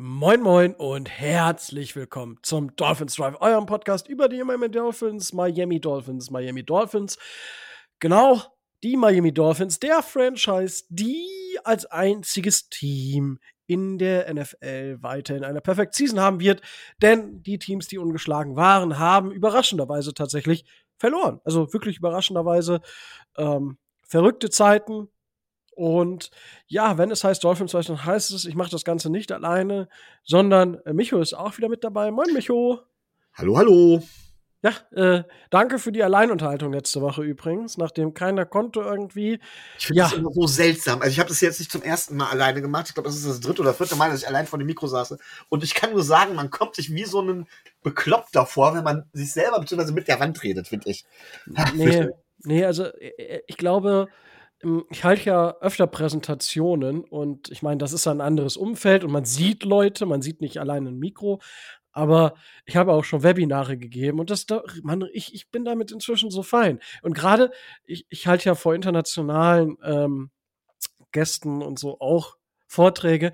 Moin Moin und herzlich willkommen zum Dolphins Drive, eurem Podcast über die Miami Dolphins, Miami Dolphins, Miami Dolphins. Genau, die Miami Dolphins, der Franchise, die als einziges Team in der NFL weiterhin eine Perfect Season haben wird, denn die Teams, die ungeschlagen waren, haben überraschenderweise tatsächlich verloren. Also wirklich überraschenderweise verrückte Zeiten. Und ja, wenn es heißt Dolphins, dann heißt es, ich mache das Ganze nicht alleine, sondern Micho ist auch wieder mit dabei. Moin, Micho. Hallo, hallo. Ja, danke für die Alleinunterhaltung letzte Woche übrigens, nachdem keiner konnte irgendwie. Ich finde das immer so seltsam. Also ich habe das jetzt nicht zum ersten Mal alleine gemacht. Ich glaube, das ist das dritte oder vierte Mal, dass ich allein vor dem Mikro saße. Und ich kann nur sagen, man kommt sich wie so ein Bekloppter vor, wenn man sich selber bzw. mit der Wand redet, finde ich. Nee, also ich glaube, ich halte ja öfter Präsentationen und ich meine, das ist ein anderes Umfeld und man sieht Leute, man sieht nicht allein ein Mikro, aber ich habe auch schon Webinare gegeben und ich bin damit inzwischen so fein. Und gerade, ich halte ja vor internationalen Gästen und so auch Vorträge.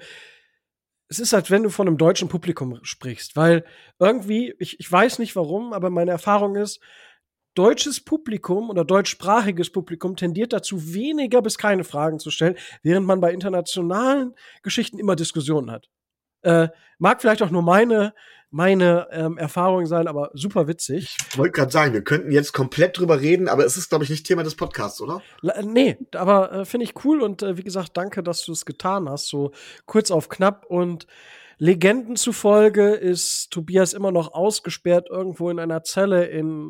Es ist, als wenn du von einem deutschen Publikum sprichst, weil irgendwie, ich weiß nicht warum, aber meine Erfahrung ist, deutsches Publikum oder deutschsprachiges Publikum tendiert dazu, weniger bis keine Fragen zu stellen, während man bei internationalen Geschichten immer Diskussionen hat. Mag vielleicht auch nur meine Erfahrung sein, aber super witzig. Ich wollte gerade sagen, wir könnten jetzt komplett drüber reden, aber es ist, glaube ich, nicht Thema des Podcasts, oder? Nee, aber finde ich cool und wie gesagt, danke, dass du es getan hast, so kurz auf knapp. Und Legenden zufolge ist Tobias immer noch ausgesperrt irgendwo in einer Zelle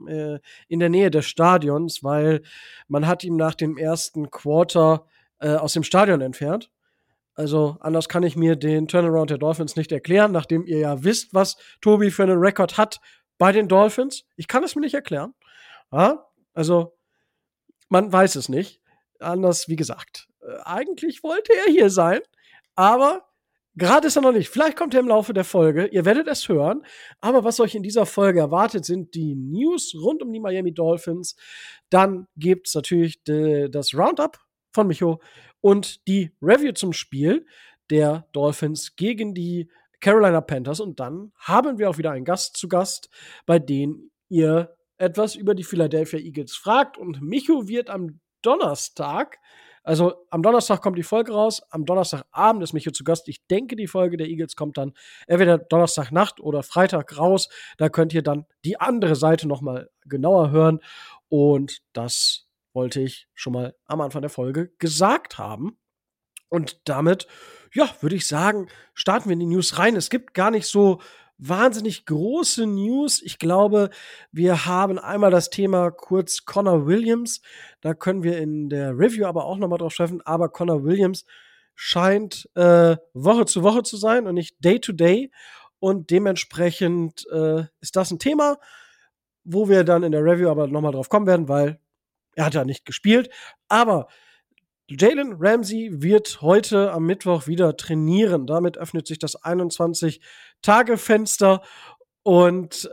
in der Nähe des Stadions, weil man hat ihn nach dem ersten Quarter aus dem Stadion entfernt. Also anders kann ich mir den Turnaround der Dolphins nicht erklären, nachdem ihr ja wisst, was Tobi für einen Rekord hat bei den Dolphins. Ich kann es mir nicht erklären. Ja? Also man weiß es nicht. Anders, wie gesagt. Eigentlich wollte er hier sein, aber gerade ist er noch nicht. Vielleicht kommt er im Laufe der Folge. Ihr werdet es hören. Aber was euch in dieser Folge erwartet, sind die News rund um die Miami Dolphins. Dann gibt's natürlich das Roundup von Micho und die Review zum Spiel der Dolphins gegen die Carolina Panthers. Und dann haben wir auch wieder einen Gast zu Gast, bei dem ihr etwas über die Philadelphia Eagles fragt. Und Micho wird am Donnerstag, also am Donnerstag kommt die Folge raus, am Donnerstagabend ist Micho zu Gast. Ich denke, die Folge der Eagles kommt dann entweder Donnerstagnacht oder Freitag raus. Da könnt ihr dann die andere Seite noch mal genauer hören. Und das wollte ich schon mal am Anfang der Folge gesagt haben. Und damit, ja, würde ich sagen, starten wir in die News rein. Es gibt gar nicht so wahnsinnig große News. Ich glaube, wir haben einmal das Thema kurz Connor Williams. Da können wir in der Review aber auch noch mal drauf treffen. Aber Connor Williams scheint Woche zu Woche zu sein und nicht Day to Day. Und dementsprechend ist das ein Thema, wo wir dann in der Review aber noch mal drauf kommen werden, weil er hat ja nicht gespielt. Aber Jalen Ramsey wird heute am Mittwoch wieder trainieren. Damit öffnet sich das 21-Tage-Fenster und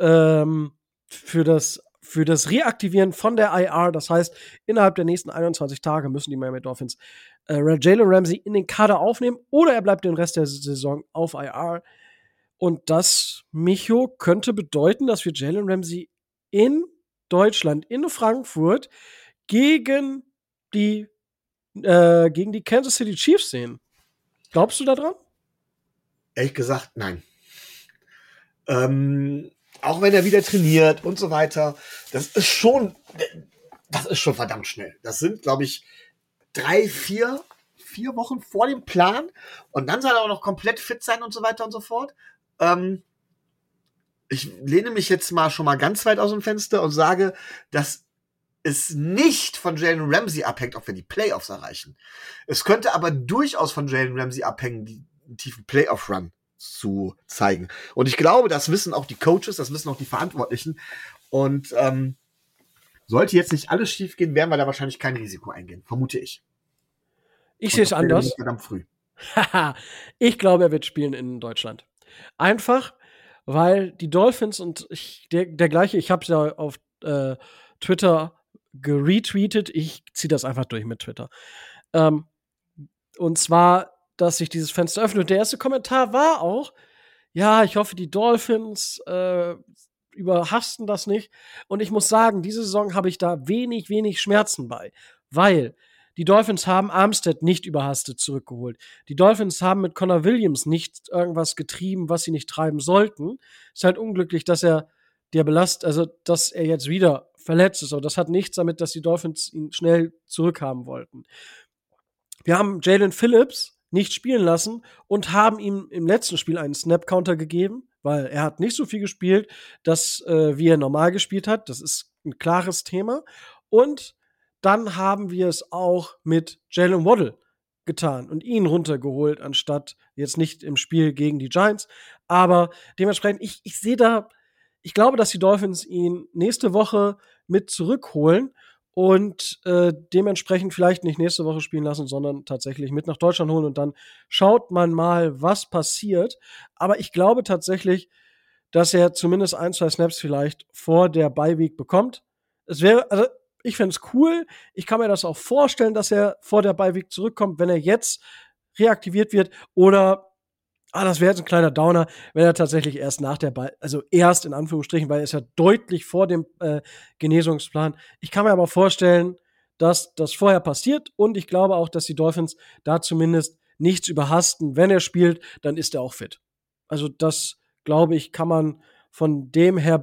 für das Reaktivieren von der IR, das heißt, innerhalb der nächsten 21 Tage müssen die Miami Dolphins Jalen Ramsey in den Kader aufnehmen oder er bleibt den Rest der Saison auf IR. Und das, Micho, könnte bedeuten, dass wir Jalen Ramsey in Deutschland, in Frankfurt, gegen die Kansas City Chiefs sehen. Glaubst du da dran? Ehrlich gesagt, nein. Auch wenn er wieder trainiert und so weiter, das ist schon verdammt schnell. Das sind, glaube ich, 3-4 Wochen vor dem Plan und dann soll er auch noch komplett fit sein und so weiter und so fort. Ich lehne mich jetzt mal schon mal ganz weit aus dem Fenster und sage, dass es nicht von Jalen Ramsey abhängt, ob wir die Playoffs erreichen. Es könnte aber durchaus von Jalen Ramsey abhängen, einen tiefen Playoff-Run zu zeigen. Und ich glaube, das wissen auch die Coaches, das wissen auch die Verantwortlichen. Und sollte jetzt nicht alles schief gehen, werden wir da wahrscheinlich kein Risiko eingehen, vermute ich. Ich sehe es anders. Verdammt früh. Ich glaube, er wird spielen in Deutschland. Einfach, weil die Dolphins und der gleiche, ich habe es ja auf Twitter geretweetet. Ich ziehe das einfach durch mit Twitter. Und zwar, dass sich dieses Fenster öffnet. Der erste Kommentar war auch, ja, ich hoffe, die Dolphins überhasten das nicht. Und ich muss sagen, diese Saison habe ich da wenig Schmerzen bei, weil die Dolphins haben Armstead nicht überhastet zurückgeholt. Die Dolphins haben mit Connor Williams nicht irgendwas getrieben, was sie nicht treiben sollten. Ist halt unglücklich, dass er dass er jetzt wieder verletzt ist. Aber das hat nichts damit, dass die Dolphins ihn schnell zurückhaben wollten. Wir haben Jalen Phillips nicht spielen lassen und haben ihm im letzten Spiel einen Snap-Counter gegeben, weil er hat nicht so viel gespielt, wie er normal gespielt hat. Das ist ein klares Thema. Und dann haben wir es auch mit Jalen Waddle getan und ihn runtergeholt, anstatt jetzt nicht im Spiel gegen die Giants. Aber dementsprechend, ich glaube, dass die Dolphins ihn nächste Woche mit zurückholen und dementsprechend vielleicht nicht nächste Woche spielen lassen, sondern tatsächlich mit nach Deutschland holen und dann schaut man mal, was passiert. Aber ich glaube tatsächlich, dass er zumindest 1, 2 Snaps vielleicht vor der Bye-Week bekommt. Ich fände es cool. Ich kann mir das auch vorstellen, dass er vor der Bye-Week zurückkommt, wenn er jetzt reaktiviert wird. Oder, das wäre jetzt ein kleiner Downer, wenn er tatsächlich erst nach der also erst in Anführungsstrichen, weil er ist ja deutlich vor dem Genesungsplan. Ich kann mir aber vorstellen, dass das vorher passiert. Und ich glaube auch, dass die Dolphins da zumindest nichts überhasten. Wenn er spielt, dann ist er auch fit. Also das, glaube ich, kann man von dem her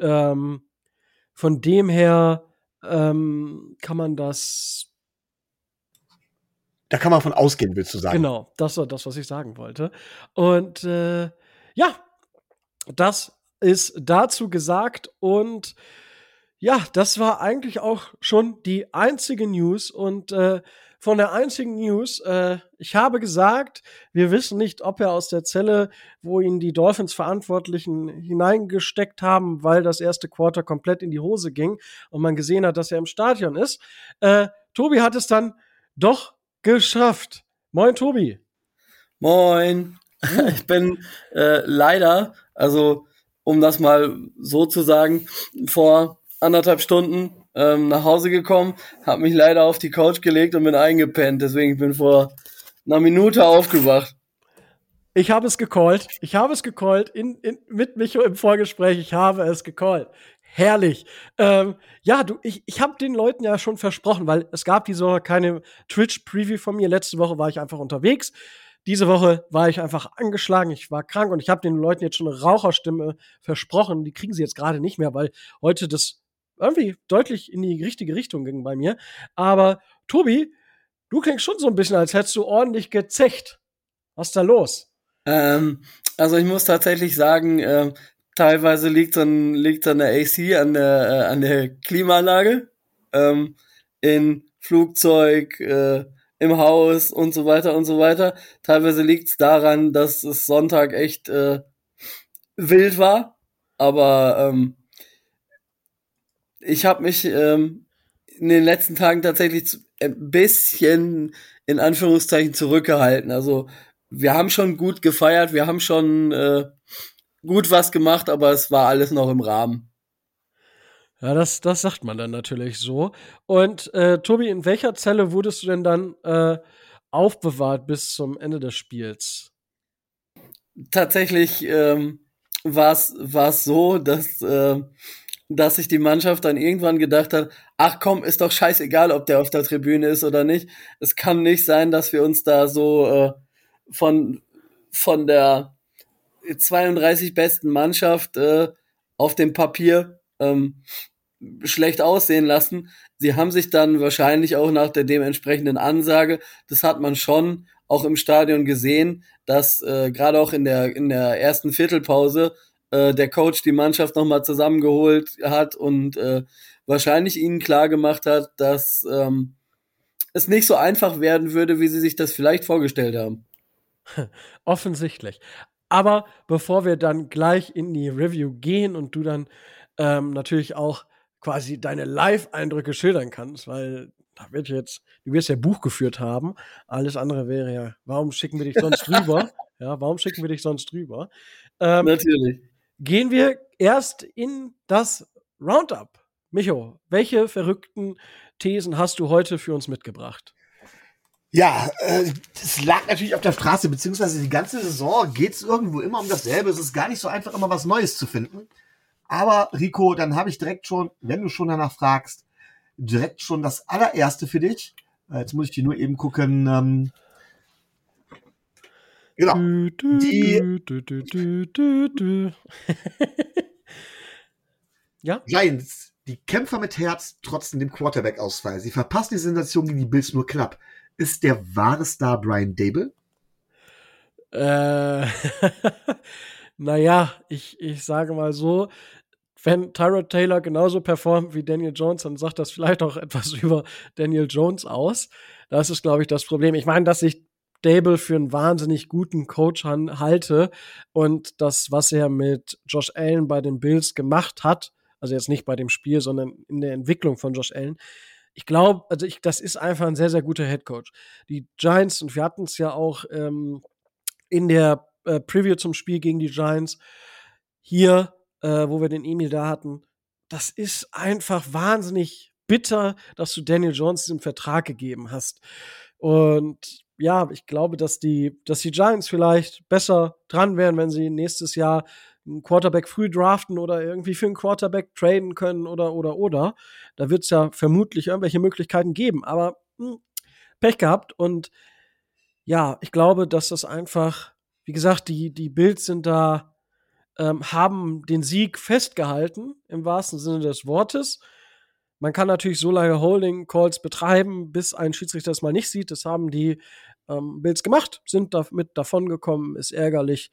kann man das. Da kann man von ausgehen, willst du sagen. Genau, das war das, was ich sagen wollte. Und ja, das ist dazu gesagt. Und ja, das war eigentlich auch schon die einzige News. Und von der einzigen News, ich habe gesagt, wir wissen nicht, ob er aus der Zelle, wo ihn die Dolphins-Verantwortlichen hineingesteckt haben, weil das erste Quarter komplett in die Hose ging und man gesehen hat, dass er im Stadion ist. Tobi hat es dann doch geschafft. Moin, Tobi. Moin. Ich bin leider, also um das mal so zu sagen, vor 1,5 Stunden nach Hause gekommen, habe mich leider auf die Couch gelegt und bin eingepennt. Deswegen bin ich vor einer Minute aufgewacht. Ich habe es gecallt. Mit Micho im Vorgespräch. Ich habe es gecallt. Herrlich. Ich habe den Leuten ja schon versprochen, weil es gab diese Woche keine Twitch-Preview von mir. Letzte Woche war ich einfach unterwegs. Diese Woche war ich einfach angeschlagen, ich war krank und ich habe den Leuten jetzt schon eine Raucherstimme versprochen. Die kriegen sie jetzt gerade nicht mehr, weil heute das irgendwie deutlich in die richtige Richtung ging bei mir. Aber Tobi, du klingst schon so ein bisschen, als hättest du ordentlich gezecht. Was ist da los? Also ich muss tatsächlich sagen, teilweise liegt's an der AC, an der Klimaanlage, in Flugzeug, im Haus und so weiter und so weiter. Teilweise liegt's daran, dass es Sonntag echt wild war, aber ich habe mich in den letzten Tagen tatsächlich ein bisschen in Anführungszeichen zurückgehalten. Also wir haben schon gut gefeiert, wir haben schon gut was gemacht, aber es war alles noch im Rahmen. Ja, das sagt man dann natürlich so. Und Tobi, in welcher Zelle wurdest du denn dann aufbewahrt bis zum Ende des Spiels? Tatsächlich war es so, dass sich die Mannschaft dann irgendwann gedacht hat, ach komm, ist doch scheißegal, ob der auf der Tribüne ist oder nicht. Es kann nicht sein, dass wir uns da so von der 32 besten Mannschaft auf dem Papier schlecht aussehen lassen. Sie haben sich dann wahrscheinlich auch nach der dementsprechenden Ansage, das hat man schon auch im Stadion gesehen, dass gerade auch in der ersten Viertelpause der Coach die Mannschaft nochmal zusammengeholt hat und wahrscheinlich ihnen klar gemacht hat, dass es nicht so einfach werden würde, wie sie sich das vielleicht vorgestellt haben. Offensichtlich. Aber bevor wir dann gleich in die Review gehen und du dann natürlich auch quasi deine Live-Eindrücke schildern kannst, weil du wirst ja Buch geführt haben. Alles andere wäre ja, warum schicken wir dich sonst rüber? Ja, warum schicken wir dich sonst rüber? Natürlich. Gehen wir erst in das Roundup. Micho, welche verrückten Thesen hast du heute für uns mitgebracht? Ja, das lag natürlich auf der Straße, beziehungsweise die ganze Saison geht's irgendwo immer um dasselbe. Es ist gar nicht so einfach, immer was Neues zu finden. Aber Rico, dann habe ich direkt schon, wenn du schon danach fragst, direkt schon das allererste für dich. Jetzt muss ich dir nur eben gucken. Genau. Ja? Giants, die Kämpfer mit Herz, trotz dem Quarterback-Ausfall. Sie verpassen die Sensation gegen die Bills nur knapp. Ist der wahre Star Brian Dable? Naja, ich sage mal so, wenn Tyrod Taylor genauso performt wie Daniel Jones, dann sagt das vielleicht auch etwas über Daniel Jones aus. Das ist, glaube ich, das Problem. Ich meine, dass ich Dable für einen wahnsinnig guten Coach halte und das, was er mit Josh Allen bei den Bills gemacht hat, also jetzt nicht bei dem Spiel, sondern in der Entwicklung von Josh Allen, ich glaube, das ist einfach ein sehr, sehr guter Headcoach. Die Giants, und wir hatten es ja auch in der Preview zum Spiel gegen die Giants hier, wo wir den Emil da hatten, das ist einfach wahnsinnig bitter, dass du Daniel Jones diesen Vertrag gegeben hast. Und ja, ich glaube, dass die Giants vielleicht besser dran wären, wenn sie nächstes Jahr einen Quarterback früh draften oder irgendwie für einen Quarterback traden können oder. Da wird es ja vermutlich irgendwelche Möglichkeiten geben, aber Pech gehabt. Und ja, ich glaube, dass das einfach, wie gesagt, die Bills sind da, haben den Sieg festgehalten, im wahrsten Sinne des Wortes. Man kann natürlich so lange Holding Calls betreiben, bis ein Schiedsrichter das mal nicht sieht. Das haben die Bills gemacht, sind damit davongekommen, ist ärgerlich.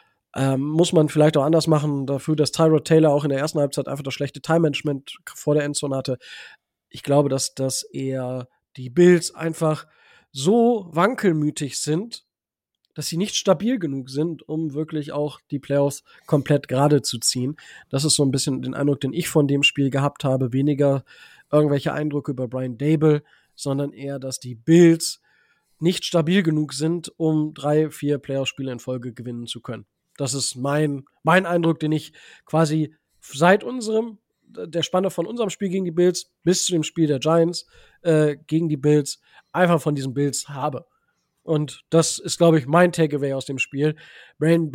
Muss man vielleicht auch anders machen, dafür, dass Tyrod Taylor auch in der ersten Halbzeit einfach das schlechte Time-Management vor der Endzone hatte. Ich glaube, dass eher die Bills einfach so wankelmütig sind, dass sie nicht stabil genug sind, um wirklich auch die Playoffs komplett gerade zu ziehen. Das ist so ein bisschen den Eindruck, den ich von dem Spiel gehabt habe. Weniger irgendwelche Eindrücke über Brian Dable, sondern eher, dass die Bills nicht stabil genug sind, um 3-4 Playoff-Spiele in Folge gewinnen zu können. Das ist mein Eindruck, den ich quasi seit der Spanne von unserem Spiel gegen die Bills bis zu dem Spiel der Giants gegen die Bills einfach von diesen Bills habe. Und das ist, glaube ich, mein Takeaway aus dem Spiel. Brian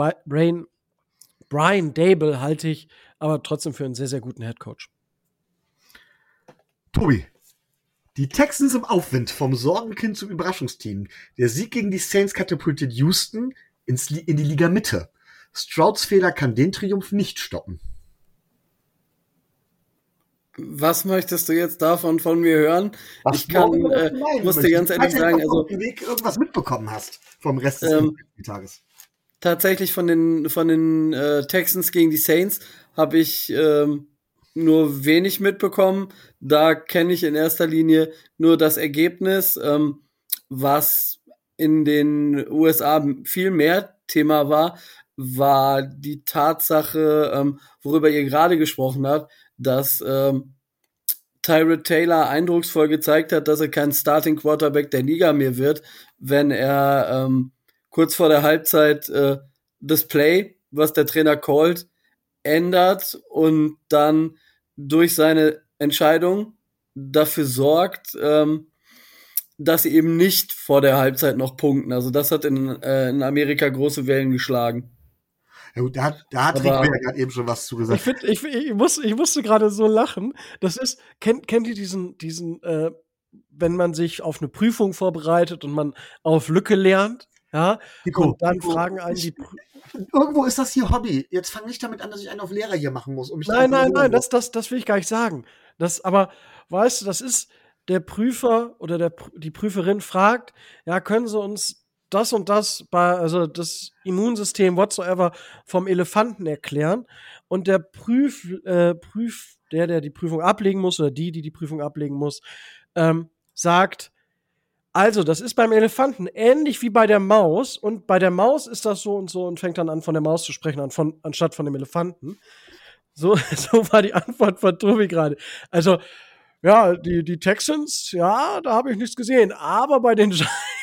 Dable halte ich aber trotzdem für einen sehr, sehr guten Headcoach. Tobi, die Texans im Aufwind, vom Sorgenkind zum Überraschungsteam. Der Sieg gegen die Saints katapultiert Houston in die Liga Mitte. Strouds Fehler kann den Triumph nicht stoppen. Was möchtest du jetzt davon von mir hören? Ich muss dir ganz ehrlich sagen, also irgendwas mitbekommen hast vom Rest des Tages. Tatsächlich von den Texans gegen die Saints habe ich nur wenig mitbekommen. Da kenne ich in erster Linie nur das Ergebnis, was in den USA viel mehr Thema war die Tatsache, worüber ihr gerade gesprochen habt, dass Tyrod Taylor eindrucksvoll gezeigt hat, dass er kein Starting Quarterback der Liga mehr wird, wenn er kurz vor der Halbzeit das Play, was der Trainer callt, ändert und dann durch seine Entscheidung dafür sorgt, dass sie eben nicht vor der Halbzeit noch punkten. Also das hat in Amerika große Wellen geschlagen. Ja gut, da hat Rico ja gerade eben schon was zugesagt. Ich musste gerade so lachen. Das ist, kennt ihr diesen, wenn man sich auf eine Prüfung vorbereitet und man auf Lücke lernt, ja, Rico, und dann fragen einen die irgendwo ist das hier Hobby. Jetzt fang nicht damit an, dass ich einen auf Lehrer hier machen muss. Nein, das will ich gar nicht sagen. Aber, weißt du, das ist der Prüfer oder die Prüferin fragt, ja, können Sie uns das und das also das Immunsystem whatsoever vom Elefanten erklären? Und der der die Prüfung ablegen muss oder die Prüfung ablegen muss, sagt, also, das ist beim Elefanten ähnlich wie bei der Maus. Und bei der Maus ist das so und fängt dann an, von der Maus zu sprechen, anstatt von dem Elefanten. So war die Antwort von Tobi gerade. Also, ja, die Texans, ja, da habe ich nichts gesehen. Aber bei den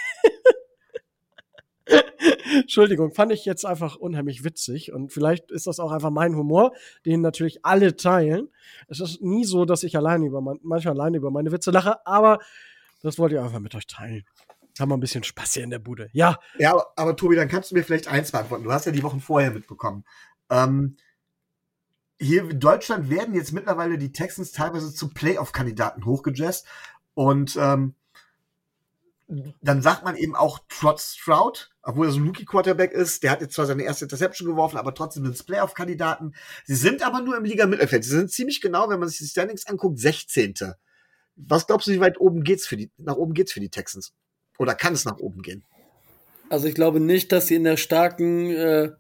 Entschuldigung, fand ich jetzt einfach unheimlich witzig. Und vielleicht ist das auch einfach mein Humor, den natürlich alle teilen. Es ist nie so, dass ich manchmal alleine über meine Witze lache, aber das wollte ich einfach mit euch teilen. haben wir ein bisschen Spaß hier in der Bude. Ja. Ja, aber Tobi, dann kannst du mir vielleicht eins beantworten. Du hast ja die Wochen vorher mitbekommen. Hier in Deutschland werden jetzt mittlerweile die Texans teilweise zu Playoff-Kandidaten hochgejazzt. Und dann sagt man eben auch trotz Stroud, obwohl er so ein Rookie-Quarterback ist, der hat jetzt zwar seine erste Interception geworfen, aber trotzdem sind es Playoff-Kandidaten. Sie sind aber nur im Liga-Mittelfeld. Sie sind ziemlich genau, wenn man sich die Standings anguckt, 16. Was glaubst du, wie weit nach oben geht's für die Texans? Oder kann es nach oben gehen? Also ich glaube nicht, dass sie in der starken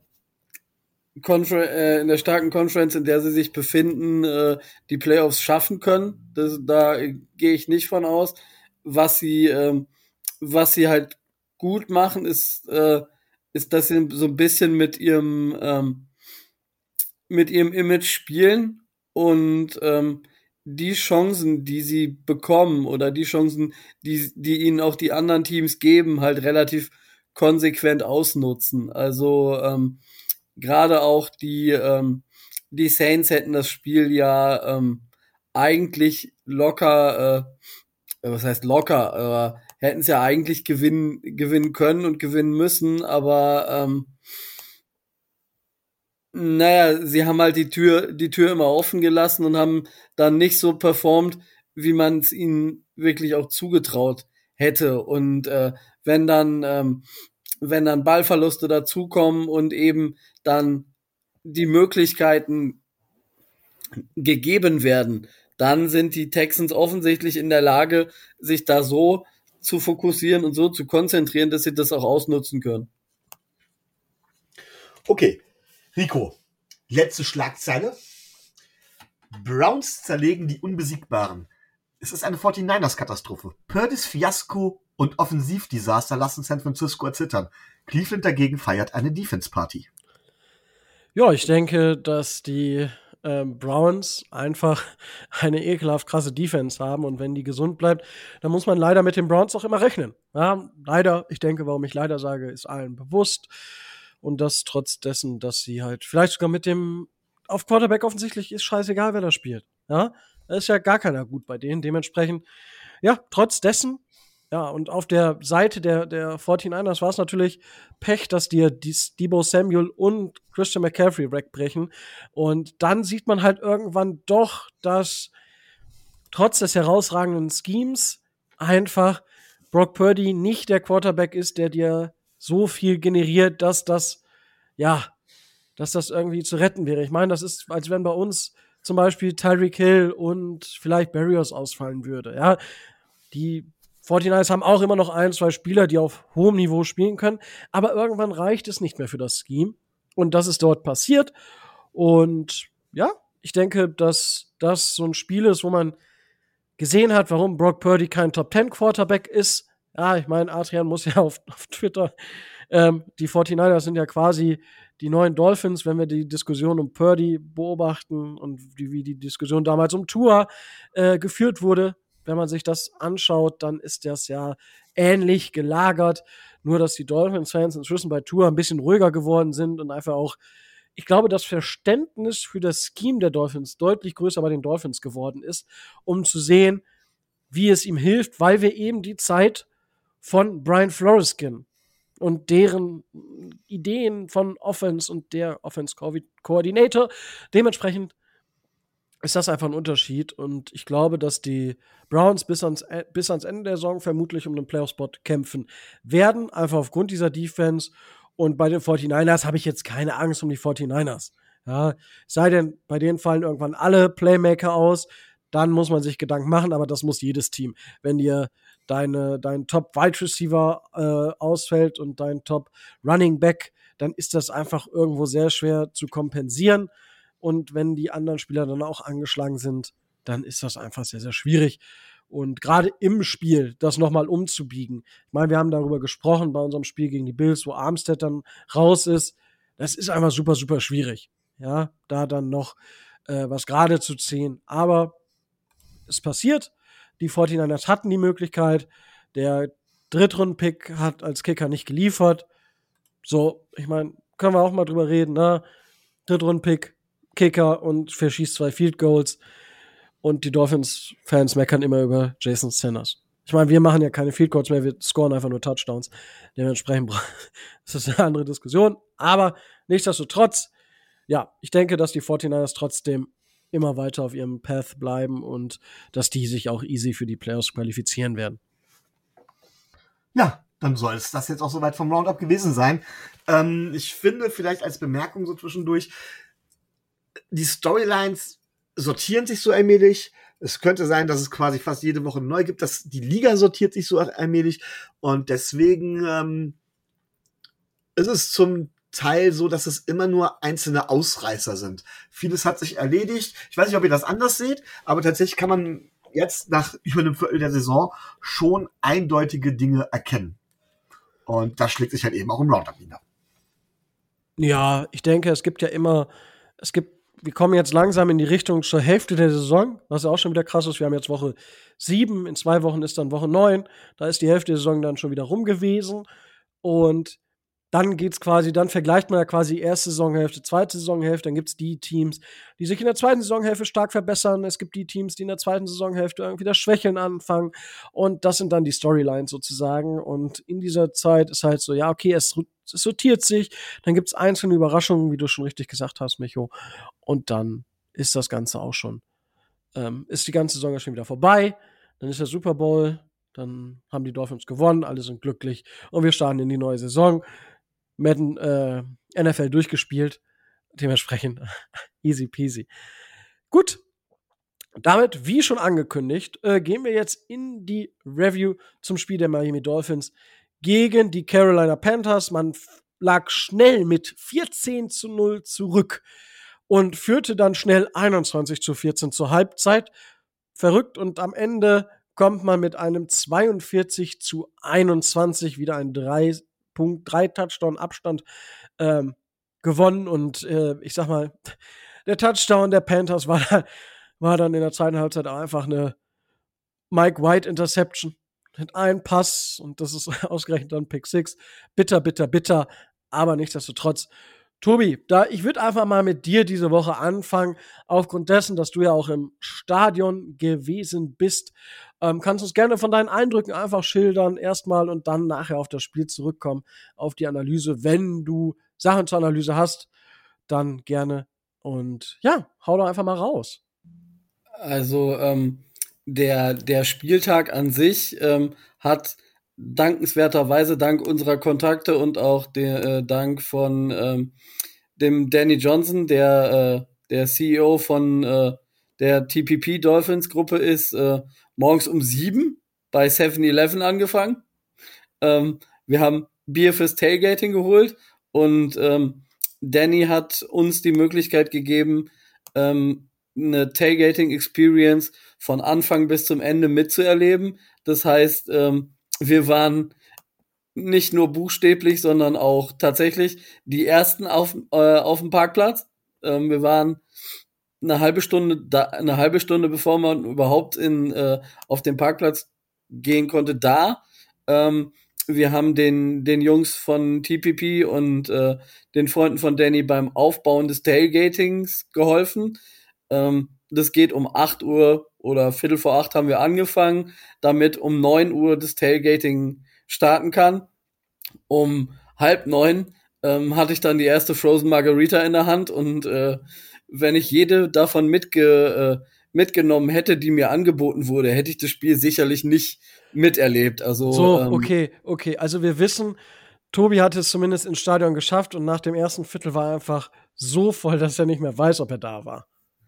Conference, in der sie sich befinden, die Playoffs schaffen können. Da gehe ich nicht von aus. Was sie halt gut machen, ist, dass sie so ein bisschen mit ihrem Image spielen und die Chancen, die sie bekommen oder die Chancen, die ihnen auch die anderen Teams geben, halt relativ konsequent ausnutzen. Also gerade auch die Saints hätten das Spiel ja eigentlich locker, was heißt locker, aber hätten es ja eigentlich gewinnen können und gewinnen müssen, aber naja, sie haben halt die Tür immer offen gelassen und haben dann nicht so performt, wie man es ihnen wirklich auch zugetraut hätte. Und wenn dann Ballverluste dazukommen und eben dann die Möglichkeiten gegeben werden, dann sind die Texans offensichtlich in der Lage, sich da so zu fokussieren und so zu konzentrieren, dass sie das auch ausnutzen können. Okay, Rico, letzte Schlagzeile. Browns zerlegen die Unbesiegbaren. Es ist eine 49ers-Katastrophe. Purdys Fiasko und Offensivdesaster lassen San Francisco erzittern. Cleveland dagegen feiert eine Defense-Party. Ja, ich denke, dass die Browns einfach eine ekelhaft krasse Defense haben und wenn die gesund bleibt, dann muss man leider mit den Browns auch immer rechnen. Ja, leider, ich denke, warum ich leider sage, ist allen bewusst und das trotz dessen, dass sie halt vielleicht sogar mit dem auf Quarterback offensichtlich ist scheißegal, wer da spielt. Ja, da ist ja gar keiner gut bei denen, dementsprechend, ja, trotz dessen. Ja, und auf der Seite der 49ers war es natürlich Pech, dass dir Deebo Samuel und Christian McCaffrey wegbrechen. Und dann sieht man halt irgendwann doch, dass trotz des herausragenden Schemes einfach Brock Purdy nicht der Quarterback ist, der dir so viel generiert, dass das irgendwie zu retten wäre. Ich meine, das ist, als wenn bei uns zum Beispiel Tyreek Hill und vielleicht Barrios ausfallen würde. Ja, die 49ers haben auch immer noch 1, 2 Spieler, die auf hohem Niveau spielen können, aber irgendwann reicht es nicht mehr für das Scheme. Und das ist dort passiert. Und ja, ich denke, dass das so ein Spiel ist, wo man gesehen hat, warum Brock Purdy kein Top-10-Quarterback ist. Ja, ich meine, Adrian muss ja auf Twitter, die 49ers sind ja quasi die neuen Dolphins, wenn wir die Diskussion um Purdy beobachten und wie die Diskussion damals um Tua geführt wurde. Wenn man sich das anschaut, dann ist das ja ähnlich gelagert. Nur, dass die Dolphins-Fans inzwischen bei Tua ein bisschen ruhiger geworden sind und einfach auch, ich glaube, das Verständnis für das Scheme der Dolphins deutlich größer bei den Dolphins geworden ist, um zu sehen, wie es ihm hilft, weil wir eben die Zeit von Brian Flores kennen und deren Ideen von Offense und der Offense-Coordinator. Dementsprechend ist das einfach ein Unterschied. Und ich glaube, dass die Browns bis ans Ende der Saison vermutlich um den Playoff-Spot kämpfen werden, einfach aufgrund dieser Defense. Und bei den 49ers habe ich jetzt keine Angst um die 49ers. Ja, sei denn, bei denen fallen irgendwann alle Playmaker aus, dann muss man sich Gedanken machen, aber das muss jedes Team. Wenn dir dein Top-Wide-Receiver ausfällt und dein Top-Running-Back, dann ist das einfach irgendwo sehr schwer zu kompensieren. Und wenn die anderen Spieler dann auch angeschlagen sind, dann ist das einfach sehr, sehr schwierig. Und gerade im Spiel das nochmal umzubiegen. Ich meine, wir haben darüber gesprochen bei unserem Spiel gegen die Bills, wo Armstead dann raus ist. Das ist einfach super, super schwierig. Ja, da dann noch was gerade zu ziehen. Aber es passiert. Die 49ers hatten die Möglichkeit. Der Drittrunden-Pick hat als Kicker nicht geliefert. So, ich meine, können wir auch mal drüber reden, ne? Drittrunden-Pick, Kicker und verschießt 2 Field Goals. Und die Dolphins-Fans meckern immer über Jason Sanders. Ich meine, wir machen ja keine Field Goals mehr, wir scoren einfach nur Touchdowns. Dementsprechend ist das eine andere Diskussion. Aber nichtsdestotrotz, ja, ich denke, dass die 49ers trotzdem immer weiter auf ihrem Path bleiben und dass die sich auch easy für die Playoffs qualifizieren werden. Ja, dann soll es das jetzt auch soweit vom Roundup gewesen sein. Ich finde vielleicht als Bemerkung so zwischendurch, die Storylines sortieren sich so allmählich. Es könnte sein, dass es quasi fast jede Woche neu gibt, dass die Liga sortiert sich so allmählich und deswegen ist es zum Teil so, dass es immer nur einzelne Ausreißer sind. Vieles hat sich erledigt. Ich weiß nicht, ob ihr das anders seht, aber tatsächlich kann man jetzt nach über einem Viertel der Saison schon eindeutige Dinge erkennen. Und das schlägt sich halt eben auch im Roundup nieder. Ja, ich denke, wir kommen jetzt langsam in die Richtung zur Hälfte der Saison, was ja auch schon wieder krass ist. Wir haben jetzt Woche 7, in 2 Wochen ist dann Woche 9. Da ist die Hälfte der Saison dann schon wieder rum gewesen. Und dann dann vergleicht man ja quasi erste Saisonhälfte, zweite Saisonhälfte, dann gibt's die Teams, die sich in der zweiten Saisonhälfte stark verbessern. Es gibt die Teams, die in der zweiten Saisonhälfte irgendwie das Schwächeln anfangen. Und das sind dann die Storylines sozusagen. Und in dieser Zeit ist halt so, ja, okay, es sortiert sich, dann gibt's einzelne Überraschungen, wie du schon richtig gesagt hast, Micho. Und dann ist das Ganze auch schon, ist die ganze Saison ja schon wieder vorbei. Dann ist der Super Bowl, dann haben die Dolphins gewonnen, alle sind glücklich und wir starten in die neue Saison. Madden NFL durchgespielt. Dementsprechend easy peasy. Gut, damit, wie schon angekündigt, gehen wir jetzt in die Review zum Spiel der Miami Dolphins gegen die Carolina Panthers. Man lag schnell mit 14:0 zurück und führte dann schnell 21:14 zur Halbzeit. Verrückt, und am Ende kommt man mit einem 42:21 wieder ein 3-Touchdown-Abstand gewonnen. Und ich sag mal, der Touchdown der Panthers war dann in der zweiten Halbzeit auch einfach eine Mike White Interception mit einem Pass, und das ist ausgerechnet dann Pick 6. Bitter, bitter, bitter, aber nichtsdestotrotz. Tobi, ich würde einfach mal mit dir diese Woche anfangen, aufgrund dessen, dass du ja auch im Stadion gewesen bist. Kannst du uns gerne von deinen Eindrücken einfach schildern, erstmal, und dann nachher auf das Spiel zurückkommen, auf die Analyse. Wenn du Sachen zur Analyse hast, dann gerne. Und ja, hau doch einfach mal raus. Also der Spieltag an sich hat dankenswerterweise dank unserer Kontakte und auch dank von dem Danny Johnson, der CEO von der TPP Dolphins Gruppe ist, morgens um 7 bei 7-Eleven angefangen. Wir haben Bier fürs Tailgating geholt und Danny hat uns die Möglichkeit gegeben, eine Tailgating-Experience von Anfang bis zum Ende mitzuerleben. Das heißt, wir waren nicht nur buchstäblich, sondern auch tatsächlich die Ersten auf dem Parkplatz. Wir waren eine halbe Stunde, bevor man überhaupt auf den Parkplatz gehen konnte, da. Wir haben den Jungs von TPP und den Freunden von Danny beim Aufbauen des Tailgatings geholfen. Das geht um 8 Uhr oder Viertel vor 8 haben wir angefangen, damit um 9 Uhr das Tailgating starten kann. Um 8:30 hatte ich dann die erste Frozen Margarita in der Hand, und wenn ich jede davon mitgenommen hätte, die mir angeboten wurde, hätte ich das Spiel sicherlich nicht miterlebt. Also, okay. Also wir wissen, Tobi hat es zumindest ins Stadion geschafft, und nach dem ersten Viertel war er einfach so voll, dass er nicht mehr weiß, ob er da war.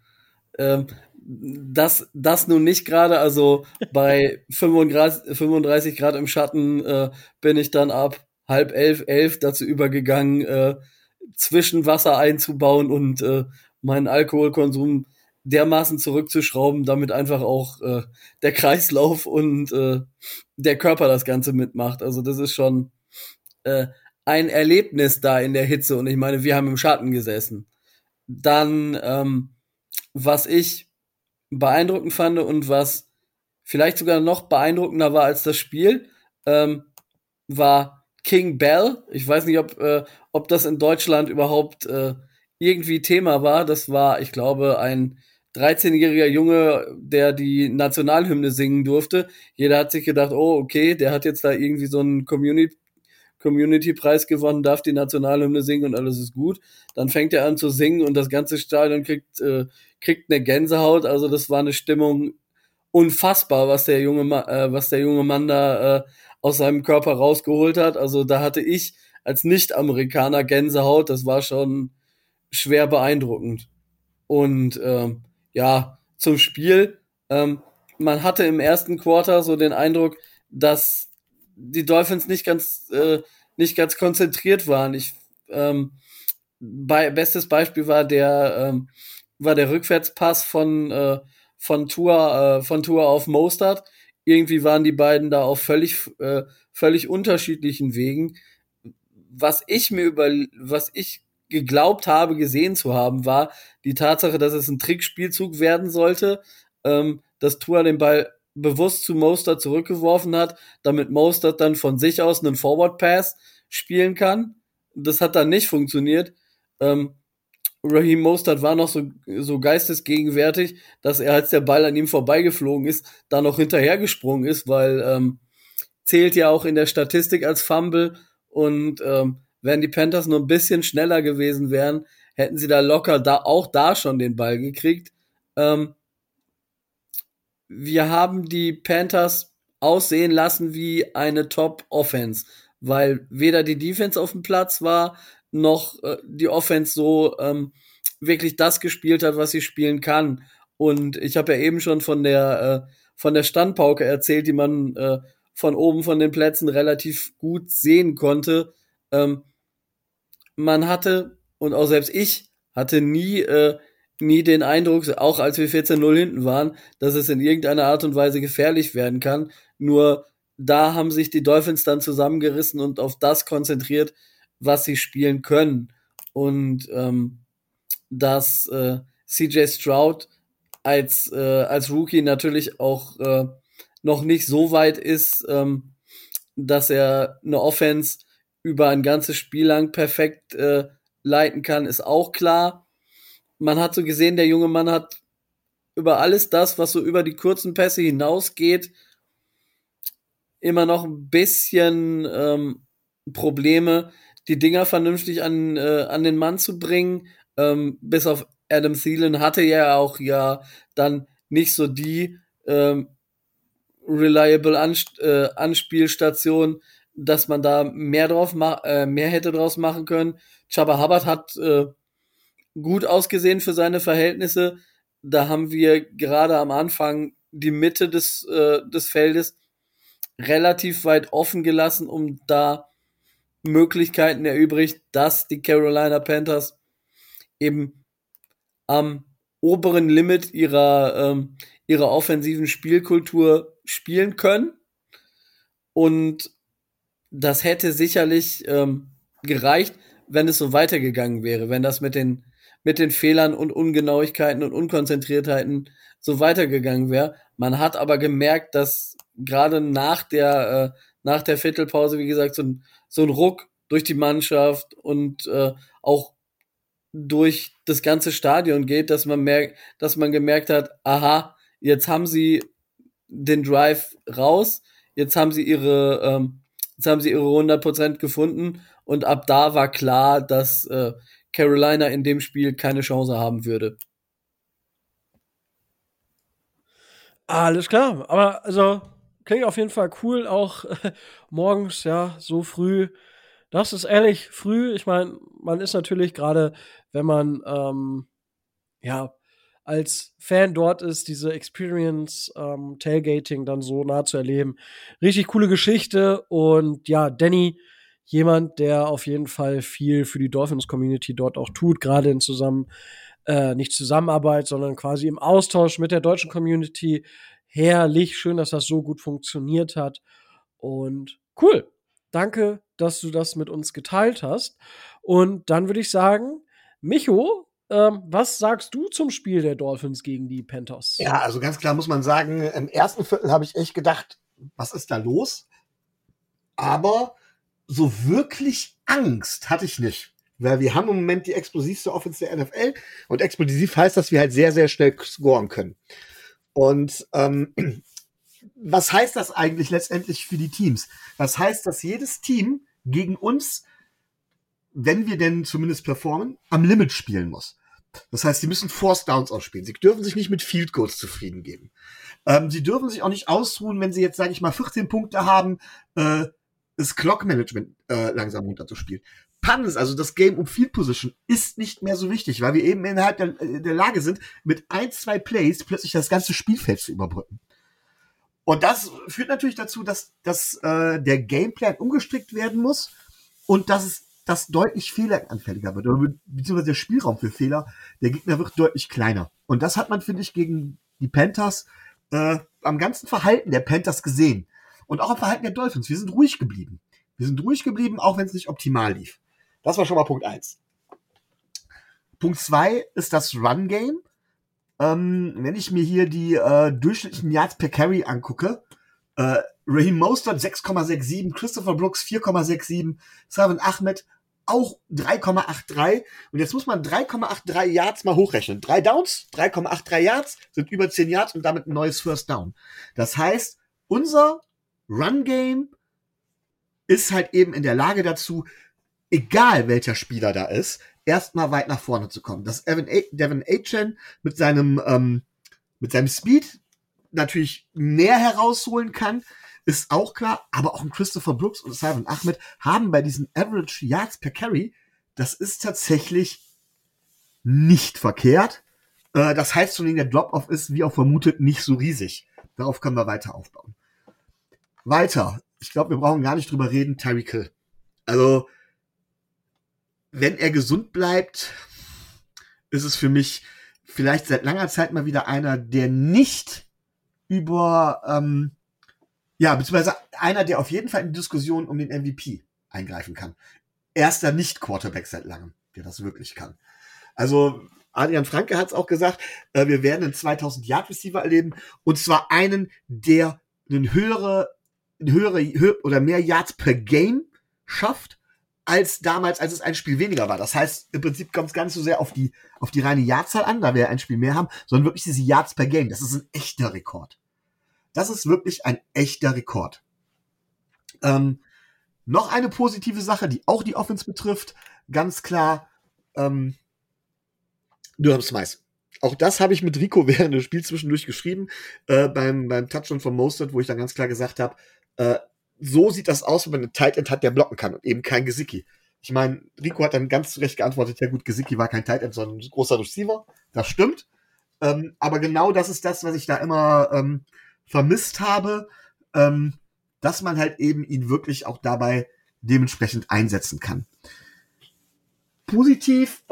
Das nun nicht gerade, also bei 35 Grad im Schatten bin ich dann ab 10:30 dazu übergegangen, Zwischenwasser einzubauen und meinen Alkoholkonsum dermaßen zurückzuschrauben, damit einfach auch der Kreislauf und der Körper das Ganze mitmacht. Also das ist schon ein Erlebnis da in der Hitze, und ich meine, wir haben im Schatten gesessen. Dann was ich beeindruckend fand und was vielleicht sogar noch beeindruckender war als das Spiel, war King Bell. Ich weiß nicht, ob das in Deutschland überhaupt irgendwie Thema war. Das war, ich glaube, ein 13-jähriger Junge, der die Nationalhymne singen durfte. Jeder hat sich gedacht, oh, okay, der hat jetzt da irgendwie so einen Community-Preis gewonnen, darf die Nationalhymne singen und alles ist gut. Dann fängt er an zu singen und das ganze Stadion kriegt eine Gänsehaut. Also das war eine Stimmung unfassbar, was der junge Mann da aus seinem Körper rausgeholt hat. Also da hatte ich als Nicht-Amerikaner Gänsehaut. Das war schon schwer beeindruckend. Und ja, zum Spiel. Man hatte im ersten Quarter so den Eindruck, dass die Dolphins nicht ganz konzentriert waren. Bestes Beispiel war der Rückwärtspass von Tua auf Mostert. Irgendwie waren die beiden da auf völlig unterschiedlichen Wegen. Was ich geglaubt habe, gesehen zu haben, war die Tatsache, dass es ein Trickspielzug werden sollte, dass Tua den Ball bewusst zu Mostert zurückgeworfen hat, damit Mostert dann von sich aus einen Forward Pass spielen kann. Das hat dann nicht funktioniert. Raheem Mostert war noch so geistesgegenwärtig, dass er, als der Ball an ihm vorbeigeflogen ist, da noch hinterhergesprungen ist, weil zählt ja auch in der Statistik als Fumble und wenn die Panthers nur ein bisschen schneller gewesen wären, hätten sie da locker auch da schon den Ball gekriegt. Wir haben die Panthers aussehen lassen wie eine Top-Offense, weil weder die Defense auf dem Platz war, noch die Offense so wirklich das gespielt hat, was sie spielen kann. Und ich habe ja eben schon von der Standpauke erzählt, die man von oben von den Plätzen relativ gut sehen konnte. Man hatte, und auch selbst ich hatte nie den Eindruck, auch als wir 14-0 hinten waren, dass es in irgendeiner Art und Weise gefährlich werden kann. Nur da haben sich die Dolphins dann zusammengerissen und auf das konzentriert, was sie spielen können. Und dass CJ Stroud als Rookie natürlich auch noch nicht so weit ist, dass er eine Offense über ein ganzes Spiel lang perfekt leiten kann, ist auch klar. Man hat so gesehen, der junge Mann hat über alles das, was so über die kurzen Pässe hinausgeht, immer noch ein bisschen Probleme, die Dinger vernünftig an den Mann zu bringen. Bis auf Adam Thielen hatte er auch ja dann nicht so die reliable Anspielstation, dass man da mehr hätte draus machen können. Chubba Hubbard hat gut ausgesehen für seine Verhältnisse. Da haben wir gerade am Anfang die Mitte des Feldes relativ weit offen gelassen, um da Möglichkeiten erübrigt, dass die Carolina Panthers eben am oberen Limit ihrer offensiven Spielkultur spielen können. Und das hätte sicherlich gereicht, wenn es so weitergegangen wäre, wenn das mit den Fehlern und Ungenauigkeiten und Unkonzentriertheiten so weitergegangen wäre. Man hat aber gemerkt, dass gerade nach der Viertelpause, wie gesagt, so ein Ruck durch die Mannschaft und auch durch das ganze Stadion geht, dass man gemerkt hat, aha, jetzt haben sie den Drive raus, jetzt haben sie ihre 100% gefunden und ab da war klar, dass Carolina in dem Spiel keine Chance haben würde. Alles klar, aber also klingt auf jeden Fall cool, auch morgens, ja, so früh. Das ist ehrlich früh. Ich meine, man ist natürlich gerade, wenn man ja als Fan dort ist, diese Experience Tailgating dann so nah zu erleben. Richtig coole Geschichte und ja, Danny, jemand, der auf jeden Fall viel für die Dolphins-Community dort auch tut, gerade in nicht Zusammenarbeit, sondern quasi im Austausch mit der deutschen Community. Herrlich, schön, dass das so gut funktioniert hat. Und cool. Danke, dass du das mit uns geteilt hast. Und dann würde ich sagen, Micho, was sagst du zum Spiel der Dolphins gegen die Panthers? Ja, also ganz klar muss man sagen, im ersten Viertel habe ich echt gedacht, was ist da los? Aber so wirklich Angst hatte ich nicht. Weil wir haben im Moment die explosivste Offense der NFL und explosiv heißt, dass wir halt sehr, sehr schnell scoren können. Und was heißt das eigentlich letztendlich für die Teams? Das heißt, dass jedes Team gegen uns, wenn wir denn zumindest performen, am Limit spielen muss. Das heißt, sie müssen Force Downs ausspielen. Sie dürfen sich nicht mit Field Goals zufrieden geben. Sie dürfen sich auch nicht ausruhen, wenn sie jetzt, sage ich mal, 14 Punkte haben, das Clock-Management langsam runterzuspielen. Punts, also das Game um Field Position, ist nicht mehr so wichtig, weil wir eben innerhalb der Lage sind, mit 1-2 Plays plötzlich das ganze Spielfeld zu überbrücken. Und das führt natürlich dazu, dass der Gameplan umgestrickt werden muss und dass es das deutlich fehleranfälliger wird, oder beziehungsweise der Spielraum für Fehler der Gegner wird deutlich kleiner. Und das hat man, finde ich, gegen die Panthers am ganzen Verhalten der Panthers gesehen. Und auch am Verhalten der Dolphins. Wir sind ruhig geblieben. Auch wenn es nicht optimal lief. Das war schon mal Punkt 1. Punkt 2 ist das Run-Game. Wenn ich mir hier die durchschnittlichen Yards per Carry angucke, Raheem Mostert 6,67, Christopher Brooks 4,67, Salvon Ahmed auch 3,83. Und jetzt muss man 3,83 Yards mal hochrechnen. 3 Downs, 3,83 Yards sind über 10 Yards und damit ein neues First Down. Das heißt, unser Run-Game ist halt eben in der Lage dazu, egal welcher Spieler da ist, erstmal weit nach vorne zu kommen. Dass Devin Achane mit seinem Speed natürlich mehr herausholen kann, ist auch klar, aber auch ein Christopher Brooks und Salvon Ahmed haben bei diesen Average Yards per Carry, das ist tatsächlich nicht verkehrt. Das heißt, schon der Drop-Off ist, wie auch vermutet, nicht so riesig. Darauf können wir weiter aufbauen. Weiter. Ich glaube, wir brauchen gar nicht drüber reden, Tyreek Hill. Also, wenn er gesund bleibt, ist es für mich vielleicht seit langer Zeit mal wieder einer, der nicht beziehungsweise einer, der auf jeden Fall in die Diskussion um den MVP eingreifen kann. Erster Nicht-Quarterback seit langem, der das wirklich kann. Also, Adrian Franke hat es auch gesagt, wir werden einen 2000-Yard-Receiver erleben, und zwar einen, der einen höhere oder mehr Yards per Game schafft, als damals, als es ein Spiel weniger war. Das heißt, im Prinzip kommt es gar nicht so sehr auf die reine Yardzahl an, da wir ein Spiel mehr haben, sondern wirklich diese Yards per Game. Das ist ein echter Rekord. Das ist wirklich ein echter Rekord. Noch eine positive Sache, die auch die Offense betrifft, ganz klar, Durham Smythe. Auch das habe ich mit Rico während des Spiels zwischendurch geschrieben, beim Touchdown von Mostert, wo ich dann ganz klar gesagt habe, so sieht das aus, wenn man einen Tight End hat, der blocken kann und eben kein Gesicki. Ich meine, Rico hat dann ganz zu Recht geantwortet, ja gut, Gesicki war kein Tight End, sondern ein großer Receiver. Das stimmt. Aber genau das ist das, was ich da immer vermisst habe, dass man halt eben ihn wirklich auch dabei dementsprechend einsetzen kann. Positiv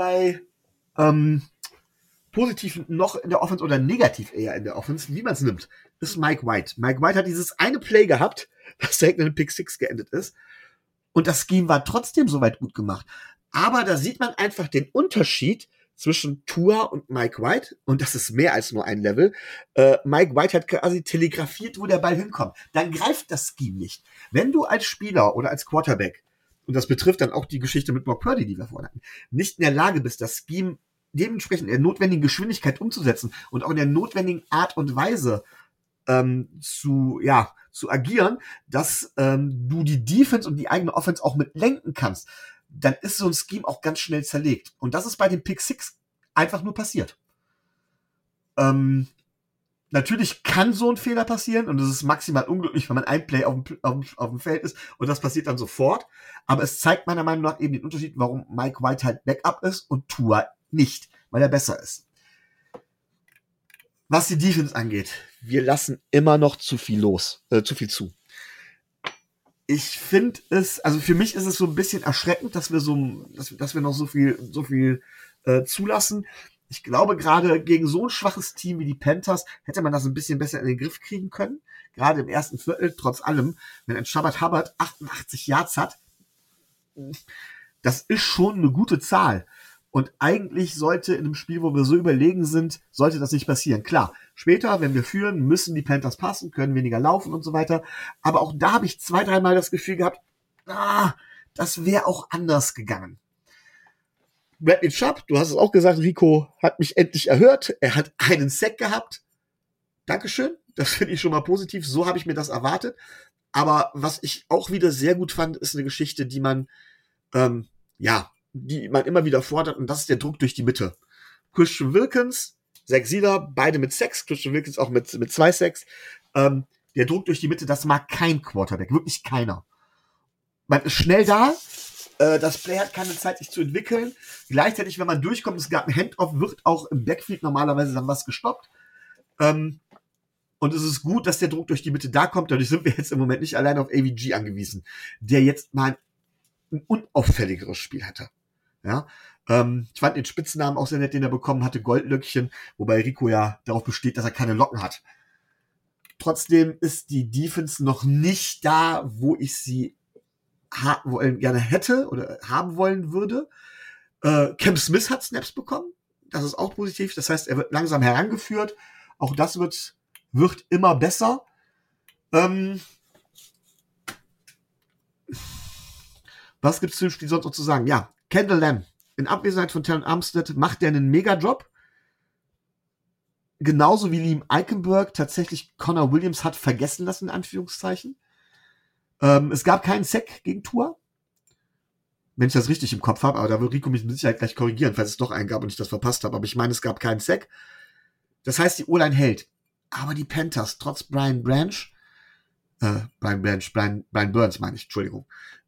noch in der Offense oder negativ eher in der Offense, wie man es nimmt, ist Mike White. Mike White hat dieses eine Play gehabt, das direkt in einem Pick 6 geendet ist. Und das Scheme war trotzdem soweit gut gemacht. Aber da sieht man einfach den Unterschied zwischen Tua und Mike White. Und das ist mehr als nur ein Level. Mike White hat quasi telegrafiert, wo der Ball hinkommt. Dann greift das Scheme nicht. Wenn du als Spieler oder als Quarterback, und das betrifft dann auch die Geschichte mit Brock Purdy, die wir vorhin hatten, nicht in der Lage bist, das Scheme dementsprechend in der notwendigen Geschwindigkeit umzusetzen und auch in der notwendigen Art und Weise zu agieren, dass du die Defense und die eigene Offense auch mit lenken kannst, dann ist so ein Scheme auch ganz schnell zerlegt. Und das ist bei dem Pick 6 einfach nur passiert. Natürlich kann so ein Fehler passieren und es ist maximal unglücklich, wenn man ein Play auf dem Feld ist und das passiert dann sofort. Aber es zeigt meiner Meinung nach eben den Unterschied, warum Mike White halt Backup ist und Tua nicht, weil er besser ist. Was die Defense angeht, wir lassen immer noch zu viel zu. Ich finde also für mich ist es so ein bisschen erschreckend, dass wir noch so viel zulassen. Ich glaube, gerade gegen so ein schwaches Team wie die Panthers hätte man das ein bisschen besser in den Griff kriegen können. Gerade im ersten Viertel, trotz allem, wenn ein Shabbat Hubbard 88 Yards hat, das ist schon eine gute Zahl. Und eigentlich sollte in einem Spiel, wo wir so überlegen sind, sollte das nicht passieren. Klar, später, wenn wir führen, müssen die Panthers passen, können weniger laufen und so weiter. Aber auch da habe ich 2-3 Mal das Gefühl gehabt, das wäre auch anders gegangen. Bradley Chubb, du hast es auch gesagt, Rico hat mich endlich erhört. Er hat einen Sack gehabt. Dankeschön. Das finde ich schon mal positiv. So habe ich mir das erwartet. Aber was ich auch wieder sehr gut fand, ist eine Geschichte, die man immer wieder fordert, und das ist der Druck durch die Mitte. Christian Wilkins, Zach Sieler, beide mit Sacks, Christian Wilkins auch mit 2 Sacks. Der Druck durch die Mitte, das mag kein Quarterback, wirklich keiner. Man ist schnell da, das Play hat keine Zeit, sich zu entwickeln. Gleichzeitig, wenn man durchkommt, es gab ein Handoff, wird auch im Backfield normalerweise dann was gestoppt. Und es ist gut, dass der Druck durch die Mitte da kommt. Dadurch sind wir jetzt im Moment nicht allein auf AVG angewiesen, der jetzt mal ein unauffälligeres Spiel hatte. Ja, ich fand den Spitznamen auch sehr nett, den er bekommen hatte, Goldlöckchen, wobei Rico ja darauf besteht, dass er keine Locken hat. Trotzdem ist die Defense noch nicht da, wo ich sie gerne hätte oder haben wollen würde. Cam Smith hat Snaps bekommen. Das ist auch positiv. Das heißt, er wird langsam herangeführt. Auch das wird immer besser. Was gibt's zu dem Spiel sonst noch zu sagen? Ja, Kendall Lamb. In Abwesenheit von Terran Armstead macht er einen Mega-Drop. Genauso wie Liam Eichenberg tatsächlich Connor Williams hat vergessen lassen, in Anführungszeichen. Es gab keinen Sack gegen Tua. Wenn ich das richtig im Kopf habe, aber da wird Rico mich mit Sicherheit gleich korrigieren, falls es doch einen gab und ich das verpasst habe. Aber ich meine, es gab keinen Sack. Das heißt, die O-Line hält. Aber die Panthers, trotz Brian Burns meine ich, Entschuldigung,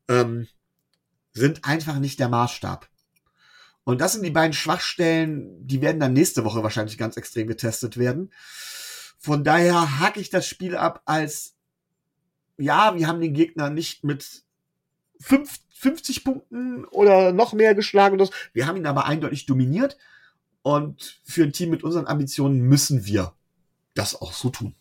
sind einfach nicht der Maßstab. Und das sind die beiden Schwachstellen, die werden dann nächste Woche wahrscheinlich ganz extrem getestet werden. Von daher hake ich das Spiel ab als, ja, wir haben den Gegner nicht mit 50 Punkten oder noch mehr geschlagen. Wir haben ihn aber eindeutig dominiert. Und für ein Team mit unseren Ambitionen müssen wir das auch so tun.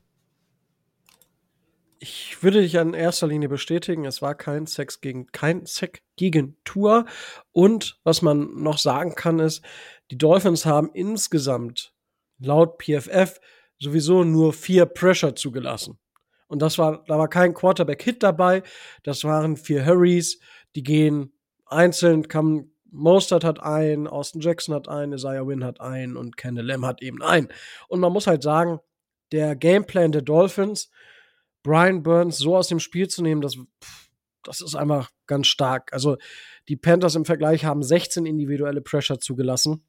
Ich würde dich an erster Linie bestätigen, es war kein Sack gegen Tua. Und was man noch sagen kann, ist, die Dolphins haben insgesamt laut PFF sowieso nur 4 Pressure zugelassen. Und da war kein Quarterback-Hit dabei. Das waren 4 Hurries, die gehen einzeln, Mostert hat einen, Austin Jackson hat einen, Isaiah Wynn hat einen und Kendall Lamb hat eben einen. Und man muss halt sagen, der Gameplan der Dolphins, Brian Burns so aus dem Spiel zu nehmen, das ist einfach ganz stark. Also die Panthers im Vergleich haben 16 individuelle Pressure zugelassen.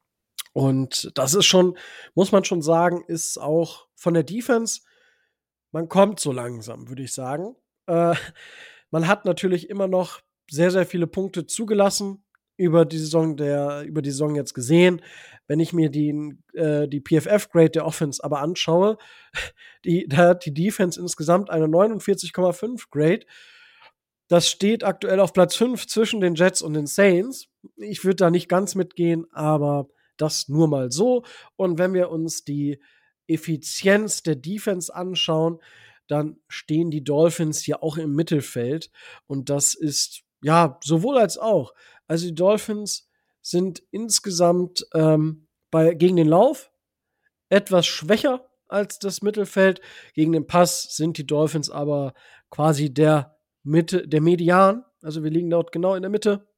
Und das ist schon, muss man schon sagen, ist auch von der Defense, man kommt so langsam, würde ich sagen. Man hat natürlich immer noch sehr, sehr viele Punkte zugelassen über die Saison jetzt gesehen. Wenn ich mir die PFF-Grade der Offense aber anschaue, da hat die Defense insgesamt eine 49,5 Grade. Das steht aktuell auf Platz 5 zwischen den Jets und den Saints. Ich würde da nicht ganz mitgehen, aber das nur mal so. Und wenn wir uns die Effizienz der Defense anschauen, dann stehen die Dolphins hier auch im Mittelfeld. Und das ist, ja, sowohl als auch. Also die Dolphins sind insgesamt gegen den Lauf etwas schwächer als das Mittelfeld. Gegen den Pass sind die Dolphins aber quasi der Median. Also wir liegen dort genau in der Mitte.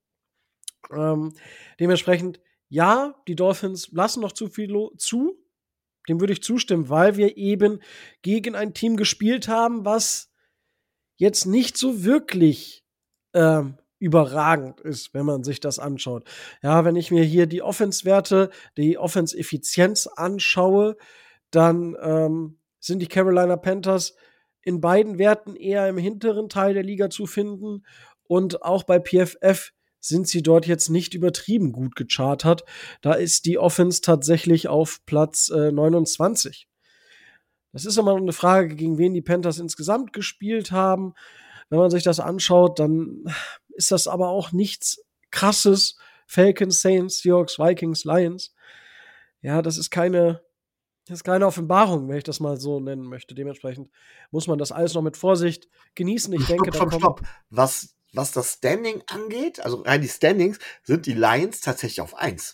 Dementsprechend, ja, die Dolphins lassen noch zu viel zu. Dem würde ich zustimmen, weil wir eben gegen ein Team gespielt haben, was jetzt nicht so wirklich überragend ist, wenn man sich das anschaut. Ja, wenn ich mir hier die Offense-Werte, die Offense-Effizienz anschaue, dann sind die Carolina Panthers in beiden Werten eher im hinteren Teil der Liga zu finden. Und auch bei PFF sind sie dort jetzt nicht übertrieben gut gechartert. Da ist die Offense tatsächlich auf Platz 29. Das ist immer eine Frage, gegen wen die Panthers insgesamt gespielt haben. Wenn man sich das anschaut, dann ist das aber auch nichts Krasses. Falcons, Saints, Seahawks, Vikings, Lions. Ja, das ist keine Offenbarung, wenn ich das mal so nennen möchte. Dementsprechend muss man das alles noch mit Vorsicht genießen. Ich denke, Stopp. Was das Standing angeht, also rein die Standings, sind die Lions tatsächlich auf 1.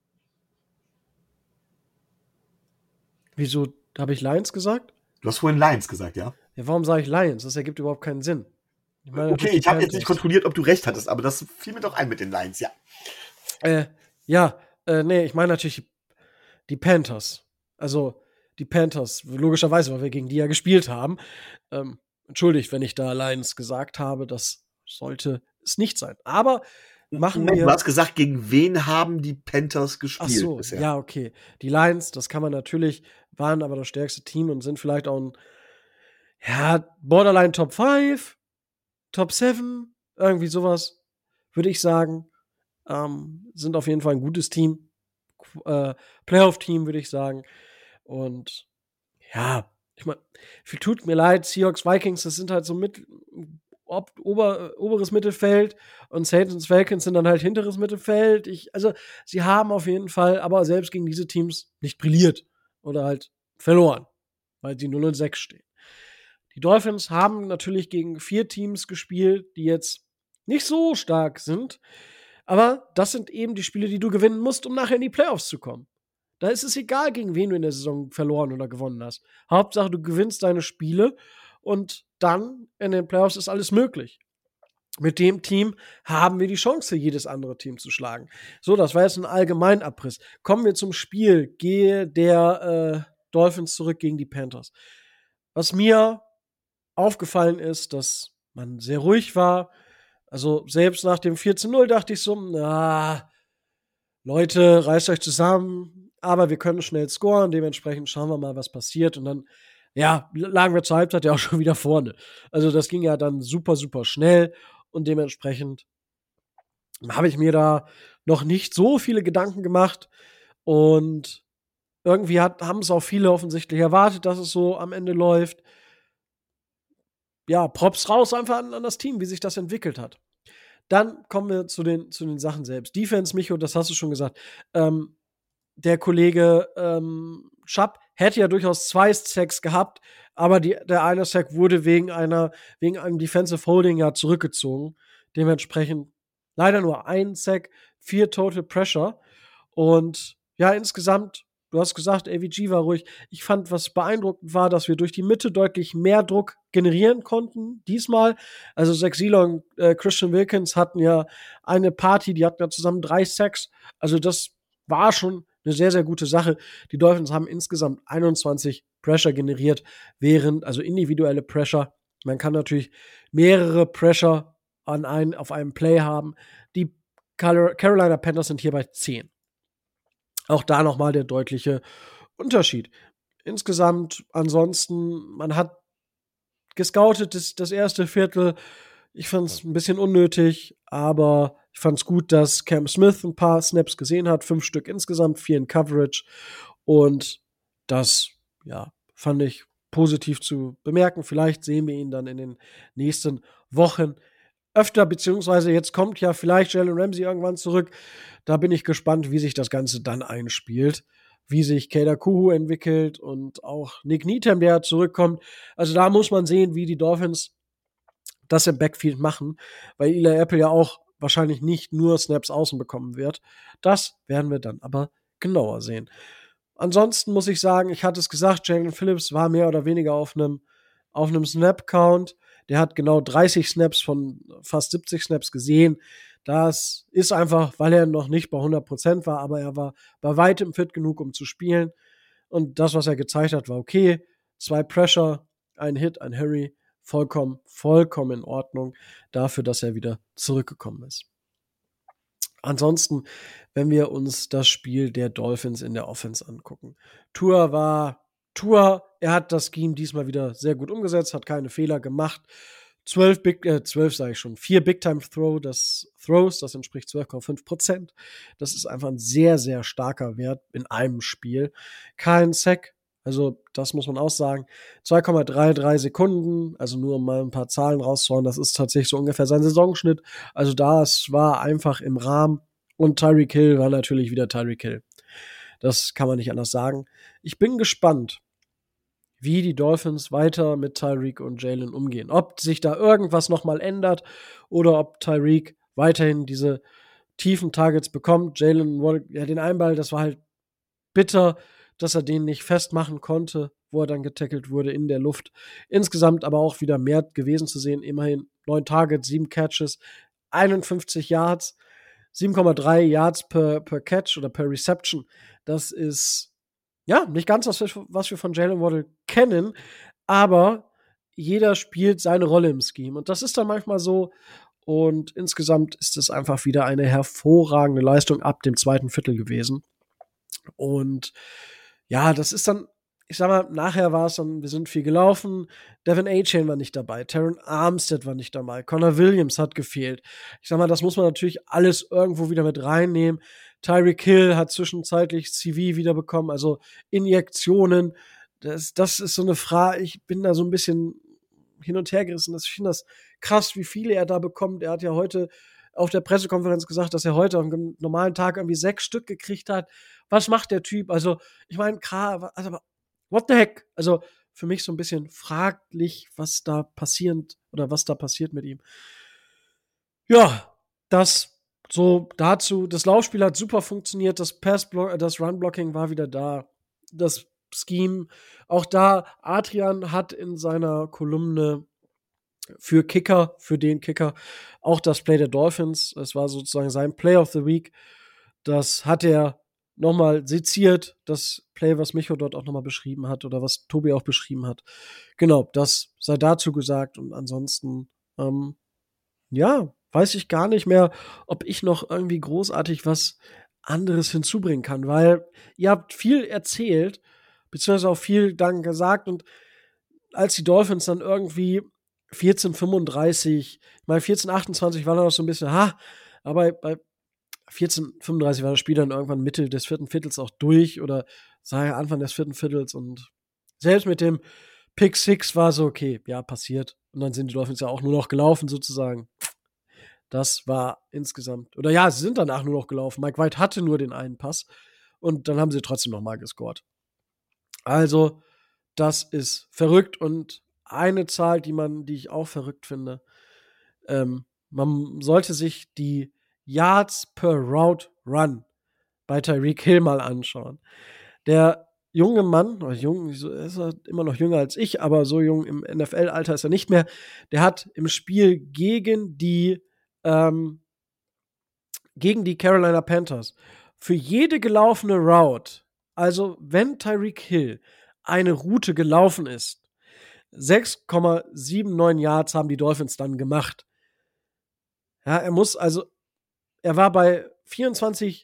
Wieso habe ich Lions gesagt? Du hast vorhin Lions gesagt, ja? Ja, warum sage ich Lions? Das ergibt überhaupt keinen Sinn. Okay, ich habe jetzt nicht kontrolliert, ob du recht hattest, aber das fiel mir doch ein mit den Lions, ja. Äh, nee, ich meine natürlich die Panthers. Also die Panthers, logischerweise, weil wir gegen die ja gespielt haben. Entschuldigt, wenn ich da Lions gesagt habe, das sollte es nicht sein. Aber machen Moment, du wir. hast gesagt, gegen wen haben die Panthers Ach gespielt so, bisher? ja, okay. Die Lions, das kann man natürlich, waren aber das stärkste Team und sind vielleicht auch ein, ja, Borderline Top 5, Top 7, irgendwie sowas, würde ich sagen. Sind auf jeden Fall ein gutes Team. Playoff-Team, würde ich sagen. Und ja, ich meine, viel tut mir leid, Seahawks, Vikings, das sind halt so oberes Mittelfeld und Saints und Falcons sind dann halt hinteres Mittelfeld. Also, sie haben auf jeden Fall aber selbst gegen diese Teams nicht brilliert oder halt verloren, weil sie 0-6 stehen. Die Dolphins haben natürlich gegen 4 Teams gespielt, die jetzt nicht so stark sind, aber das sind eben die Spiele, die du gewinnen musst, um nachher in die Playoffs zu kommen. Da ist es egal, gegen wen du in der Saison verloren oder gewonnen hast. Hauptsache, du gewinnst deine Spiele und dann in den Playoffs ist alles möglich. Mit dem Team haben wir die Chance, jedes andere Team zu schlagen. So, das war jetzt ein Allgemeinabriss. Kommen wir zum Spiel. Gehe der Dolphins zurück gegen die Panthers. Was mir aufgefallen ist, dass man sehr ruhig war. Also selbst nach dem 14-0 dachte ich so, Leute, reißt euch zusammen, aber wir können schnell scoren, dementsprechend schauen wir mal, was passiert. Und dann, ja, lagen wir zur Halbzeit ja auch schon wieder vorne. Also das ging ja dann super, super schnell und dementsprechend habe ich mir da noch nicht so viele Gedanken gemacht und irgendwie haben es auch viele offensichtlich erwartet, dass es so am Ende läuft. Ja, Props raus einfach an das Team, wie sich das entwickelt hat. Dann kommen wir zu den Sachen selbst. Defense, Micho, das hast du schon gesagt. Der Kollege Schapp hätte ja durchaus 2 Sacks gehabt, aber der eine Sack wurde wegen einem Defensive Holding ja zurückgezogen. Dementsprechend leider nur 1 Sack, 4 Total Pressure. Und ja, insgesamt, du hast gesagt, AVG war ruhig. Ich fand, was beeindruckend war, dass wir durch die Mitte deutlich mehr Druck generieren konnten. Diesmal, also Zach Sieler und Christian Wilkins hatten ja eine Party, die hatten ja zusammen 3 Sacks. Also das war schon eine sehr, sehr gute Sache. Die Dolphins haben insgesamt 21 Pressure generiert, also individuelle Pressure. Man kann natürlich mehrere Pressure auf einem Play haben. Die Carolina Panthers sind hier bei 10. Auch da nochmal der deutliche Unterschied. Insgesamt, ansonsten, man hat gescoutet, das erste Viertel. Ich fand es ein bisschen unnötig, aber ich fand es gut, dass Cam Smith ein paar Snaps gesehen hat. 5 Stück insgesamt, 4 in Coverage. Und das, ja, fand ich positiv zu bemerken. Vielleicht sehen wir ihn dann in den nächsten Wochen öfter, beziehungsweise jetzt kommt ja vielleicht Jalen Ramsey irgendwann zurück. Da bin ich gespannt, wie sich das Ganze dann einspielt, wie sich Kader Kuhu entwickelt und auch Nick Needham, der zurückkommt. Also da muss man sehen, wie die Dolphins das im Backfield machen, weil Eli Apple ja auch wahrscheinlich nicht nur Snaps außen bekommen wird. Das werden wir dann aber genauer sehen. Ansonsten muss ich sagen, ich hatte es gesagt, Jalen Phillips war mehr oder weniger auf einem Snap-Count. Der hat genau 30 Snaps von fast 70 Snaps gesehen. Das ist einfach, weil er noch nicht bei 100% war, aber er war bei weitem fit genug, um zu spielen. Und das, was er gezeigt hat, war okay. 2 Pressure, ein Hit, ein Hurry. Vollkommen in Ordnung dafür, dass er wieder zurückgekommen ist. Ansonsten, wenn wir uns das Spiel der Dolphins in der Offense angucken. Tua, er hat das Scheme diesmal wieder sehr gut umgesetzt, hat keine Fehler gemacht. 4 Big-Time-Throws, das entspricht 12,5%. Das ist einfach ein sehr, sehr starker Wert in einem Spiel. Kein Sack, also das muss man auch sagen. 2,33 Sekunden, also nur um mal ein paar Zahlen rauszuhauen, das ist tatsächlich so ungefähr sein Saisonschnitt. Also das war einfach im Rahmen. Und Tyreek Hill war natürlich wieder Tyreek Hill. Das kann man nicht anders sagen. Ich bin gespannt, wie die Dolphins weiter mit Tyreek und Jalen umgehen. Ob sich da irgendwas nochmal ändert oder ob Tyreek weiterhin diese tiefen Targets bekommt. Jalen, ja, den Einball, das war halt bitter, dass er den nicht festmachen konnte, wo er dann getackelt wurde in der Luft. Insgesamt aber auch wieder mehr gewesen zu sehen. Immerhin 9 Targets, 7 Catches, 51 Yards. 7,3 Yards per Catch oder per Reception. Das ist ja nicht ganz das, was wir von Jalen Waddle kennen, aber jeder spielt seine Rolle im Scheme. Und das ist dann manchmal so. Und insgesamt ist es einfach wieder eine hervorragende Leistung ab dem zweiten Viertel gewesen. Und ja, das ist dann, ich sag mal, nachher war es dann, wir sind viel gelaufen. Devin A-Chain war nicht dabei. Terron Armstead war nicht dabei. Connor Williams hat gefehlt. Ich sag mal, das muss man natürlich alles irgendwo wieder mit reinnehmen. Tyreek Hill hat zwischenzeitlich CV wiederbekommen, also Injektionen. Das ist so eine Frage, ich bin da so ein bisschen hin und her gerissen. Ich finde das krass, wie viele er da bekommt. Er hat ja heute auf der Pressekonferenz gesagt, dass er heute auf einem normalen Tag irgendwie 6 Stück gekriegt hat. Was macht der Typ? Also, ich meine, also, what the heck? Also, für mich so ein bisschen fraglich, was da passiert mit ihm. Ja, das so dazu. Das Laufspiel hat super funktioniert. Das Run-Blocking war wieder da. Das Scheme, auch da, Adrian hat in seiner Kolumne für den Kicker, auch das Play der Dolphins, es war sozusagen sein Play of the Week, das hat er nochmal seziert, das Play, was Micho dort auch nochmal beschrieben hat oder was Tobi auch beschrieben hat. Genau, das sei dazu gesagt und ansonsten, ja, weiß ich gar nicht mehr, ob ich noch irgendwie großartig was anderes hinzubringen kann, weil ihr habt viel erzählt, beziehungsweise auch viel dann gesagt und als die Dolphins dann irgendwie 14:35, ich meine 14:28 war dann noch so ein bisschen, aber bei 14:35 war das Spiel dann irgendwann Mitte des vierten Viertels auch durch oder sei Anfang des vierten Viertels und selbst mit dem Pick 6 war so, okay, ja, passiert. Und dann sind die Dolphins ja auch nur noch gelaufen sozusagen. Das war insgesamt, oder ja, sie sind danach nur noch gelaufen. Mike White hatte nur den einen Pass und dann haben sie trotzdem noch mal gescored. Also, das ist verrückt und eine Zahl, die ich auch verrückt finde, man sollte sich die Yards per Route Run bei Tyreek Hill mal anschauen. Der junge Mann, oder jung, ist er immer noch jünger als ich, aber so jung im NFL-Alter ist er nicht mehr, der hat im Spiel gegen die Carolina Panthers für jede gelaufene Route, also wenn Tyreek Hill eine Route gelaufen ist, 6,79 Yards haben die Dolphins dann gemacht. Ja, er war bei 25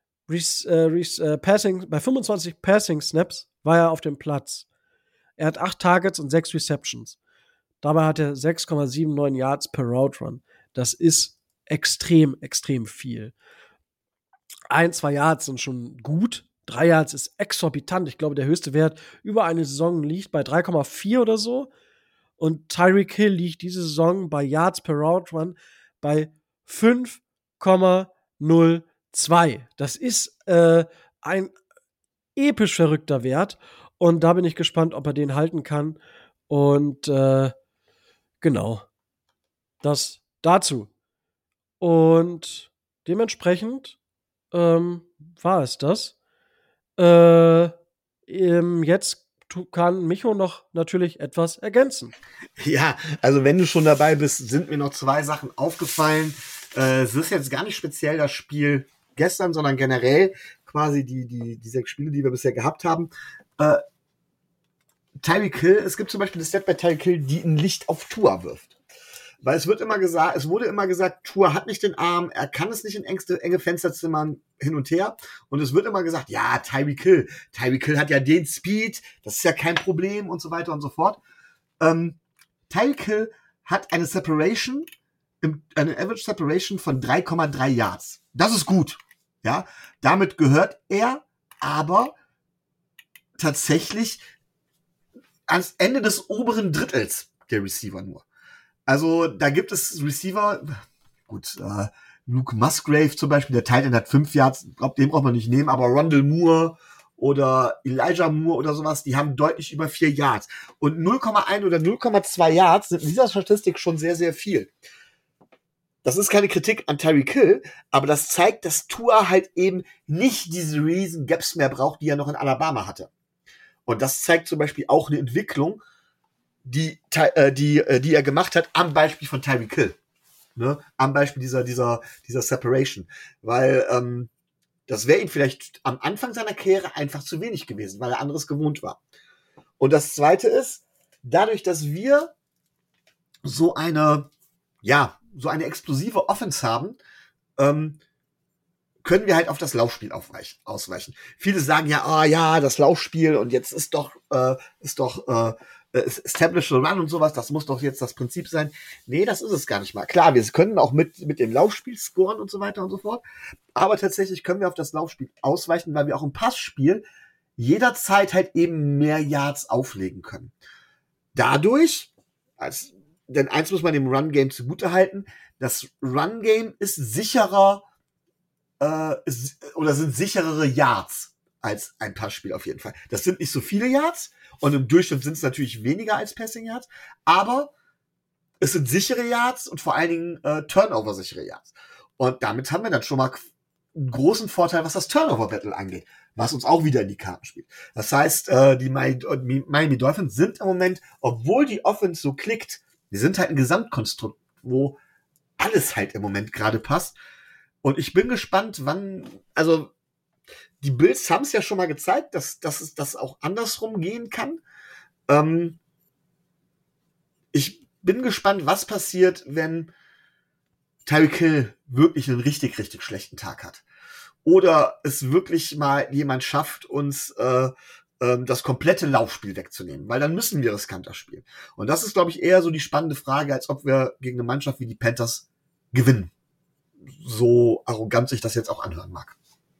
Passing Snaps war er auf dem Platz. Er hat 8 Targets und 6 Receptions. Dabei hat er 6,79 Yards per Route Run. Das ist extrem, extrem viel. 1-2 Yards sind schon gut. 3 Yards ist exorbitant. Ich glaube, der höchste Wert über eine Saison liegt bei 3,4 oder so. Und Tyreek Hill liegt diese Saison bei Yards per Route Run bei 5,02. Das ist ein episch verrückter Wert. Und da bin ich gespannt, ob er den halten kann. Und genau. Das dazu. Und dementsprechend war es das. Jetzt kann Micho noch natürlich etwas ergänzen. Ja, also wenn du schon dabei bist, sind mir noch 2 Sachen aufgefallen. Es ist jetzt gar nicht speziell das Spiel gestern, sondern generell quasi die 6 Spiele, die wir bisher gehabt haben. Tyreek Hill, es gibt zum Beispiel das Stat bei Tyreek Hill, die ein Licht auf Tua wirft. Weil es wurde immer gesagt, Tua hat nicht den Arm, er kann es nicht in enge Fenster zimmern, hin und her. Und es wird immer gesagt, ja, Tyreek Hill hat ja den Speed, das ist ja kein Problem und so weiter und so fort. Tyreek Hill hat eine Average Separation von 3,3 Yards. Das ist gut. Ja, damit gehört er aber tatsächlich ans Ende des oberen Drittels der Receiver nur. Also da gibt es Receiver, gut, Luke Musgrave zum Beispiel, der Tight End hat 5 Yards, den braucht man nicht nehmen, aber Rondell Moore oder Elijah Moore oder sowas, die haben deutlich über 4 Yards. Und 0,1 oder 0,2 Yards sind in dieser Statistik schon sehr, sehr viel. Das ist keine Kritik an Tyreek Hill, aber das zeigt, dass Tua halt eben nicht diese riesen Gaps mehr braucht, die er noch in Alabama hatte. Und das zeigt zum Beispiel auch eine Entwicklung, die er gemacht hat am Beispiel von Tyreek Hill. Ne? Am Beispiel dieser Separation. Weil das wäre ihm vielleicht am Anfang seiner Karriere einfach zu wenig gewesen, weil er anderes gewohnt war. Und das Zweite ist, dadurch, dass wir so eine explosive Offense haben, können wir halt auf das Laufspiel ausweichen. Viele sagen ja, das Laufspiel und jetzt ist doch Establish the Run und sowas, das muss doch jetzt das Prinzip sein. Nee, das ist es gar nicht mal. Klar, wir können auch mit dem Laufspiel scoren und so weiter und so fort, aber tatsächlich können wir auf das Laufspiel ausweichen, weil wir auch im Passspiel jederzeit halt eben mehr Yards auflegen können. Dadurch, denn eins muss man dem Run-Game zugutehalten, das Run-Game ist sicherer, sind sicherere Yards als ein Passspiel auf jeden Fall. Das sind nicht so viele Yards und im Durchschnitt sind es natürlich weniger als Passing Yards, aber es sind sichere Yards und vor allen Dingen Turnover-sichere Yards. Und damit haben wir dann schon mal einen großen Vorteil, was das Turnover-Battle angeht, was uns auch wieder in die Karten spielt. Das heißt, die Miami Dolphins sind im Moment, obwohl die Offense so klickt, die sind halt ein Gesamtkonstrukt, wo alles halt im Moment gerade passt. Und ich bin gespannt, die Bills haben es ja schon mal gezeigt, dass es das auch andersrum gehen kann. Ich bin gespannt, was passiert, wenn Tyreek Hill wirklich einen richtig, richtig schlechten Tag hat. Oder es wirklich mal jemand schafft, uns das komplette Laufspiel wegzunehmen. Weil dann müssen wir riskanter spielen. Und das ist, glaube ich, eher so die spannende Frage, als ob wir gegen eine Mannschaft wie die Panthers gewinnen. So arrogant sich das jetzt auch anhören mag.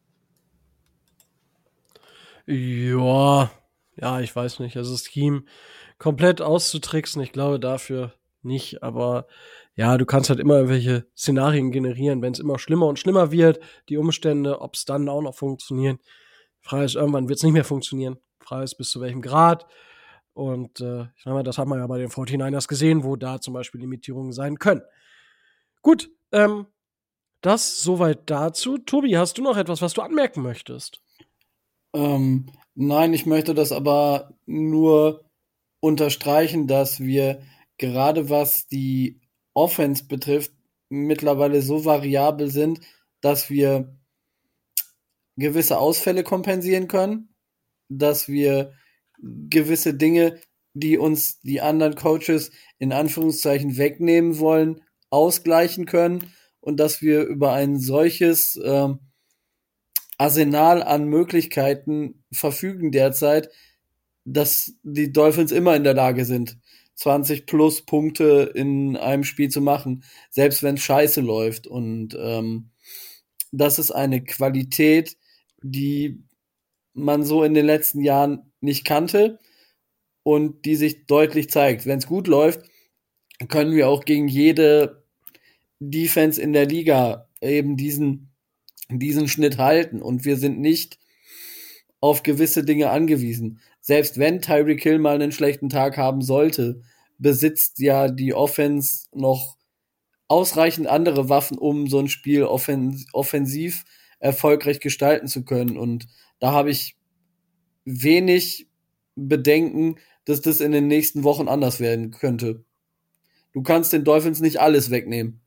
Ja, ich weiß nicht. Also das Team komplett auszutricksen, ich glaube dafür nicht. Aber ja, du kannst halt immer irgendwelche Szenarien generieren, wenn es immer schlimmer und schlimmer wird, die Umstände, ob es dann auch noch funktionieren. Frage ist, irgendwann wird es nicht mehr funktionieren. Frage ist, bis zu welchem Grad. Und ich sag mal, das hat man ja bei den 49ers gesehen, wo da zum Beispiel Limitierungen sein können. Gut, das soweit dazu. Tobi, hast du noch etwas, was du anmerken möchtest? Nein, ich möchte das aber nur unterstreichen, dass wir gerade was die Offense betrifft, mittlerweile so variabel sind, dass wir gewisse Ausfälle kompensieren können, dass wir gewisse Dinge, die uns die anderen Coaches in Anführungszeichen wegnehmen wollen, ausgleichen können und dass wir über ein solches Arsenal an Möglichkeiten verfügen derzeit, dass die Dolphins immer in der Lage sind, 20 plus Punkte in einem Spiel zu machen, selbst wenn es scheiße läuft. Und das ist eine Qualität, die man so in den letzten Jahren nicht kannte und die sich deutlich zeigt. Wenn es gut läuft, können wir auch gegen jede Defense in der Liga eben diesen Schnitt halten und wir sind nicht auf gewisse Dinge angewiesen. Selbst wenn Tyreek Hill mal einen schlechten Tag haben sollte, besitzt ja die Offense noch ausreichend andere Waffen, um so ein Spiel offensiv erfolgreich gestalten zu können. Und da habe ich wenig Bedenken, dass das in den nächsten Wochen anders werden könnte. Du kannst den Dolphins nicht alles wegnehmen.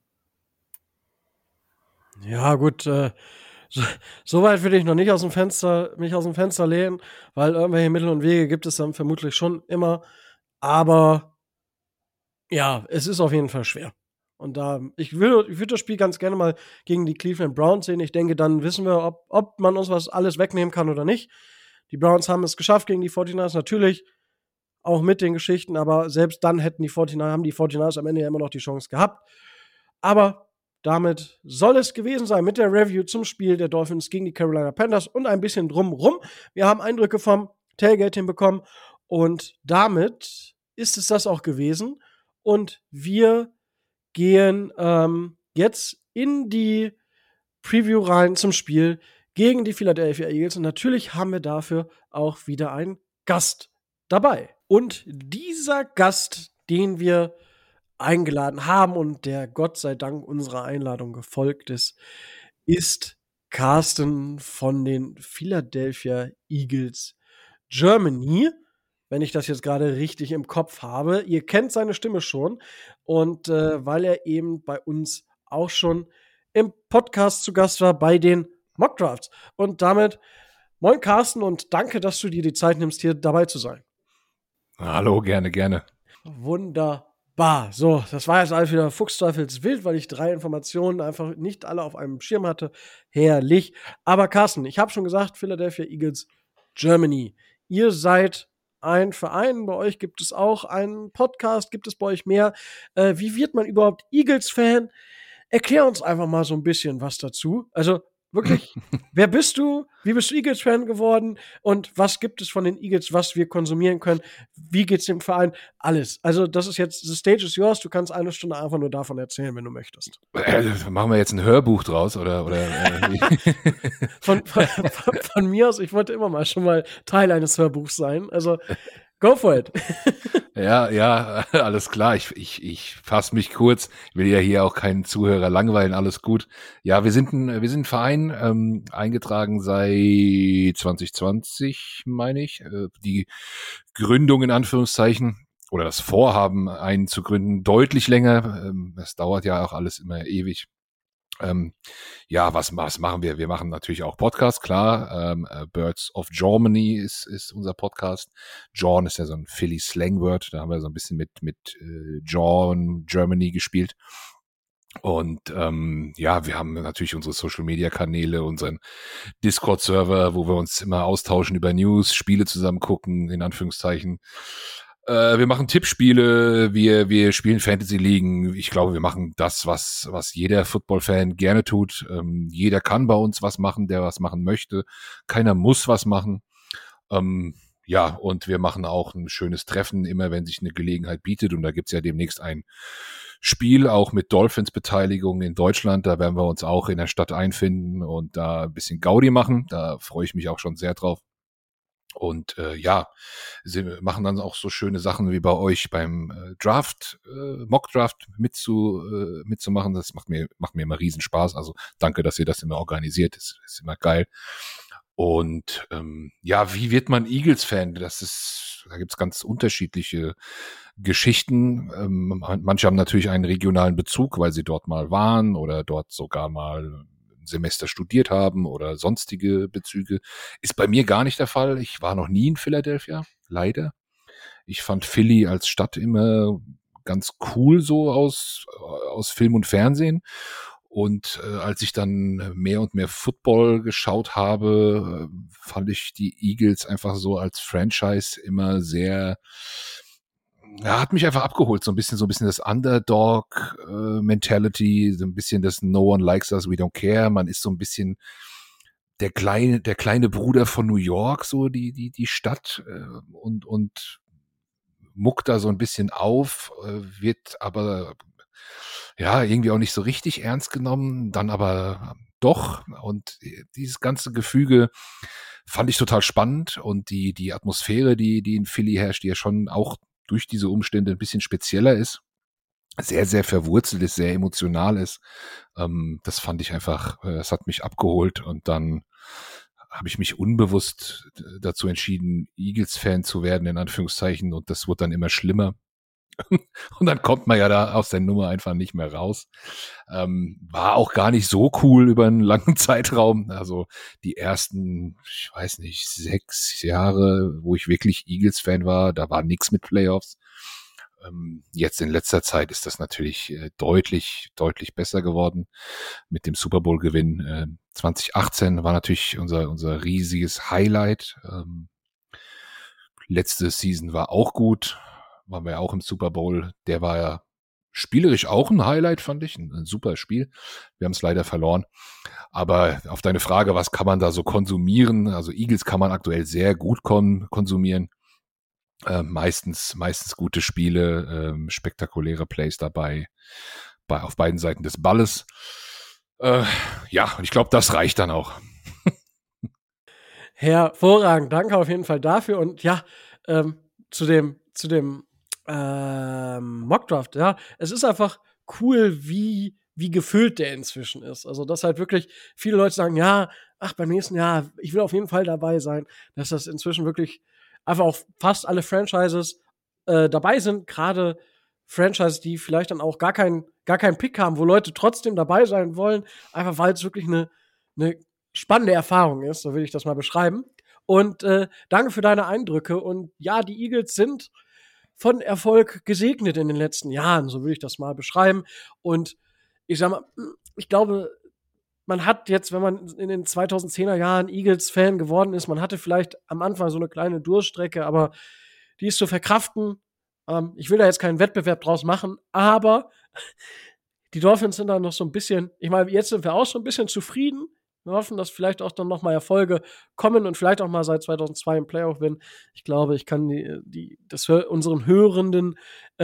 Ja, gut, so weit will ich noch nicht mich aus dem Fenster lehnen, weil irgendwelche Mittel und Wege gibt es dann vermutlich schon immer. Aber ja, es ist auf jeden Fall schwer. Und ich würde das Spiel ganz gerne mal gegen die Cleveland Browns sehen. Ich denke, dann wissen wir, ob man uns was alles wegnehmen kann oder nicht. Die Browns haben es geschafft gegen die 49ers, natürlich auch mit den Geschichten, aber selbst dann haben die 49ers am Ende ja immer noch die Chance gehabt. Aber damit soll es gewesen sein mit der Review zum Spiel der Dolphins gegen die Carolina Panthers und ein bisschen drumrum. Wir haben Eindrücke vom Tailgating bekommen und damit ist es das auch gewesen. Und wir gehen jetzt in die Preview rein zum Spiel gegen die Philadelphia Eagles. Und natürlich haben wir dafür auch wieder einen Gast dabei. Und dieser Gast, den wir eingeladen haben und der Gott sei Dank unserer Einladung gefolgt ist Carsten von den Philadelphia Eagles Germany. wenn ich das jetzt gerade richtig im Kopf habe. Ihr kennt seine Stimme schon und weil er eben bei uns auch schon im Podcast zu Gast war bei den Mockdrafts. Und damit moin Carsten und danke, dass du dir die Zeit nimmst, hier dabei zu sein. Hallo, gerne, gerne. Wunderbar. So, das war jetzt alles wieder fuchsteufelswild, weil ich 3 Informationen einfach nicht alle auf einem Schirm hatte. Herrlich. Aber Carsten, ich habe schon gesagt, Philadelphia Eagles Germany. Ihr seid ein Verein, bei euch gibt es auch einen Podcast, gibt es bei euch mehr. Wie wird man überhaupt Eagles-Fan? Erklär uns einfach mal so ein bisschen was dazu. Also wirklich, wer bist du? Wie bist du Eagles-Fan geworden? Und was gibt es von den Eagles, was wir konsumieren können? Wie geht's dem Verein? Alles. Also das ist jetzt, the stage is yours. Du kannst 1 Stunde einfach nur davon erzählen, wenn du möchtest. Machen wir jetzt ein Hörbuch draus oder Von mir aus, ich wollte immer mal schon mal Teil eines Hörbuchs sein. Also go for it. Ja, alles klar. Ich fasse mich kurz. Ich will ja hier auch keinen Zuhörer langweilen. Alles gut. Ja, wir sind ein Verein, eingetragen seit 2020, meine ich. Die Gründung in Anführungszeichen oder das Vorhaben, einen zu gründen, deutlich länger. Das dauert ja auch alles immer ewig. Ja, was machen wir? Wir machen natürlich auch Podcasts, klar. Birds of Germany ist unser Podcast. John ist ja so ein Philly Slangword. Da haben wir so ein bisschen mit John Germany gespielt. Und ja, wir haben natürlich unsere Social-Media-Kanäle, unseren Discord-Server, wo wir uns immer austauschen über News, Spiele zusammen gucken, in Anführungszeichen. Wir machen Tippspiele, wir spielen Fantasy-Ligen. Ich glaube, wir machen das, was jeder Football-Fan gerne tut. Jeder kann bei uns was machen, der was machen möchte. Keiner muss was machen. Ja, und wir machen auch ein schönes Treffen, immer wenn sich eine Gelegenheit bietet. Und da gibt's ja demnächst ein Spiel, auch mit Dolphins-Beteiligung in Deutschland. Da werden wir uns auch in der Stadt einfinden und da ein bisschen Gaudi machen. Da freue ich mich auch schon sehr drauf. Und ja, sie machen dann auch so schöne Sachen wie bei euch beim Draft, Mock-Draft mitzumachen. Das macht mir immer Riesenspaß. Also danke, dass ihr das immer organisiert. Das ist immer geil. Und ja, wie wird man Eagles-Fan? Da gibt's ganz unterschiedliche Geschichten. Manche haben natürlich einen regionalen Bezug, weil sie dort mal waren oder dort sogar mal Semester studiert haben oder sonstige Bezüge. Ist bei mir gar nicht der Fall. Ich war noch nie in Philadelphia, leider. Ich fand Philly als Stadt immer ganz cool so aus Film und Fernsehen. Und als ich dann mehr und mehr Football geschaut habe, fand ich die Eagles einfach so als Franchise immer sehr, ja, hat mich einfach abgeholt, so ein bisschen das Underdog-Mentality, so ein bisschen das No one likes us, we don't care. Man ist so ein bisschen der kleine Bruder von New York, so die Stadt, und muckt da so ein bisschen auf, wird aber ja irgendwie auch nicht so richtig ernst genommen, dann aber doch. Und dieses ganze Gefüge fand ich total spannend und die Atmosphäre, die in Philly herrscht, die ja schon auch durch diese Umstände ein bisschen spezieller ist, sehr, sehr verwurzelt ist, sehr emotional ist. Das fand ich einfach, das hat mich abgeholt und dann habe ich mich unbewusst dazu entschieden, Eagles-Fan zu werden, in Anführungszeichen, und das wurde dann immer schlimmer. Und dann kommt man ja da aus der Nummer einfach nicht mehr raus. War auch gar nicht so cool über einen langen Zeitraum. Also die ersten, ich weiß nicht, 6 Jahre, wo ich wirklich Eagles-Fan war, da war nichts mit Playoffs. Jetzt in letzter Zeit ist das natürlich deutlich besser geworden mit dem Super Bowl-Gewinn. 2018 war natürlich unser riesiges Highlight. Letzte Season war auch gut. Waren wir ja auch im Super Bowl. Der war ja spielerisch auch ein Highlight, fand ich. Ein super Spiel. Wir haben es leider verloren. Aber auf deine Frage, was kann man da so konsumieren? Also Eagles kann man aktuell sehr gut konsumieren. Meistens gute Spiele, spektakuläre Plays dabei, auf beiden Seiten des Balles. Ja, und ich glaube, das reicht dann auch. Hervorragend, danke auf jeden Fall dafür. Und ja, zu dem Mockdraft, ja, es ist einfach cool, wie gefüllt der inzwischen ist. Also, dass halt wirklich viele Leute sagen, ja, beim nächsten Jahr, ich will auf jeden Fall dabei sein, dass das inzwischen wirklich einfach auch fast alle Franchises dabei sind, gerade Franchises, die vielleicht dann auch gar keinen Pick haben, wo Leute trotzdem dabei sein wollen, einfach weil es wirklich eine spannende Erfahrung ist, so will ich das mal beschreiben. Und danke für deine Eindrücke. Und ja, die Eagles sind von Erfolg gesegnet in den letzten Jahren, so will ich das mal beschreiben. Und ich sag mal, ich glaube, man hat jetzt, wenn man in den 2010er Jahren Eagles-Fan geworden ist, man hatte vielleicht am Anfang so eine kleine Durststrecke, aber die ist zu verkraften. Ich will da jetzt keinen Wettbewerb draus machen, aber die Dolphins sind da noch so ein bisschen, ich meine, jetzt sind wir auch so ein bisschen zufrieden. Wir hoffen, dass vielleicht auch dann noch mal Erfolge kommen und vielleicht auch mal seit 2002 im Playoff bin. Ich glaube, ich kann unseren Hörenden,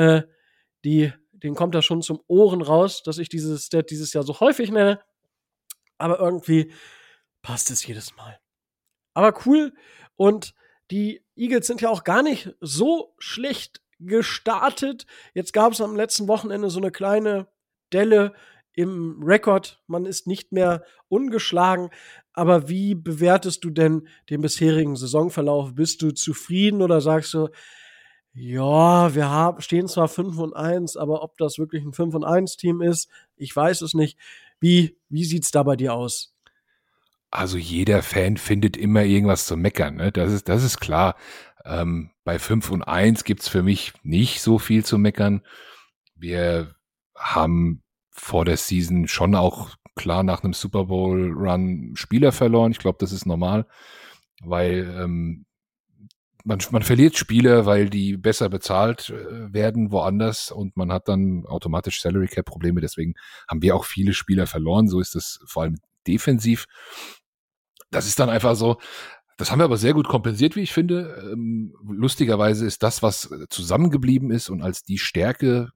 denen kommt das schon zum Ohren raus, dass ich dieses Stat dieses Jahr so häufig nenne. Aber irgendwie passt es jedes Mal. Aber cool. Und die Eagles sind ja auch gar nicht so schlecht gestartet. Jetzt gab es am letzten Wochenende so eine kleine Delle im Rekord. Man ist nicht mehr ungeschlagen. Aber wie bewertest du denn den bisherigen Saisonverlauf? Bist du zufrieden oder sagst du, ja, wir stehen zwar 5-1, aber ob das wirklich ein 5-1-Team ist, ich weiß es nicht. Wie sieht's da bei dir aus? Also jeder Fan findet immer irgendwas zu meckern, ne? Das ist klar. Bei 5-1 gibt's für mich nicht so viel zu meckern. Wir haben vor der Season schon auch klar nach einem Super Bowl Run Spieler verloren. Ich glaube, das ist normal, weil man verliert Spieler, weil die besser bezahlt werden woanders und man hat dann automatisch Salary Cap Probleme. Deswegen haben wir auch viele Spieler verloren. So ist das vor allem defensiv. Das ist dann einfach so. Das haben wir aber sehr gut kompensiert, wie ich finde. Lustigerweise ist das, was zusammengeblieben ist und als die Stärke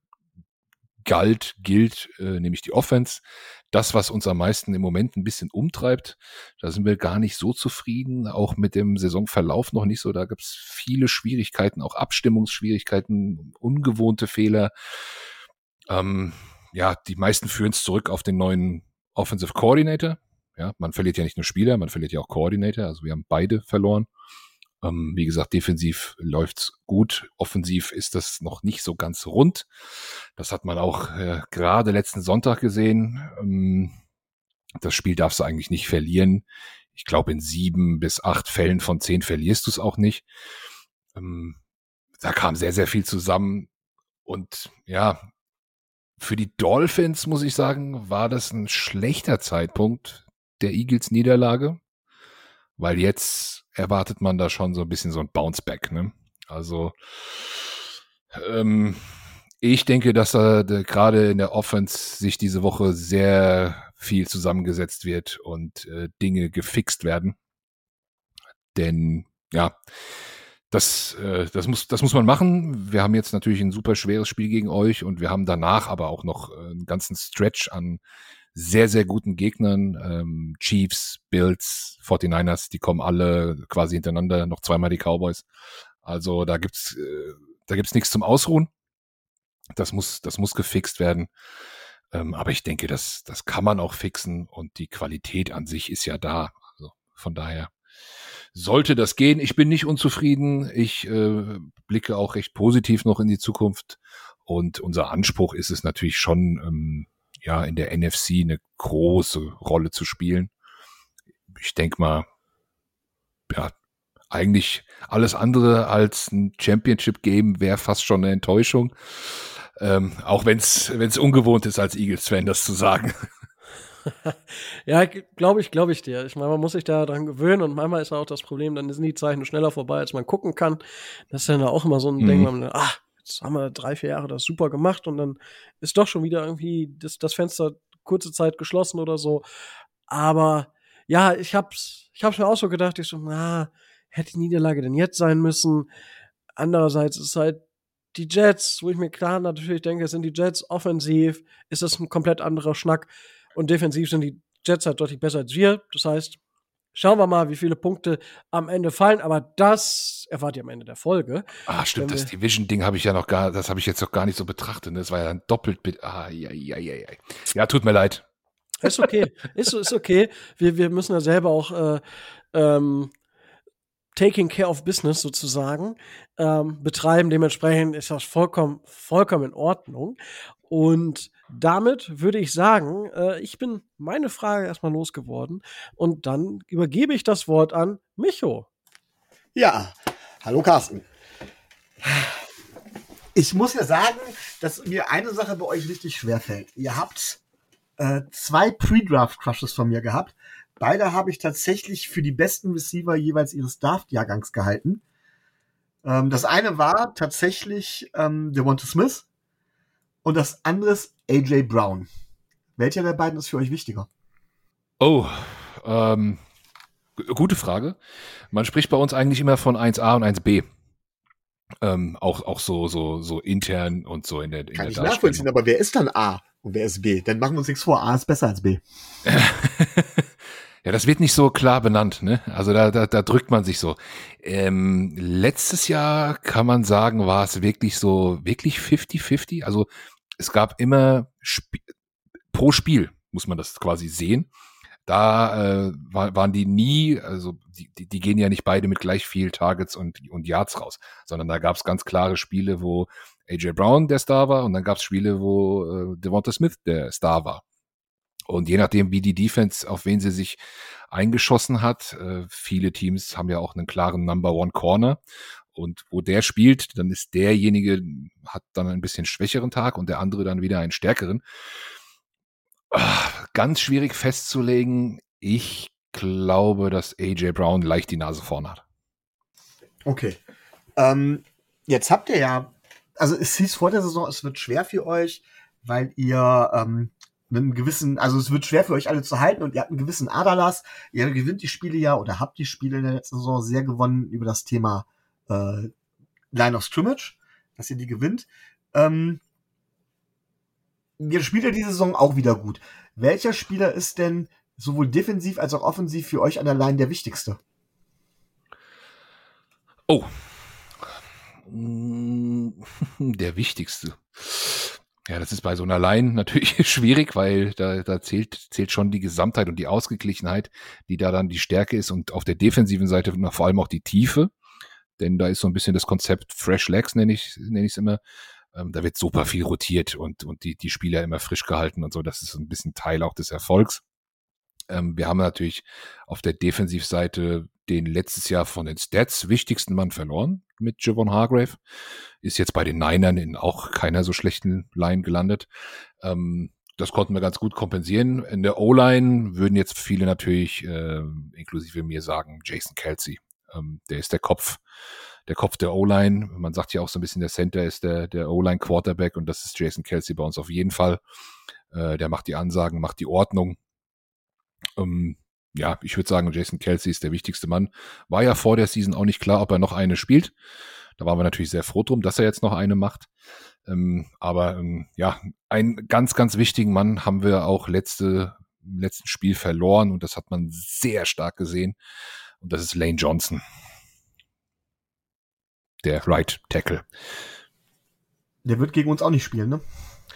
gilt, nämlich die Offense. Das, was uns am meisten im Moment ein bisschen umtreibt, da sind wir gar nicht so zufrieden, auch mit dem Saisonverlauf noch nicht so. Da gibt es viele Schwierigkeiten, auch Abstimmungsschwierigkeiten, ungewohnte Fehler. Die meisten führen es zurück auf den neuen Offensive Coordinator. Ja, man verliert ja nicht nur Spieler, man verliert ja auch Coordinator. Also wir haben beide verloren. Wie gesagt, defensiv läuft's gut. Offensiv ist das noch nicht so ganz rund. Das hat man auch gerade letzten Sonntag gesehen. Das Spiel darfst du eigentlich nicht verlieren. Ich glaube, in 7 bis 8 Fällen von 10 verlierst du es auch nicht. Da kam sehr, sehr viel zusammen. Und ja, für die Dolphins, muss ich sagen, war das ein schlechter Zeitpunkt der Eagles-Niederlage, weil jetzt erwartet man da schon so ein bisschen so ein Bounce-Back, ne? Also ich denke, dass da gerade in der Offense sich diese Woche sehr viel zusammengesetzt wird und Dinge gefixt werden. Denn ja, das muss man machen. Wir haben jetzt natürlich ein super schweres Spiel gegen euch und wir haben danach aber auch noch einen ganzen Stretch an sehr, sehr guten Gegnern. Chiefs, Bills, 49ers, die kommen alle quasi hintereinander, noch zweimal die Cowboys. Also da gibt's nichts zum Ausruhen. Das muss gefixt werden. Aber ich denke, das kann man auch fixen und die Qualität an sich ist ja da. Also von daher sollte das gehen. Ich bin nicht unzufrieden. Ich blicke auch recht positiv noch in die Zukunft. Und unser Anspruch ist es natürlich schon, in der NFC eine große Rolle zu spielen. Ich denke mal, ja, eigentlich alles andere als ein Championship-Game wäre fast schon eine Enttäuschung. Auch wenn's ungewohnt ist, als Eagles-Fan das zu sagen. Ja, glaube ich dir. Ich meine, man muss sich da dran gewöhnen und manchmal ist auch das Problem, dann sind die Zeichen schneller vorbei, als man gucken kann. Das ist dann auch immer so ein Ding, man, jetzt haben wir 3-4 Jahre das super gemacht und dann ist doch schon wieder irgendwie das Fenster kurze Zeit geschlossen oder so. Aber ja, ich hab's mir auch so gedacht, hätte die Niederlage denn jetzt sein müssen? Andererseits ist halt die Jets, wo ich mir klar natürlich denke, es sind die Jets, offensiv ist das ein komplett anderer Schnack und defensiv sind die Jets halt deutlich besser als wir. Das heißt, schauen wir mal, wie viele Punkte am Ende fallen, aber das erfahrt ihr am Ende der Folge. Stimmt, das Division-Ding das habe ich jetzt noch gar nicht so betrachtet. Das war ja dann doppelt Ja, tut mir leid. Ist okay. ist okay. Wir müssen ja selber auch taking care of business sozusagen betreiben. Dementsprechend ist das vollkommen in Ordnung. Und damit würde ich sagen, ich bin meine Frage erstmal losgeworden und dann übergebe ich das Wort an Micho. Ja, hallo Carsten. Ich muss ja sagen, dass mir eine Sache bei euch richtig schwer fällt. Ihr habt 2 Pre-Draft-Crushes von mir gehabt. Beide habe ich tatsächlich für die besten Receiver jeweils ihres Draft-Jahrgangs gehalten. Das eine war tatsächlich Devonta Smith und das andere ist AJ Brown. Welcher der beiden ist für euch wichtiger? Oh, gute Frage. Man spricht bei uns eigentlich immer von 1A und 1B. Auch so intern und so in der Kann ich nachvollziehen, aber wer ist dann A und wer ist B? Dann machen wir uns nichts vor, A ist besser als B. Ja, das wird nicht so klar benannt, ne? Also da drückt man sich so. Letztes Jahr kann man sagen, war es wirklich 50-50. Also es gab immer pro Spiel, muss man das quasi sehen. Da waren die nie, also die gehen ja nicht beide mit gleich viel Targets und Yards raus, sondern da gab es ganz klare Spiele, wo AJ Brown der Star war und dann gab es Spiele, wo Devonta Smith der Star war. Und je nachdem, wie die Defense, auf wen sie sich eingeschossen hat, viele Teams haben ja auch einen klaren Number One Corner. Und wo der spielt, dann ist derjenige, hat dann ein bisschen schwächeren Tag und der andere dann wieder einen stärkeren. Ganz schwierig festzulegen. Ich glaube, dass AJ Brown leicht die Nase vorn hat. Okay. Jetzt habt ihr ja, also es hieß vor der Saison, es wird schwer für euch, weil ihr einen gewissen, also es wird schwer für euch alle zu halten und ihr habt einen gewissen Aderlass. Ihr gewinnt die Spiele ja oder habt die Spiele in der letzten Saison sehr gewonnen über das Thema Line of Scrimmage, dass ihr die gewinnt. Ihr spielt ja diese Saison auch wieder gut. Welcher Spieler ist denn sowohl defensiv als auch offensiv für euch an der Line der wichtigste? Oh. Der wichtigste. Ja, das ist bei so einer Line natürlich schwierig, weil da zählt schon die Gesamtheit und die Ausgeglichenheit, die da dann die Stärke ist und auf der defensiven Seite vor allem auch die Tiefe, denn da ist so ein bisschen das Konzept Fresh Legs, nenne ich es immer. Da wird super viel rotiert und die Spieler immer frisch gehalten und so. Das ist ein bisschen Teil auch des Erfolgs. Wir haben natürlich auf der Defensivseite den letztes Jahr von den Stats wichtigsten Mann verloren mit Javon Hargrave. Ist jetzt bei den Ninern in auch keiner so schlechten Line gelandet. Das konnten wir ganz gut kompensieren. In der O-Line würden jetzt viele natürlich, inklusive mir, sagen, Jason Kelce. Der ist der Kopf der O-Line. Man sagt ja auch so ein bisschen, der Center ist der O-Line Quarterback und das ist Jason Kelce bei uns auf jeden Fall. Der macht die Ansagen, macht die Ordnung. Ja, ich würde sagen, Jason Kelce ist der wichtigste Mann. War ja vor der Season auch nicht klar, ob er noch eine spielt. Da waren wir natürlich sehr froh drum, dass er jetzt noch eine macht. Aber ja, einen ganz, ganz wichtigen Mann haben wir auch letzten Spiel verloren und das hat man sehr stark gesehen. Und das ist Lane Johnson. Der Right Tackle. Der wird gegen uns auch nicht spielen, ne?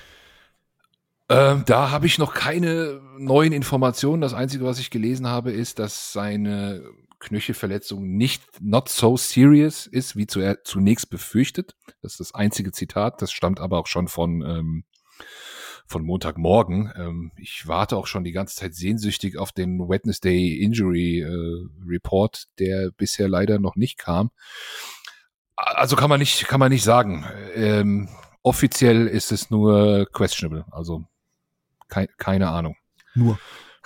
Da habe ich noch keine neuen Informationen. Das Einzige, was ich gelesen habe, ist, dass seine Knöchelverletzung not so serious ist, wie zunächst befürchtet. Das ist das einzige Zitat. Das stammt aber auch schon von Montagmorgen. Ich warte auch schon die ganze Zeit sehnsüchtig auf den Wednesday Injury Report, der bisher leider noch nicht kam. Also kann man nicht sagen. Offiziell ist es nur questionable. Also keine Ahnung. Nur.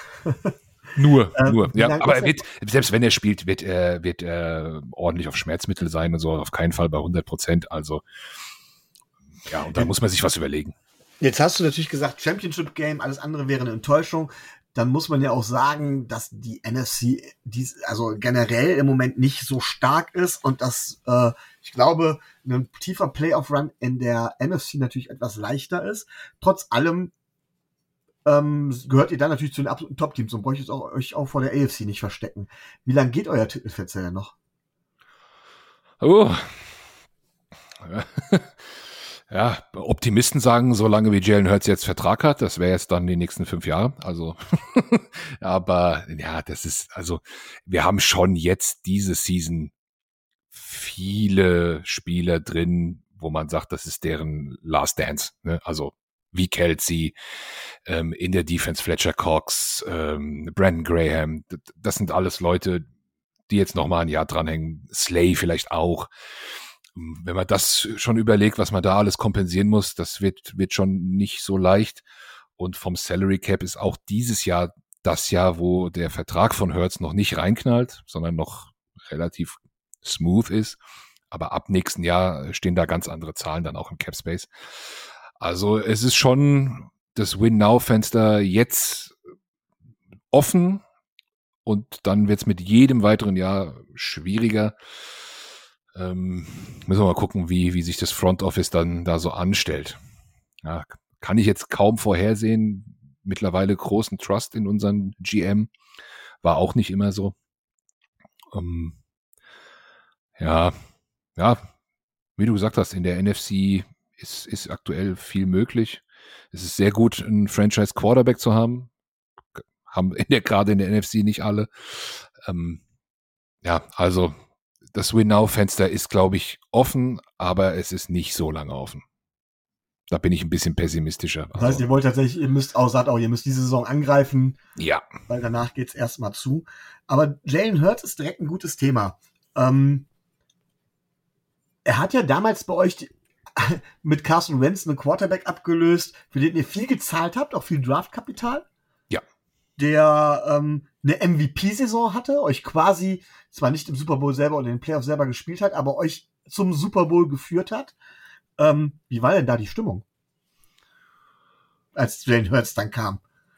Ja, aber selbst wenn er spielt, wird er ordentlich auf Schmerzmittel sein und so, auf keinen Fall bei 100%. Also, ja, und da muss man sich was überlegen. Jetzt hast du natürlich gesagt, Championship Game, alles andere wäre eine Enttäuschung. Dann muss man ja auch sagen, dass die NFC also generell im Moment nicht so stark ist und dass, ich glaube, ein tiefer Playoff-Run in der NFC natürlich etwas leichter ist. Trotz allem gehört ihr dann natürlich zu den absoluten Top-Teams und bräuchtet euch auch vor der AFC nicht verstecken. Wie lange geht euer Titelfenster denn noch? Oh. Ja, Optimisten sagen, solange wie Jalen Hurts jetzt Vertrag hat, das wäre jetzt dann die nächsten 5 Jahre. Also, aber ja, das ist, also wir haben schon jetzt diese Season viele Spieler drin, wo man sagt, das ist deren Last Dance. Ne? Also wie Kelsey, in der Defense Fletcher Cox, Brandon Graham. Das sind alles Leute, die jetzt noch mal ein Jahr dranhängen. Slay vielleicht auch. Wenn man das schon überlegt, was man da alles kompensieren muss, das wird schon nicht so leicht. Und vom Salary Cap ist auch dieses Jahr das Jahr, wo der Vertrag von Hurts noch nicht reinknallt, sondern noch relativ smooth ist. Aber ab nächsten Jahr stehen da ganz andere Zahlen dann auch im Cap Space. Also es ist schon das Win-Now-Fenster jetzt offen und dann wird es mit jedem weiteren Jahr schwieriger. Müssen wir mal gucken, wie sich das Front Office dann da so anstellt. Ja, kann ich jetzt kaum vorhersehen. Mittlerweile großen Trust in unseren GM. War auch nicht immer so. Ja, wie du gesagt hast, in der NFC ist aktuell viel möglich. Es ist sehr gut, einen Franchise-Quarterback zu haben. Haben gerade in der NFC nicht alle. Also das Win-Now-Fenster ist, glaube ich, offen, aber es ist nicht so lange offen. Da bin ich ein bisschen pessimistischer. Das heißt, ihr wollt tatsächlich, ihr müsst diese Saison angreifen. Ja. Weil danach geht's erstmal zu. Aber Jalen Hurts ist direkt ein gutes Thema. Er hat ja damals bei euch mit Carson Wentz einen Quarterback abgelöst, für den ihr viel gezahlt habt, auch viel Draftkapital. Ja. Der eine MVP-Saison hatte, euch quasi, zwar nicht im Super Bowl selber oder in den Playoffs selber gespielt hat, aber euch zum Super Bowl geführt hat. Wie war denn da die Stimmung? Als Jalen Hurts dann kam.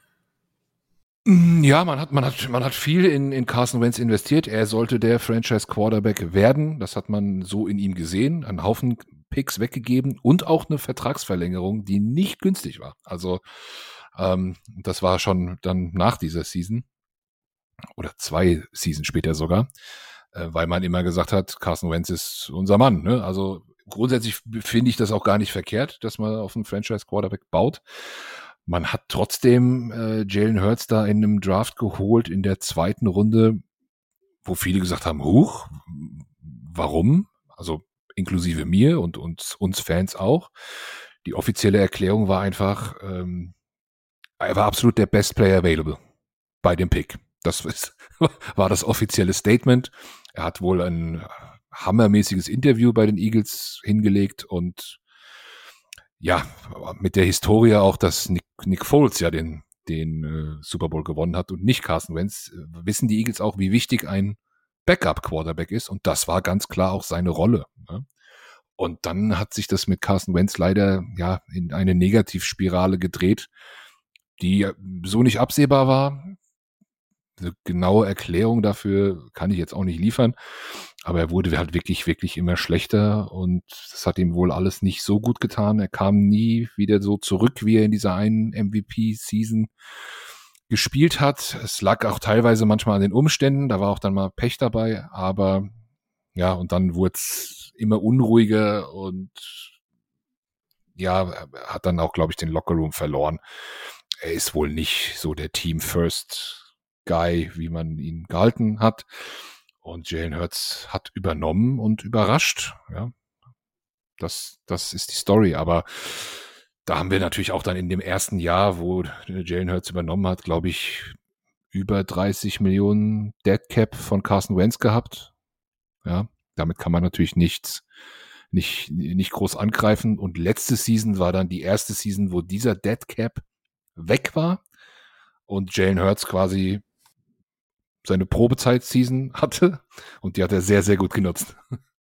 Ja, man hat viel in Carson Wentz investiert. Er sollte der Franchise-Quarterback werden. Das hat man so in ihm gesehen. Einen Haufen Picks weggegeben und auch eine Vertragsverlängerung, die nicht günstig war. Also das war schon dann nach dieser Season oder 2 Seasons später sogar, weil man immer gesagt hat, Carson Wentz ist unser Mann. Ne? Also grundsätzlich finde ich das auch gar nicht verkehrt, dass man auf einen Franchise-Quarterback baut. Man hat trotzdem Jalen Hurts da in einem Draft geholt in der 2. Runde, wo viele gesagt haben, huch, warum? Also inklusive mir und uns Fans auch. Die offizielle Erklärung war einfach, er war absolut der Best Player available bei dem Pick. Das war das offizielle Statement. Er hat wohl ein hammermäßiges Interview bei den Eagles hingelegt und ja, mit der Historie auch, dass Nick Foles ja den Super Bowl gewonnen hat und nicht Carson Wentz, wissen die Eagles auch, wie wichtig ein Backup-Quarterback ist und das war ganz klar auch seine Rolle. Ne? Und dann hat sich das mit Carson Wentz leider ja in eine Negativspirale gedreht, die so nicht absehbar war. Eine genaue Erklärung dafür kann ich jetzt auch nicht liefern, aber er wurde halt wirklich, wirklich immer schlechter und das hat ihm wohl alles nicht so gut getan. Er kam nie wieder so zurück, wie er in dieser einen MVP-Season gespielt hat. Es lag auch teilweise manchmal an den Umständen, da war auch dann mal Pech dabei, aber ja, und dann wurde es immer unruhiger und ja, er hat dann auch, glaube ich, den Lockerroom verloren. Er ist wohl nicht so der Team-First-Guy, wie man ihn gehalten hat. Und Jalen Hurts hat übernommen und überrascht. Ja, das ist die Story. Aber da haben wir natürlich auch dann in dem ersten Jahr, wo Jalen Hurts übernommen hat, glaube ich, über 30 Millionen Dead Cap von Carson Wentz gehabt. Ja, damit kann man natürlich nicht groß angreifen. Und letzte Season war dann die erste Season, wo dieser Dead Cap weg war und Jalen Hurts quasi seine Probezeit-Season hatte und die hat er sehr, sehr gut genutzt.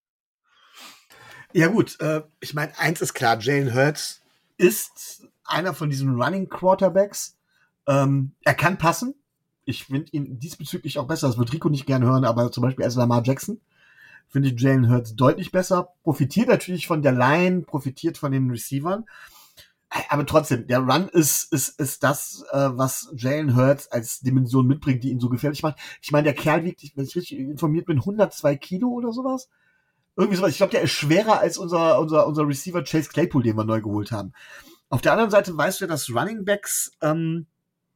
Ja gut, ich meine, eins ist klar, Jalen Hurts ist einer von diesen Running Quarterbacks. Er kann passen. Ich finde ihn diesbezüglich auch besser. Das wird Rico nicht gerne hören, aber zum Beispiel als Lamar Jackson finde ich Jalen Hurts deutlich besser. Profitiert natürlich von der Line, profitiert von den Receivern. Aber trotzdem, der Run ist das, was Jalen Hurts als Dimension mitbringt, die ihn so gefährlich macht. Ich meine, der Kerl wiegt, wenn ich richtig informiert bin, 102 Kilo oder sowas. Irgendwie sowas. Ich glaube, der ist schwerer als unser Receiver Chase Claypool, den wir neu geholt haben. Auf der anderen Seite weißt du ja, dass Runningbacks,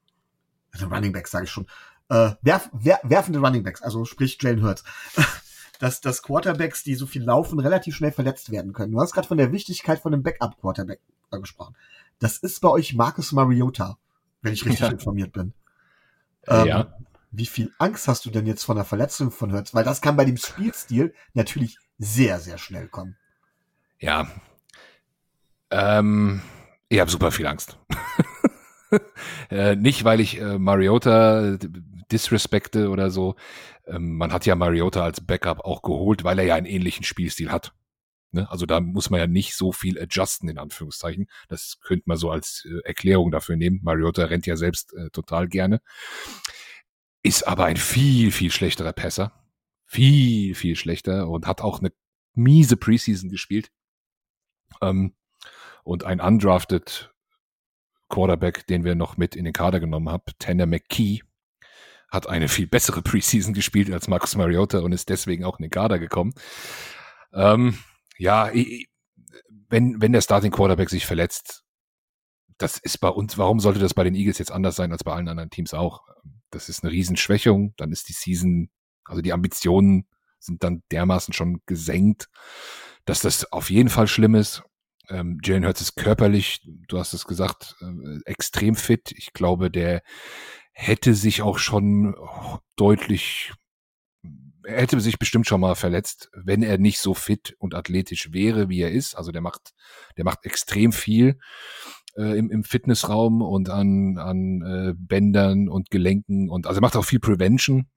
Runningbacks sage ich schon, werfende Runningbacks, also sprich Jalen Hurts, dass Quarterbacks, die so viel laufen, relativ schnell verletzt werden können. Du hast gerade von der Wichtigkeit von einem Backup-Quarterback gesprochen. Das ist bei euch Marcus Mariota, wenn ich richtig informiert bin. Ja. Wie viel Angst hast du denn jetzt vor einer Verletzung von Hurts? Weil das kann bei dem Spielstil natürlich sehr, sehr schnell kommen. Ja. Ich habe super viel Angst. Nicht, weil ich Mariota disrespekte oder so. Man hat ja Mariota als Backup auch geholt, weil er ja einen ähnlichen Spielstil hat. Ne? Also da muss man ja nicht so viel adjusten, in Anführungszeichen. Das könnte man so als Erklärung dafür nehmen. Mariota rennt ja selbst total gerne. Ist aber ein viel, viel schlechterer Passer. Viel, viel schlechter und hat auch eine miese Preseason gespielt. Und ein undrafted Quarterback, den wir noch mit in den Kader genommen haben, Tanner McKee, hat eine viel bessere Preseason gespielt als Marcus Mariota und ist deswegen auch in den Kader gekommen. Wenn der Starting Quarterback sich verletzt, das ist bei uns, warum sollte das bei den Eagles jetzt anders sein als bei allen anderen Teams auch? Das ist eine Riesenschwächung, dann ist die Season, also die Ambitionen sind dann dermaßen schon gesenkt, dass das auf jeden Fall schlimm ist. Jalen Hurts ist körperlich, du hast es gesagt, extrem fit. Ich glaube, der hätte sich auch schon er hätte sich bestimmt schon mal verletzt, wenn er nicht so fit und athletisch wäre, wie er ist. Also der macht extrem viel im Fitnessraum und an Bändern und Gelenken und also er macht auch viel Prevention.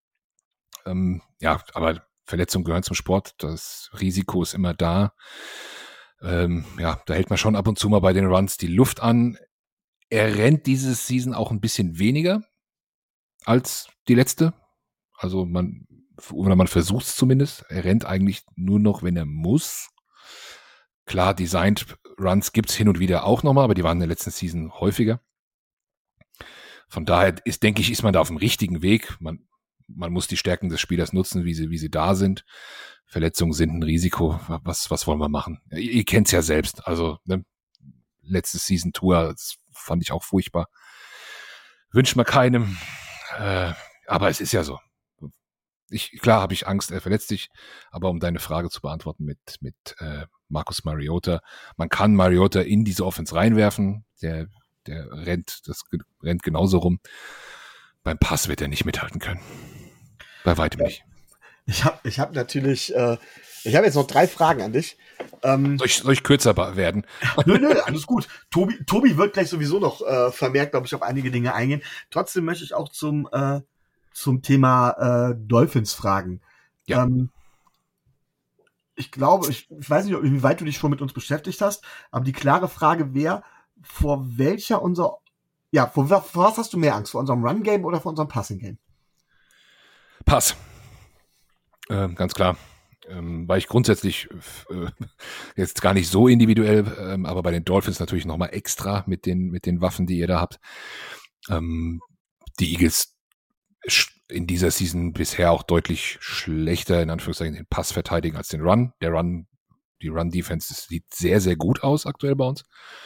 Aber Verletzungen gehören zum Sport. Das Risiko ist immer da. Da hält man schon ab und zu mal bei den Runs die Luft an. Er rennt diese Season auch ein bisschen weniger als die letzte. Also man versucht es zumindest. Er rennt eigentlich nur noch, wenn er muss. Klar, Designed Runs gibt's hin und wieder auch nochmal, aber die waren in der letzten Season häufiger. Von daher denke ich, ist man da auf dem richtigen Weg. Man muss die Stärken des Spielers nutzen, wie sie da sind. Verletzungen sind ein Risiko. Was wollen wir machen? Ihr kennt's ja selbst. Also, ne? Letzte Season Tour, das fand ich auch furchtbar. Wünscht man keinem. Aber es ist ja so. Klar habe ich Angst, er verletzt sich. Aber um deine Frage zu beantworten mit Marcus Mariota. Man kann Mariota in diese Offense reinwerfen. Der rennt genauso rum. Beim Pass wird er nicht mithalten können. Bei weitem nicht. Ich hab natürlich, ich habe jetzt noch 3 Fragen an dich. Soll ich kürzer werden? Nö, alles gut. Tobi wird gleich sowieso noch vermehrt, glaube ich, auf einige Dinge eingehen. Trotzdem möchte ich auch zum Thema Dolphins fragen. Ja. Ich glaube, ich weiß nicht, wie weit du dich schon mit uns beschäftigt hast, aber die klare Frage wäre, vor was hast du mehr Angst? Vor unserem Run-Game oder vor unserem Passing-Game? Pass. Ganz klar. Weil ich grundsätzlich jetzt gar nicht so individuell, aber bei den Dolphins natürlich nochmal extra mit den Waffen, die ihr da habt. Die Eagles in dieser Season bisher auch deutlich schlechter, in Anführungszeichen, den Pass verteidigen als den Run. Die Run-Defense sieht sehr, sehr gut aus aktuell bei uns.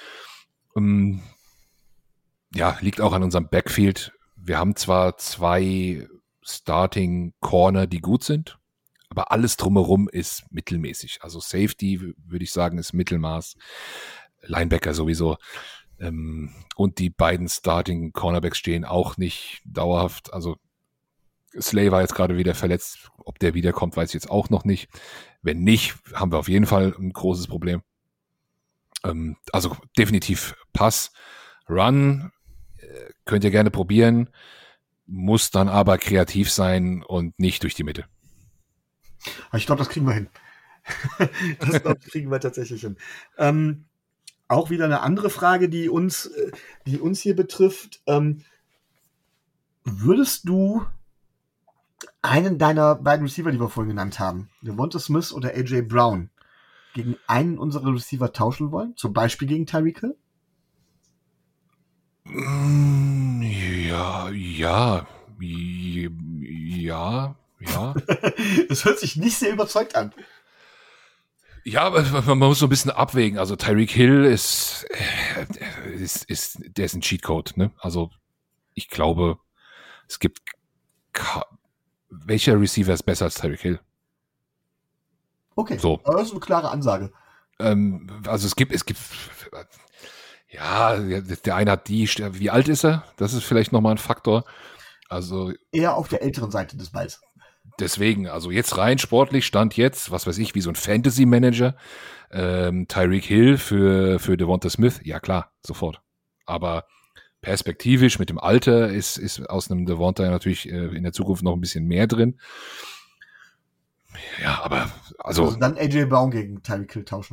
Liegt auch an unserem Backfield. Wir haben zwar 2 Starting Corner, die gut sind, aber alles drumherum ist mittelmäßig. Also Safety, würde ich sagen, ist Mittelmaß. Linebacker sowieso. Und die beiden Starting Cornerbacks stehen auch nicht dauerhaft. Also Slay war jetzt gerade wieder verletzt. Ob der wiederkommt, weiß ich jetzt auch noch nicht. Wenn nicht, haben wir auf jeden Fall ein großes Problem. Also definitiv Pass. Run könnt ihr gerne probieren, muss dann aber kreativ sein und nicht durch die Mitte. Ich glaube, das kriegen wir hin. Das kriegen wir tatsächlich hin. Auch wieder eine andere Frage, die uns hier betrifft. Würdest du einen deiner beiden Receiver, die wir vorhin genannt haben, Devonta Smith oder AJ Brown, gegen einen unserer Receiver tauschen wollen? Zum Beispiel gegen Tyreek Hill? Ja. Das hört sich nicht sehr überzeugt an. Ja, aber man muss so ein bisschen abwägen. Also Tyreek Hill der ist ein Cheatcode, ne? Also ich glaube, es gibt welcher Receiver ist besser als Tyreek Hill? Okay, So. aber das ist eine klare Ansage. Also es gibt, ja, der eine hat wie alt ist er? Das ist vielleicht nochmal ein Faktor. Also Eher auf der älteren Seite des Balls. deswegen, also jetzt rein sportlich, Stand jetzt, was weiß ich, wie so ein Fantasy-Manager, Tyreek Hill für Devonta Smith, ja klar, sofort. Aber perspektivisch mit dem Alter ist aus einem Devonta natürlich in der Zukunft noch ein bisschen mehr drin. Ja, aber also dann AJ Brown gegen Tyreek Hill tauschen.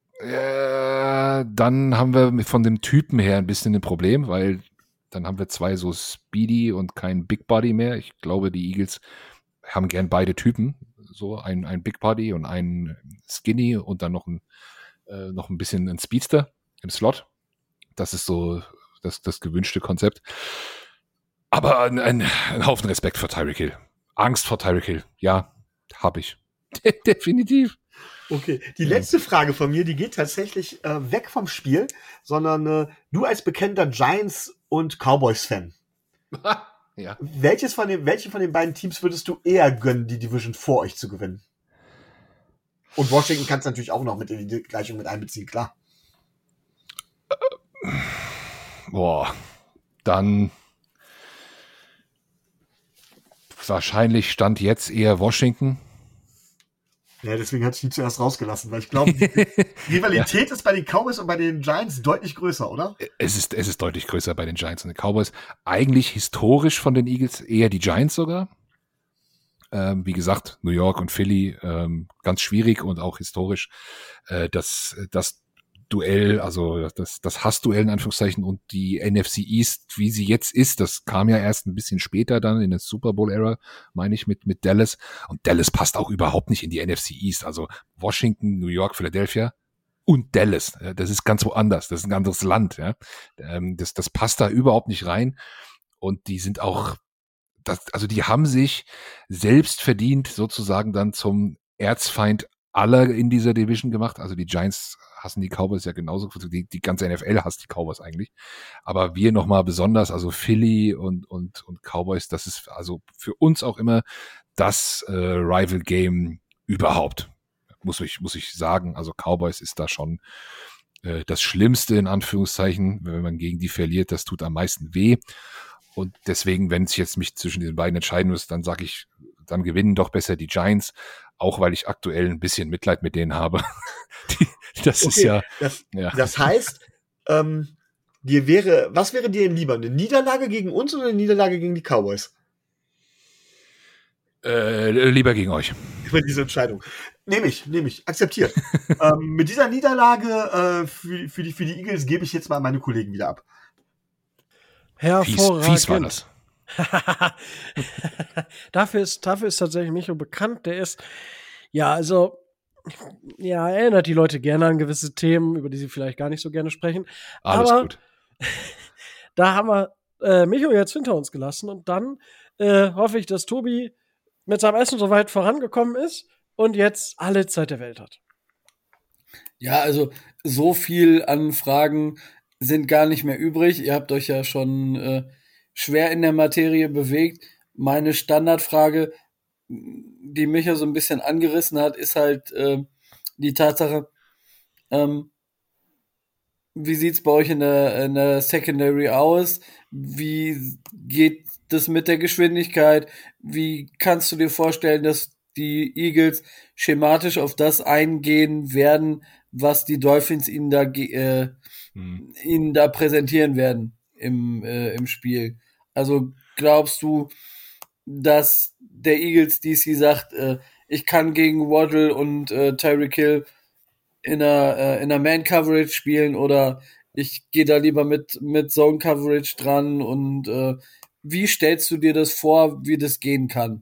dann haben wir von dem Typen her ein bisschen ein Problem, weil dann haben wir zwei so Speedy und kein Big Body mehr. Ich glaube, die Eagles haben gern beide Typen. So ein Big Body und ein Skinny und dann noch ein bisschen ein Speedster im Slot. Das ist so das gewünschte Konzept. Aber ein Haufen Respekt vor Tyreek Hill. Angst vor Tyreek Hill. Ja, habe ich. Definitiv. Okay, die letzte Frage von mir, die geht tatsächlich weg vom Spiel, sondern du als bekannter Giants- und Cowboys-Fan. Ja. Welche von den beiden Teams würdest du eher gönnen, die Division vor euch zu gewinnen? Und Washington kannst du natürlich auch noch mit in die Gleichung mit einbeziehen, klar. Boah, dann wahrscheinlich Stand jetzt eher Washington. Ja, deswegen hatte ich die zuerst rausgelassen, weil ich glaube, die Rivalität ist bei den Cowboys und bei den Giants deutlich größer, oder? Es ist deutlich größer bei den Giants und den Cowboys. Eigentlich historisch von den Eagles eher die Giants sogar. Wie gesagt, New York und Philly, ganz schwierig und auch historisch. Das Duell, also das Hassduell in Anführungszeichen und die NFC East, wie sie jetzt ist, das kam ja erst ein bisschen später dann in der Super Bowl-Ära, meine ich, mit Dallas. Und Dallas passt auch überhaupt nicht in die NFC East. Also Washington, New York, Philadelphia und Dallas. Das ist ganz woanders. Das ist ein anderes Land. Ja. Das passt da überhaupt nicht rein. Und die sind auch, also die haben sich selbst verdient sozusagen dann zum Erzfeind aller in dieser Division gemacht. Also die Giants hassen die Cowboys ja genauso. Die ganze NFL hasst die Cowboys eigentlich. Aber wir nochmal besonders, also Philly und Cowboys, das ist also für uns auch immer das Rival-Game überhaupt. Muss ich sagen. Also Cowboys ist da schon das Schlimmste in Anführungszeichen. Wenn man gegen die verliert, das tut am meisten weh. Und deswegen, wenn es jetzt mich zwischen den beiden entscheiden muss, dann sage ich, dann gewinnen doch besser die Giants, auch weil ich aktuell ein bisschen Mitleid mit denen habe. Das ist ja. Das heißt, was wäre dir lieber? Eine Niederlage gegen uns oder eine Niederlage gegen die Cowboys? Lieber gegen euch. Über diese Entscheidung. Nehme ich. Akzeptiert. Mit dieser Niederlage für die Eagles gebe ich jetzt mal meine Kollegen wieder ab. Hervorragend. Fies war das. dafür ist tatsächlich Micho bekannt. Der ist, erinnert die Leute gerne an gewisse Themen, über die sie vielleicht gar nicht so gerne sprechen. Alles Aber gut. Da haben wir Micho jetzt hinter uns gelassen und dann hoffe ich, dass Tobi mit seinem Essen so weit vorangekommen ist und jetzt alle Zeit der Welt hat. Ja, also so viel an Fragen sind gar nicht mehr übrig. Ihr habt euch ja schon schwer in der Materie bewegt. Meine Standardfrage, die mich ja so ein bisschen angerissen hat, ist halt die Tatsache, wie sieht's bei euch in der Secondary aus? Wie geht das mit der Geschwindigkeit? Wie kannst du dir vorstellen, dass die Eagles schematisch auf das eingehen werden, was die Dolphins ihnen da präsentieren werden im Spiel? Also glaubst du, dass der Eagles DC sagt, ich kann gegen Waddle und Tyreek Hill in einer Man-Coverage spielen oder ich gehe da lieber mit Zone-Coverage dran und wie stellst du dir das vor, wie das gehen kann?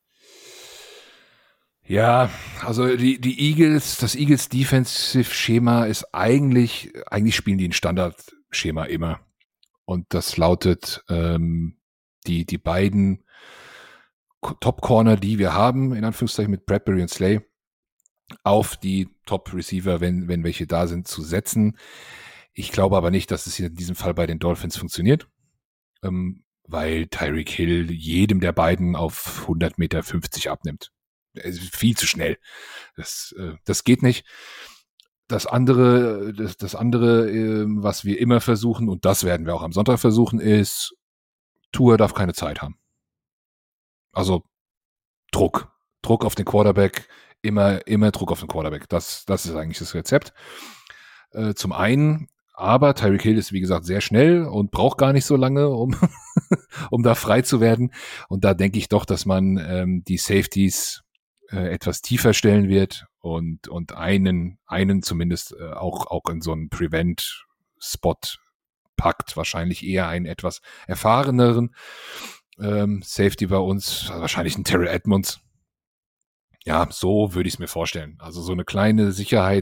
Ja, also die Eagles, das Eagles Defensive Schema ist eigentlich spielen die ein Standardschema immer. Und das lautet, die beiden Top Corner, die wir haben, in Anführungszeichen mit Bradbury und Slay, auf die Top Receiver, wenn welche da sind, zu setzen. Ich glaube aber nicht, dass es in diesem Fall bei den Dolphins funktioniert, weil Tyreek Hill jedem der beiden auf 100,50 Meter abnimmt. viel zu schnell. Das geht nicht. Das andere, was wir immer versuchen, und das werden wir auch am Sonntag versuchen, ist, Tua darf keine Zeit haben. Also Druck auf den Quarterback, immer Druck auf den Quarterback. Das ist eigentlich das Rezept. Zum einen, aber Tyreek Hill ist, wie gesagt, sehr schnell und braucht gar nicht so lange, um da frei zu werden. Und da denke ich doch, dass man die Safeties etwas tiefer stellen wird und einen zumindest auch in so einen Prevent-Spot packt. Wahrscheinlich eher einen etwas erfahreneren Safety bei uns, wahrscheinlich ein Terrell Edmonds. Ja, so würde ich es mir vorstellen. Also so eine kleine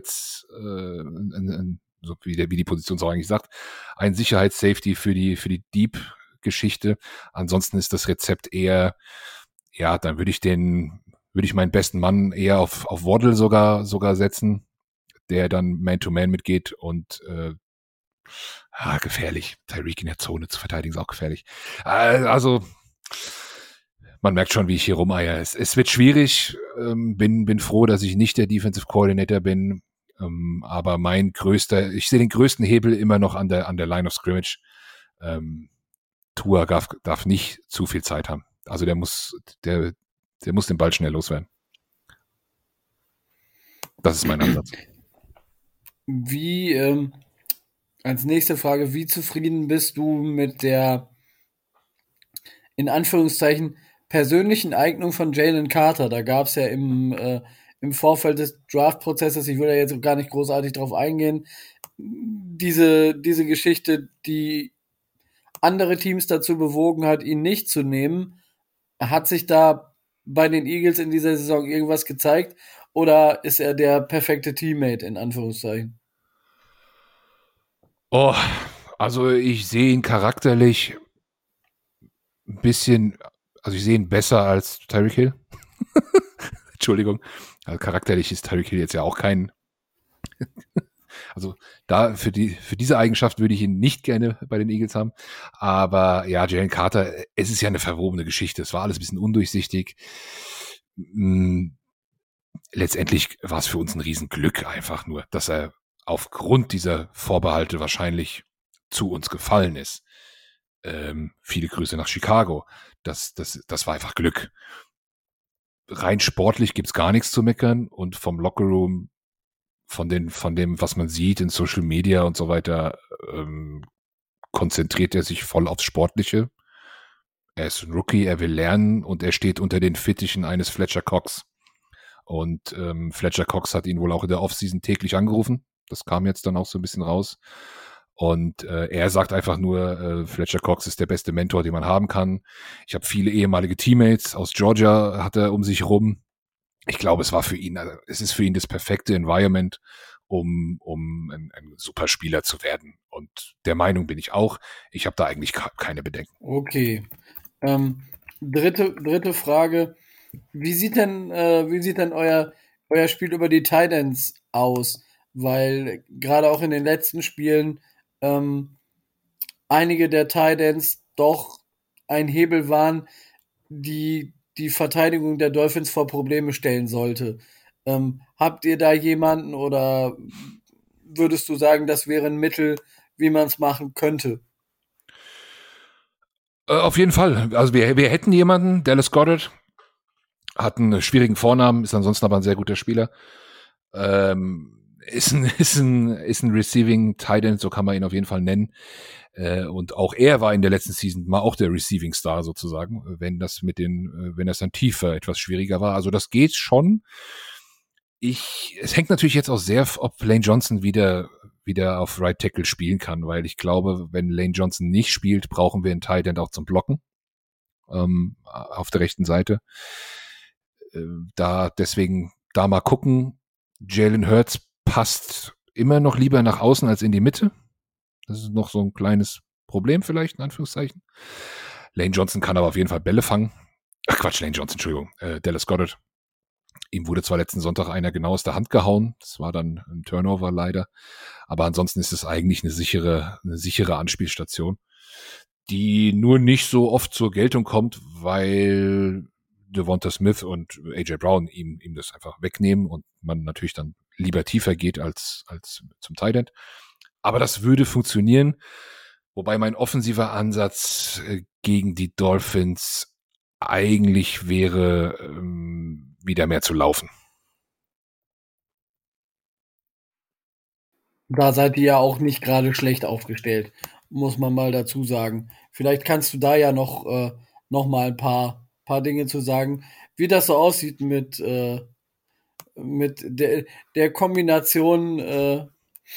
so wie die Position so eigentlich sagt, ein Sicherheits-Safety für die Deep-Geschichte. Ansonsten ist das Rezept eher, ja, dann würde ich meinen besten Mann eher auf Waddle sogar setzen, der dann Man-to-Man mitgeht und gefährlich. Tyreek in der Zone zu verteidigen ist auch gefährlich. Also man merkt schon, wie ich hier rumeier. Es wird schwierig. Bin froh, dass ich nicht der Defensive Coordinator bin. Aber ich sehe den größten Hebel immer noch an der Line of Scrimmage. Tua darf nicht zu viel Zeit haben. Also der muss den Ball schnell loswerden. Das ist mein Ansatz. Als nächste Frage, wie zufrieden bist du mit der, in Anführungszeichen, persönlichen Eignung von Jalen Carter? Da gab es ja im Vorfeld des Draft-Prozesses, ich will da jetzt gar nicht großartig drauf eingehen, diese Geschichte, die andere Teams dazu bewogen hat, ihn nicht zu nehmen. Hat sich da bei den Eagles in dieser Saison irgendwas gezeigt oder ist er der perfekte Teammate, in Anführungszeichen? Oh, also ich sehe ihn charakterlich ein bisschen, also ich sehe ihn besser als Tyreek Hill. Entschuldigung. Also charakterlich ist Tyreek Hill jetzt ja auch kein, also da für diese Eigenschaft würde ich ihn nicht gerne bei den Eagles haben. Aber ja, Jalen Carter, es ist ja eine verwobene Geschichte. Es war alles ein bisschen undurchsichtig. Letztendlich war es für uns ein Riesenglück einfach nur, dass er aufgrund dieser Vorbehalte wahrscheinlich zu uns gefallen ist. Viele Grüße nach Chicago. Das war einfach Glück. Rein sportlich gibt's gar nichts zu meckern und vom Lockerroom, von dem, was man sieht in Social Media und so weiter, konzentriert er sich voll aufs Sportliche. Er ist ein Rookie, er will lernen und er steht unter den Fittichen eines Fletcher Cox. Und Fletcher Cox hat ihn wohl auch in der Offseason täglich angerufen. Das kam jetzt dann auch so ein bisschen raus. Und er sagt einfach nur, Fletcher Cox ist der beste Mentor, den man haben kann. Ich habe viele ehemalige Teammates aus Georgia, hat er um sich rum. Ich glaube, es ist für ihn das perfekte Environment, um ein Superspieler zu werden. Und der Meinung bin ich auch. Ich habe da eigentlich keine Bedenken. Okay. Dritte Frage. Wie sieht denn euer Spiel über die Tight Ends aus? Weil gerade auch in den letzten Spielen einige der Tight Ends doch ein Hebel waren, die Verteidigung der Dolphins vor Probleme stellen sollte. Habt ihr da jemanden oder würdest du sagen, das wäre ein Mittel, wie man es machen könnte? Auf jeden Fall. Also wir hätten jemanden, Dallas Goedert, hat einen schwierigen Vornamen, ist ansonsten aber ein sehr guter Spieler. Ist ein Receiving Tight End, so kann man ihn auf jeden Fall nennen. Und auch er war in der letzten Season mal auch der Receiving Star sozusagen, wenn das dann tiefer etwas schwieriger war. Also das geht schon. Es hängt natürlich jetzt auch sehr, ob Lane Johnson wieder auf Right Tackle spielen kann, weil ich glaube, wenn Lane Johnson nicht spielt, brauchen wir einen Tight End auch zum Blocken auf der rechten Seite. Deswegen da mal gucken. Jalen Hurts passt immer noch lieber nach außen als in die Mitte. Das ist noch so ein kleines Problem vielleicht, in Anführungszeichen. Lane Johnson kann aber auf jeden Fall Bälle fangen. Lane Johnson, Entschuldigung. Dallas Goedert. Ihm wurde zwar letzten Sonntag einer genau aus der Hand gehauen. Das war dann ein Turnover leider. Aber ansonsten ist es eigentlich eine sichere Anspielstation, die nur nicht so oft zur Geltung kommt, weil Devonta Smith und AJ Brown ihm das einfach wegnehmen und man natürlich dann lieber tiefer geht als zum Tight End. Aber das würde funktionieren, wobei mein offensiver Ansatz gegen die Dolphins eigentlich wäre, wieder mehr zu laufen. Da seid ihr ja auch nicht gerade schlecht aufgestellt, muss man mal dazu sagen. Vielleicht kannst du da ja noch mal ein paar Dinge zu sagen, wie das so aussieht mit der Kombination,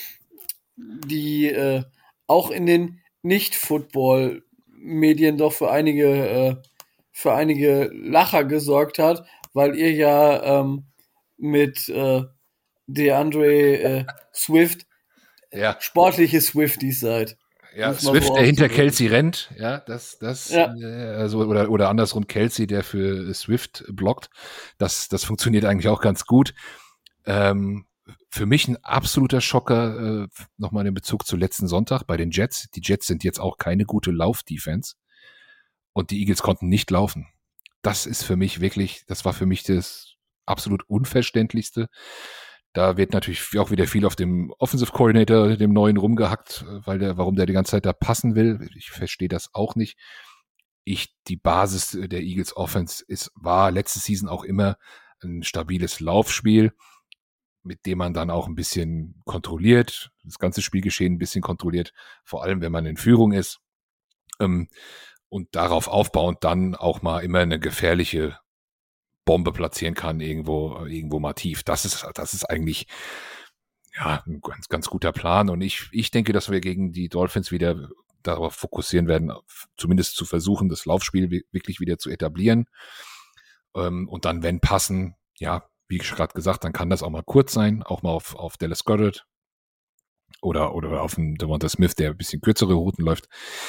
die auch in den Nicht-Football-Medien doch für einige Lacher gesorgt hat, weil ihr ja mit DeAndre Swift sportliche Swifties seid. Ja, Swift, der hinter Kelsey rennt, ja, also, oder andersrum Kelsey, der für Swift blockt. Das funktioniert eigentlich auch ganz gut. Für mich ein absoluter Schocker, nochmal in Bezug zu letzten Sonntag bei den Jets. Die Jets sind jetzt auch keine gute Lauf-Defense. Und die Eagles konnten nicht laufen. Das war für mich das absolut Unverständlichste. Da wird natürlich auch wieder viel auf dem Offensive Coordinator, dem neuen, rumgehackt, warum der die ganze Zeit da passen will. Ich verstehe das auch nicht. Die Basis der Eagles Offense war letzte Season auch immer ein stabiles Laufspiel, mit dem man dann auch ein bisschen kontrolliert, das ganze Spielgeschehen ein bisschen kontrolliert, vor allem wenn man in Führung ist. Und darauf aufbauend dann auch mal immer eine gefährliche Bombe platzieren kann, irgendwo mal tief. Das ist eigentlich ein ganz, ganz guter Plan. Und ich denke, dass wir gegen die Dolphins wieder darauf fokussieren werden, zumindest zu versuchen, das Laufspiel wirklich wieder zu etablieren. Und dann, wenn passen, wie ich gerade gesagt, dann kann das auch mal kurz sein, auch mal auf Dallas Goedert oder auf den Devonta Smith, der ein bisschen kürzere Routen läuft.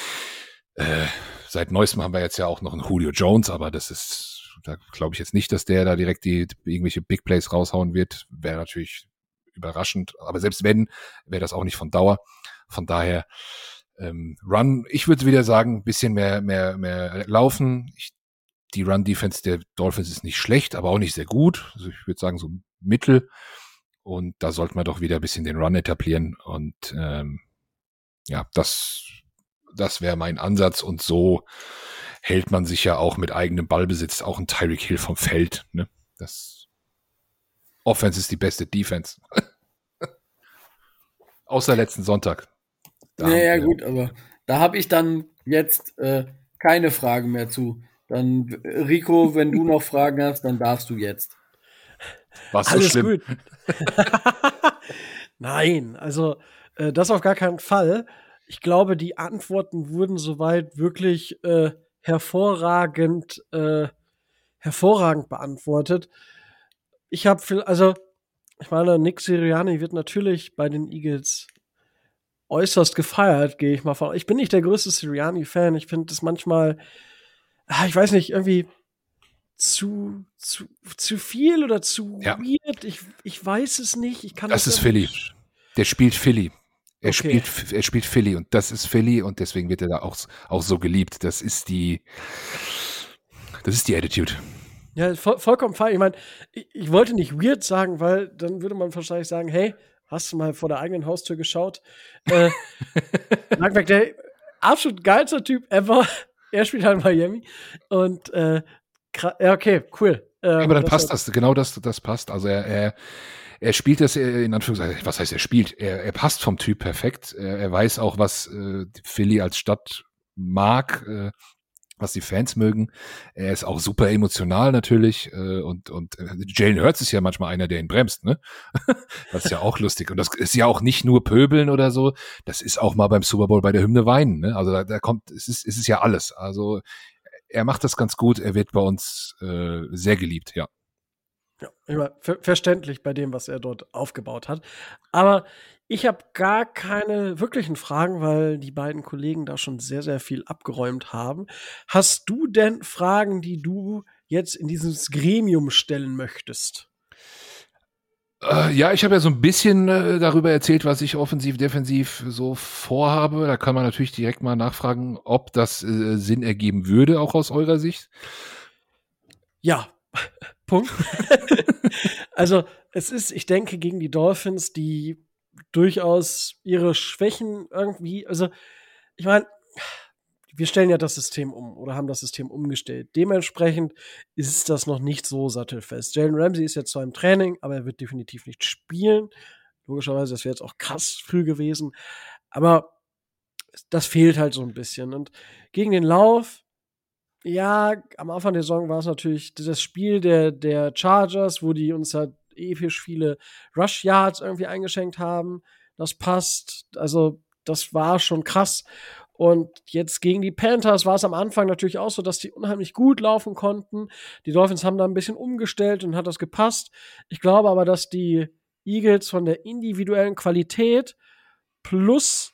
Seit Neuestem haben wir jetzt ja auch noch einen Julio Jones, aber da glaube ich jetzt nicht, dass der da direkt irgendwelche Big Plays raushauen wird. Wäre natürlich überraschend, aber selbst wenn, wäre das auch nicht von Dauer. Von daher Run, ich würde wieder sagen, ein bisschen mehr laufen. Die Run-Defense der Dolphins ist nicht schlecht, aber auch nicht sehr gut. Also ich würde sagen, so mittel. Und da sollte man doch wieder ein bisschen den Run etablieren. Und das wäre mein Ansatz. Und so hält man sich ja auch mit eigenem Ballbesitz auch ein Tyreek Hill vom Feld. Ne? Das Offense ist die beste Defense. Außer letzten Sonntag. Naja, gut, aber da habe ich dann jetzt keine Fragen mehr zu. Dann, Rico, wenn du noch Fragen hast, dann darfst du jetzt. War's so Alles schlimm? gut. Nein, also das auf gar keinen Fall. Ich glaube, die Antworten wurden soweit wirklich hervorragend beantwortet. Ich meine, Nick Sirianni wird natürlich bei den Eagles äußerst gefeiert, gehe ich mal von. Ich bin nicht der größte Sirianni-Fan. Ich finde das manchmal, ich weiß nicht, irgendwie zu viel oder zu weird. Ich weiß es nicht. Das ist Philly. Der spielt Philly. Er spielt Philly und das ist Philly und deswegen wird er da auch so geliebt. Das ist die Attitude. Ja, vollkommen fein. Ich meine, ich wollte nicht weird sagen, weil dann würde man wahrscheinlich sagen, hey, hast du mal vor der eigenen Haustür geschaut? Langweg, der absolut geilste Typ ever. Er spielt halt in Miami. Und okay, cool. Aber dann passt das, genau das passt. Also er spielt das in Anführungszeichen, was heißt er spielt? Er passt vom Typ perfekt. Er weiß auch, was Philly als Stadt mag, was die Fans mögen. Er ist auch super emotional natürlich und Jalen Hurts ist ja manchmal einer, der ihn bremst, ne? Das ist ja auch lustig. Und das ist ja auch nicht nur Pöbeln oder so, das ist auch mal beim Super Bowl bei der Hymne weinen, ne? Also es ist ja alles. Also er macht das ganz gut, er wird bei uns sehr geliebt, ja. Ja, verständlich bei dem, was er dort aufgebaut hat. Aber ich habe gar keine wirklichen Fragen, weil die beiden Kollegen da schon sehr, sehr viel abgeräumt haben. Hast du denn Fragen, die du jetzt in dieses Gremium stellen möchtest? Ja, ich habe ja so ein bisschen darüber erzählt, was ich offensiv, defensiv so vorhabe. Da kann man natürlich direkt mal nachfragen, ob das Sinn ergeben würde, auch aus eurer Sicht. Ja, Punkt. Also, ich denke, gegen die Dolphins, die durchaus ihre Schwächen irgendwie, also, ich meine, wir stellen ja das System um oder haben das System umgestellt. Dementsprechend ist das noch nicht so sattelfest. Jalen Ramsey ist jetzt zwar im Training, aber er wird definitiv nicht spielen. Logischerweise, das wäre jetzt auch krass früh gewesen. Aber das fehlt halt so ein bisschen. Und gegen den Lauf, ja, am Anfang der Saison war es natürlich das Spiel der Chargers, wo die uns halt episch viele Rush Yards irgendwie eingeschenkt haben. Das passt. Also, das war schon krass. Und jetzt gegen die Panthers war es am Anfang natürlich auch so, dass die unheimlich gut laufen konnten. Die Dolphins haben da ein bisschen umgestellt und hat das gepasst. Ich glaube aber, dass die Eagles von der individuellen Qualität plus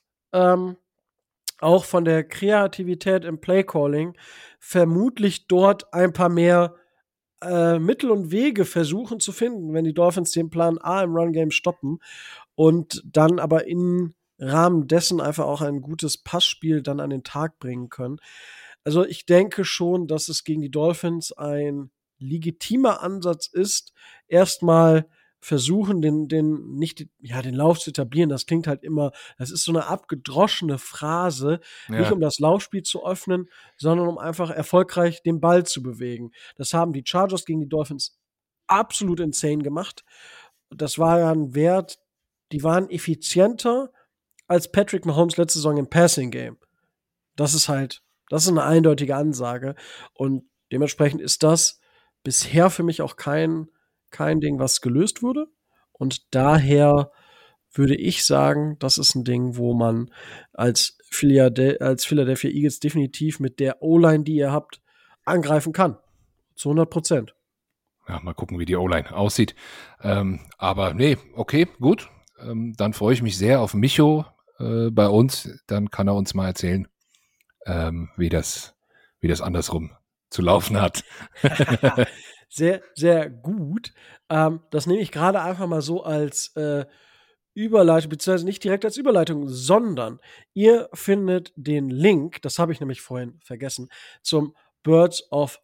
auch von der Kreativität im Playcalling vermutlich dort ein paar mehr Mittel und Wege versuchen zu finden, wenn die Dolphins den Plan A im Run-Game stoppen und dann aber im Rahmen dessen einfach auch ein gutes Passspiel dann an den Tag bringen können. Also ich denke schon, dass es gegen die Dolphins ein legitimer Ansatz ist, erstmal versuchen, den Lauf zu etablieren. Das klingt halt immer, das ist so eine abgedroschene Phrase, nicht um das Laufspiel zu öffnen, sondern um einfach erfolgreich den Ball zu bewegen. Das haben die Chargers gegen die Dolphins absolut insane gemacht. Das war ja ein Wert, die waren effizienter als Patrick Mahomes letzte Saison im Passing Game. Das ist eine eindeutige Ansage. Und dementsprechend ist das bisher für mich auch kein Ding, was gelöst wurde. Und daher würde ich sagen, das ist ein Ding, wo man als Philadelphia Eagles definitiv mit der O-Line, die ihr habt, angreifen kann. Zu 100%. Ja, mal gucken, wie die O-Line aussieht. Aber nee, okay, gut. Dann freue ich mich sehr auf Micho bei uns. Dann kann er uns mal erzählen, wie das andersrum zu laufen hat. Sehr, sehr gut. Das nehme ich gerade einfach mal so als Überleitung, beziehungsweise nicht direkt als Überleitung, sondern ihr findet den Link, das habe ich nämlich vorhin vergessen, zum Birds of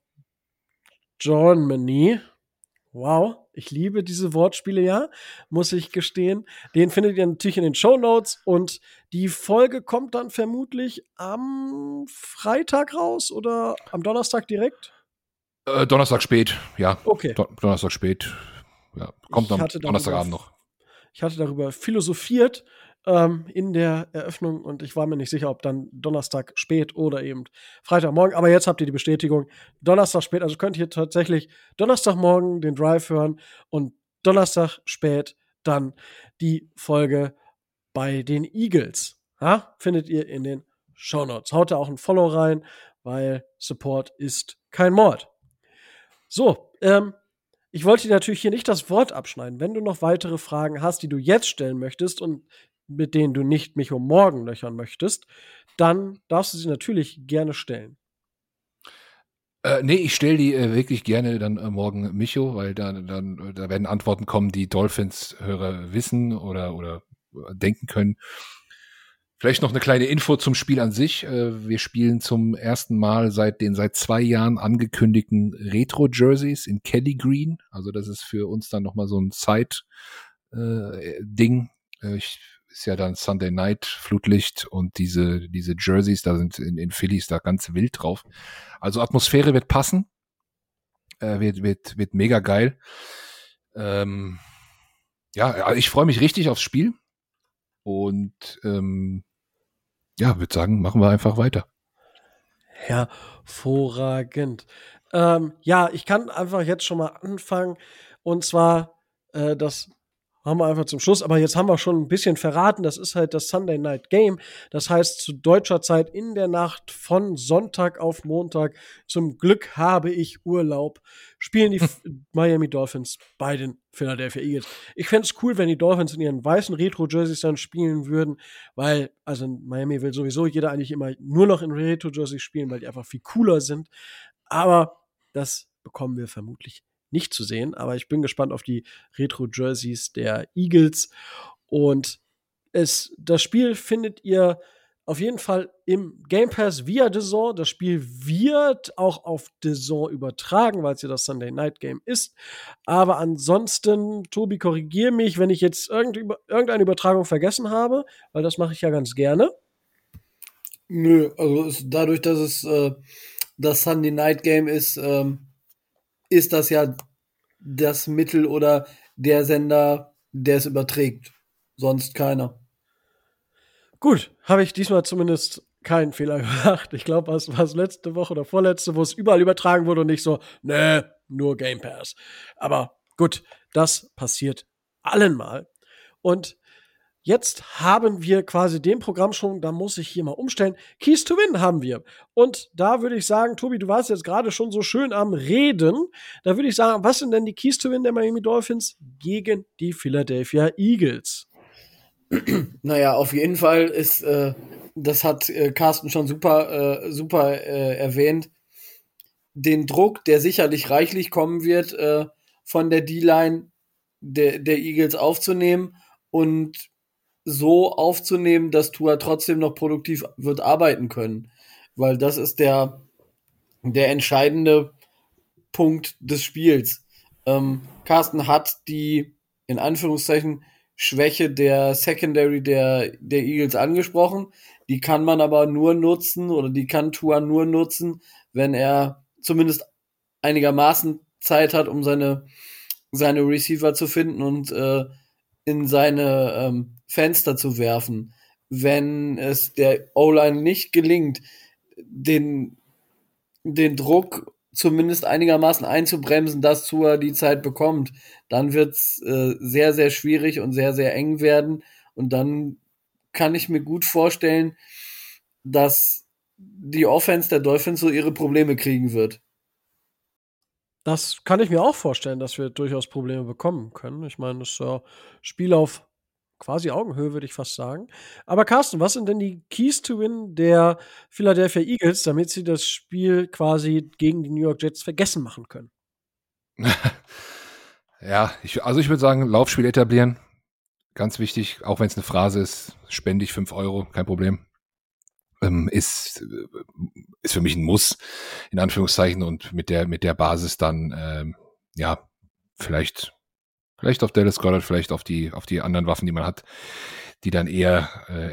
Germany. Wow, ich liebe diese Wortspiele, ja, muss ich gestehen. Den findet ihr natürlich in den Shownotes und die Folge kommt dann vermutlich am Freitag raus oder am Donnerstag direkt? Donnerstag spät, ja. Okay. Donnerstag spät. Ja, kommt am Donnerstagabend noch. Ich hatte darüber philosophiert in der Eröffnung und ich war mir nicht sicher, ob dann Donnerstag spät oder eben Freitagmorgen. Aber jetzt habt ihr die Bestätigung. Donnerstag spät, also könnt ihr tatsächlich Donnerstagmorgen den Drive hören und Donnerstag spät dann die Folge bei den Eagles. Ja? Findet ihr in den Shownotes. Haut da auch ein Follow rein, weil Support ist kein Mord. So, ich wollte dir natürlich hier nicht das Wort abschneiden. Wenn du noch weitere Fragen hast, die du jetzt stellen möchtest und mit denen du nicht mich um morgen löchern möchtest, dann darfst du sie natürlich gerne stellen. Nee, ich stelle die wirklich gerne dann morgen Micho, weil da werden Antworten kommen, die Dolphins-Hörer wissen oder denken können. Vielleicht noch eine kleine Info zum Spiel an sich. Wir spielen zum ersten Mal seit 2 Jahren angekündigten Retro-Jerseys in Kelly Green. Also das ist für uns dann nochmal so ein Side-Ding. Ist ja dann Sunday Night Flutlicht und diese Jerseys, da sind in Philly ist da ganz wild drauf. Also Atmosphäre wird passen. Wird mega geil. Ja, ich freue mich richtig aufs Spiel. Und ja, würde sagen, machen wir einfach weiter. Hervorragend. Ja, ich kann einfach jetzt schon mal anfangen. Und zwar, das haben wir einfach zum Schluss, aber jetzt haben wir schon ein bisschen verraten, das ist halt das Sunday Night Game. Das heißt, zu deutscher Zeit in der Nacht von Sonntag auf Montag, zum Glück habe ich Urlaub, spielen die Miami Dolphins bei den Philadelphia Eagles. Ich fände es cool, wenn die Dolphins in ihren weißen Retro-Jerseys dann spielen würden, weil, also in Miami will sowieso jeder eigentlich immer nur noch in Retro-Jerseys spielen, weil die einfach viel cooler sind. Aber das bekommen wir vermutlich nicht zu sehen, aber ich bin gespannt auf die Retro-Jerseys der Eagles. Und das Spiel findet ihr auf jeden Fall im Game Pass via DAZN. Das Spiel wird auch auf DAZN übertragen, weil es ja das Sunday Night Game ist. Aber ansonsten, Tobi, korrigier mich, wenn ich jetzt irgendeine Übertragung vergessen habe, weil das mache ich ja ganz gerne. Nö, also dadurch, dass es das Sunday Night Game ist, ist das ja das Mittel oder der Sender, der es überträgt. Sonst keiner. Gut, habe ich diesmal zumindest keinen Fehler gemacht. Ich glaube, was war es letzte Woche oder vorletzte, wo es überall übertragen wurde und nicht so, nur Game Pass. Aber gut, das passiert allen mal. Und jetzt haben wir quasi den Programmschwung, da muss ich hier mal umstellen. Keys to Win haben wir. Und da würde ich sagen, Tobi, du warst jetzt gerade schon so schön am Reden. Da würde ich sagen, was sind denn die Keys to Win der Miami Dolphins gegen die Philadelphia Eagles? Naja, auf jeden Fall ist, das hat Carsten schon super erwähnt, den Druck, der sicherlich reichlich kommen wird, von der D-Line der Eagles aufzunehmen und so aufzunehmen, dass Tua trotzdem noch produktiv wird arbeiten können. Weil das ist der entscheidende Punkt des Spiels. Carsten hat die, in Anführungszeichen, Schwäche der Secondary der Eagles angesprochen. Die kann man aber nur nutzen, oder die kann Tua nur nutzen, wenn er zumindest einigermaßen Zeit hat, um seine Receiver zu finden und in seine Fenster zu werfen. Wenn es der O-Line nicht gelingt, den Druck zumindest einigermaßen einzubremsen, dass Tua die Zeit bekommt, dann wird's sehr, sehr schwierig und sehr, sehr eng werden. Und dann kann ich mir gut vorstellen, dass die Offense der Dolphins so ihre Probleme kriegen wird. Das kann ich mir auch vorstellen, dass wir durchaus Probleme bekommen können. Ich meine, das ist ja Spiel auf quasi Augenhöhe, würde ich fast sagen. Aber Carsten, was sind denn die Keys to Win der Philadelphia Eagles, damit sie das Spiel quasi gegen die New York Jets vergessen machen können? Ja, ich würde sagen, Laufspiel etablieren. Ganz wichtig, auch wenn es eine Phrase ist, spende ich 5 Euro, kein Problem. Ist für mich ein Muss, in Anführungszeichen, und mit der Basis dann, vielleicht auf Dallas Goedert, vielleicht auf die anderen Waffen, die man hat, die dann eher,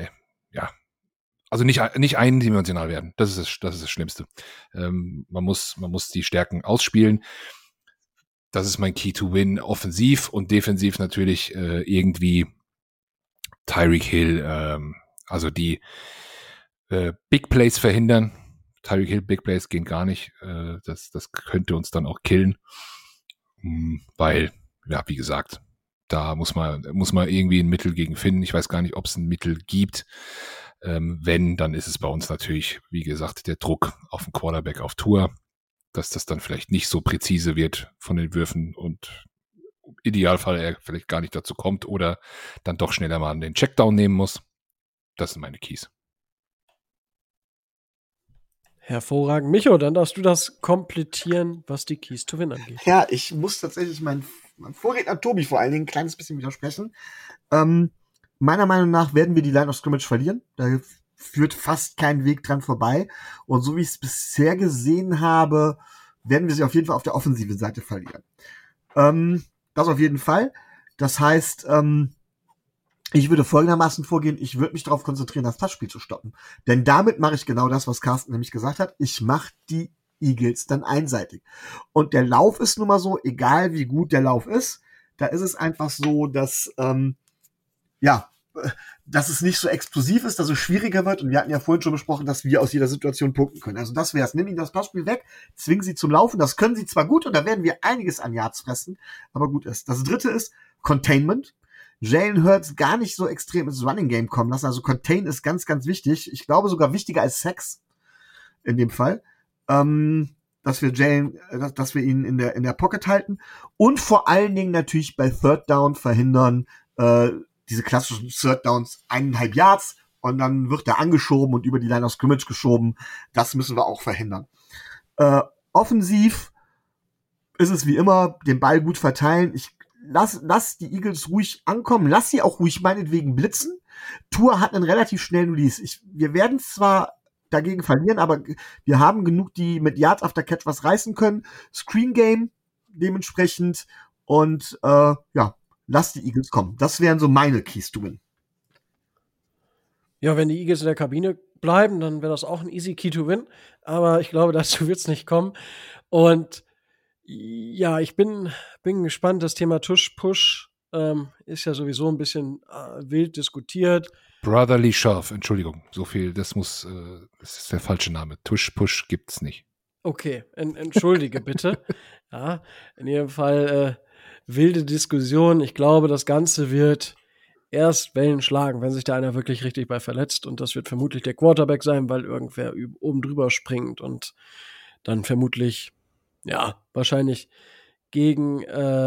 also nicht eindimensional werden. Das ist das Schlimmste. Man muss die Stärken ausspielen. Das ist mein Key to Win, offensiv und defensiv natürlich irgendwie Tyreek Hill, also die Big Plays verhindern. Tyreek Hill Big Plays gehen gar nicht. Das könnte uns dann auch killen, weil, ja, wie gesagt, da muss man irgendwie ein Mittel gegen finden. Ich weiß gar nicht, ob es ein Mittel gibt. Wenn, dann ist es bei uns natürlich, wie gesagt, der Druck auf den Quarterback, auf Tua, dass das dann vielleicht nicht so präzise wird von den Würfen und im Idealfall er vielleicht gar nicht dazu kommt oder dann doch schneller mal den Checkdown nehmen muss. Das sind meine Keys. Hervorragend. Micho, dann darfst du das komplettieren, was die Keys to Win angeht. Ja, ich muss tatsächlich meinen Vorredner Tobi vor allen Dingen ein kleines bisschen widersprechen. Meiner Meinung nach werden wir die Line of Scrimmage verlieren. Da führt fast kein Weg dran vorbei. Und so wie ich es bisher gesehen habe, werden wir sie auf jeden Fall auf der offensiven Seite verlieren. Das auf jeden Fall. Das heißt, ich würde folgendermaßen vorgehen, ich würde mich darauf konzentrieren, das Passspiel zu stoppen. Denn damit mache ich genau das, was Carsten nämlich gesagt hat. Ich mache die Eagles dann einseitig. Und der Lauf ist nun mal so, egal wie gut der Lauf ist, da ist es einfach so, dass dass es nicht so explosiv ist, dass es schwieriger wird. Und wir hatten ja vorhin schon besprochen, dass wir aus jeder Situation punkten können. Also das wär's. Nimm ihnen das Passspiel weg, zwing sie zum Laufen. Das können sie zwar gut und da werden wir einiges an Yards fressen, aber gut ist. Das dritte ist Containment. Jalen Hurts gar nicht so extrem ins Running Game kommen lassen. Also Contain ist ganz, ganz wichtig. Ich glaube sogar wichtiger als Sex in dem Fall. Dass wir ihn in der Pocket halten. Und vor allen Dingen natürlich bei Third Down verhindern, diese klassischen Third Downs 1,5 Yards und dann wird er angeschoben und über die Line of Scrimmage geschoben. Das müssen wir auch verhindern. Offensiv ist es wie immer, den Ball gut verteilen. Ich lass die Eagles ruhig ankommen, lass sie auch ruhig meinetwegen blitzen. Tour hat einen relativ schnellen Release. Wir werden zwar dagegen verlieren, aber wir haben genug, die mit Yards after Catch was reißen können. Screen Game dementsprechend und lass die Eagles kommen. Das wären so meine Keys to win. Ja, wenn die Eagles in der Kabine bleiben, dann wäre das auch ein easy Key to win. Aber ich glaube, dazu wird es nicht kommen. Und ja, ich bin gespannt. Das Thema Tush-Push ist ja sowieso ein bisschen wild diskutiert. Brotherly Shove, Entschuldigung, so viel, das ist der falsche Name. Tush-Push gibt's nicht. Okay, entschuldige bitte. Ja, in jedem Fall wilde Diskussion. Ich glaube, das Ganze wird erst Wellen schlagen, wenn sich da einer wirklich richtig bei verletzt. Und das wird vermutlich der Quarterback sein, weil irgendwer oben drüber springt und dann vermutlich, ja, wahrscheinlich gegen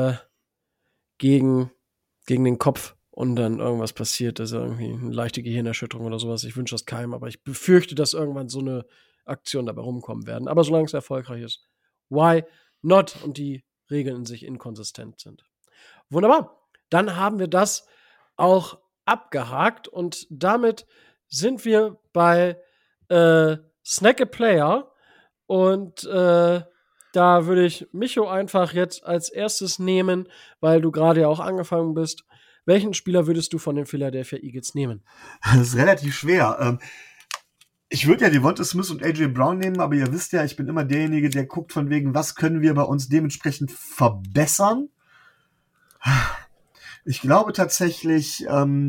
den Kopf und dann irgendwas passiert, also irgendwie eine leichte Gehirnerschütterung oder sowas. Ich wünsche das keinem, aber ich befürchte, dass irgendwann so eine Aktion dabei rumkommen werden. Aber solange es erfolgreich ist, why not? Und die Regeln in sich inkonsistent sind. Wunderbar. Dann haben wir das auch abgehakt und damit sind wir bei Snack a Player und da würde ich Micho einfach jetzt als erstes nehmen, weil du gerade ja auch angefangen bist. Welchen Spieler würdest du von den Philadelphia Eagles nehmen? Das ist relativ schwer. Ich würde ja Devonta Smith und AJ Brown nehmen, aber ihr wisst ja, ich bin immer derjenige, der guckt von wegen, was können wir bei uns dementsprechend verbessern. Ich glaube tatsächlich,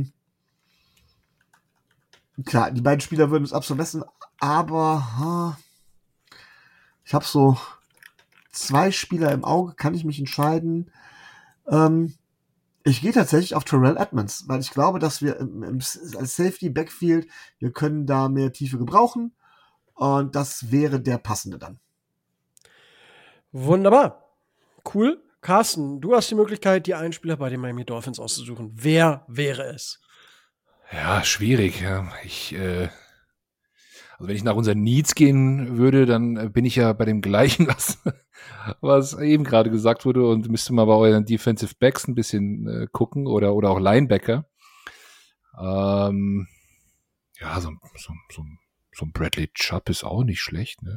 klar, die beiden Spieler würden es absolut messen, aber ich habe so 2 Spieler im Auge, kann ich mich entscheiden. Ich gehe tatsächlich auf Terrell Edmonds, weil ich glaube, dass wir als Safety Backfield, wir können da mehr Tiefe gebrauchen und das wäre der passende dann. Wunderbar. Cool. Carsten, du hast die Möglichkeit, dir einen Spieler bei den Miami Dolphins auszusuchen. Wer wäre es? Ja, schwierig. Ja. Also wenn ich nach unseren Needs gehen würde, dann bin ich ja bei dem gleichen, was eben gerade gesagt wurde und müsste mal bei euren Defensive Backs ein bisschen gucken oder auch Linebacker. Ja, so ein Bradley Chubb ist auch nicht schlecht, ne?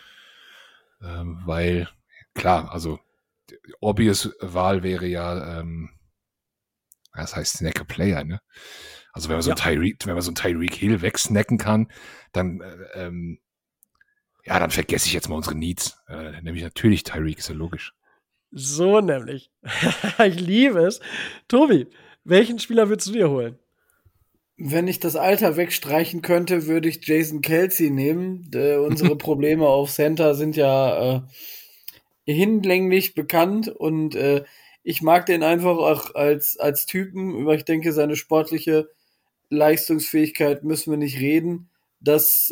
Weil, klar, also die obvious Wahl wäre ja, das heißt Snack a Player, ne? Also wenn man so ein Tyreek Hill wegsnacken kann, dann dann vergesse ich jetzt mal unsere Needs. Nämlich natürlich Tyreek, ist ja logisch. So nämlich. Ich liebe es. Tobi, welchen Spieler würdest du dir holen? Wenn ich das Alter wegstreichen könnte, würde ich Jason Kelce nehmen. Unsere Probleme auf Center sind ja hinlänglich bekannt und ich mag den einfach auch als Typen, weil ich denke, seine sportliche Leistungsfähigkeit müssen wir nicht reden. Das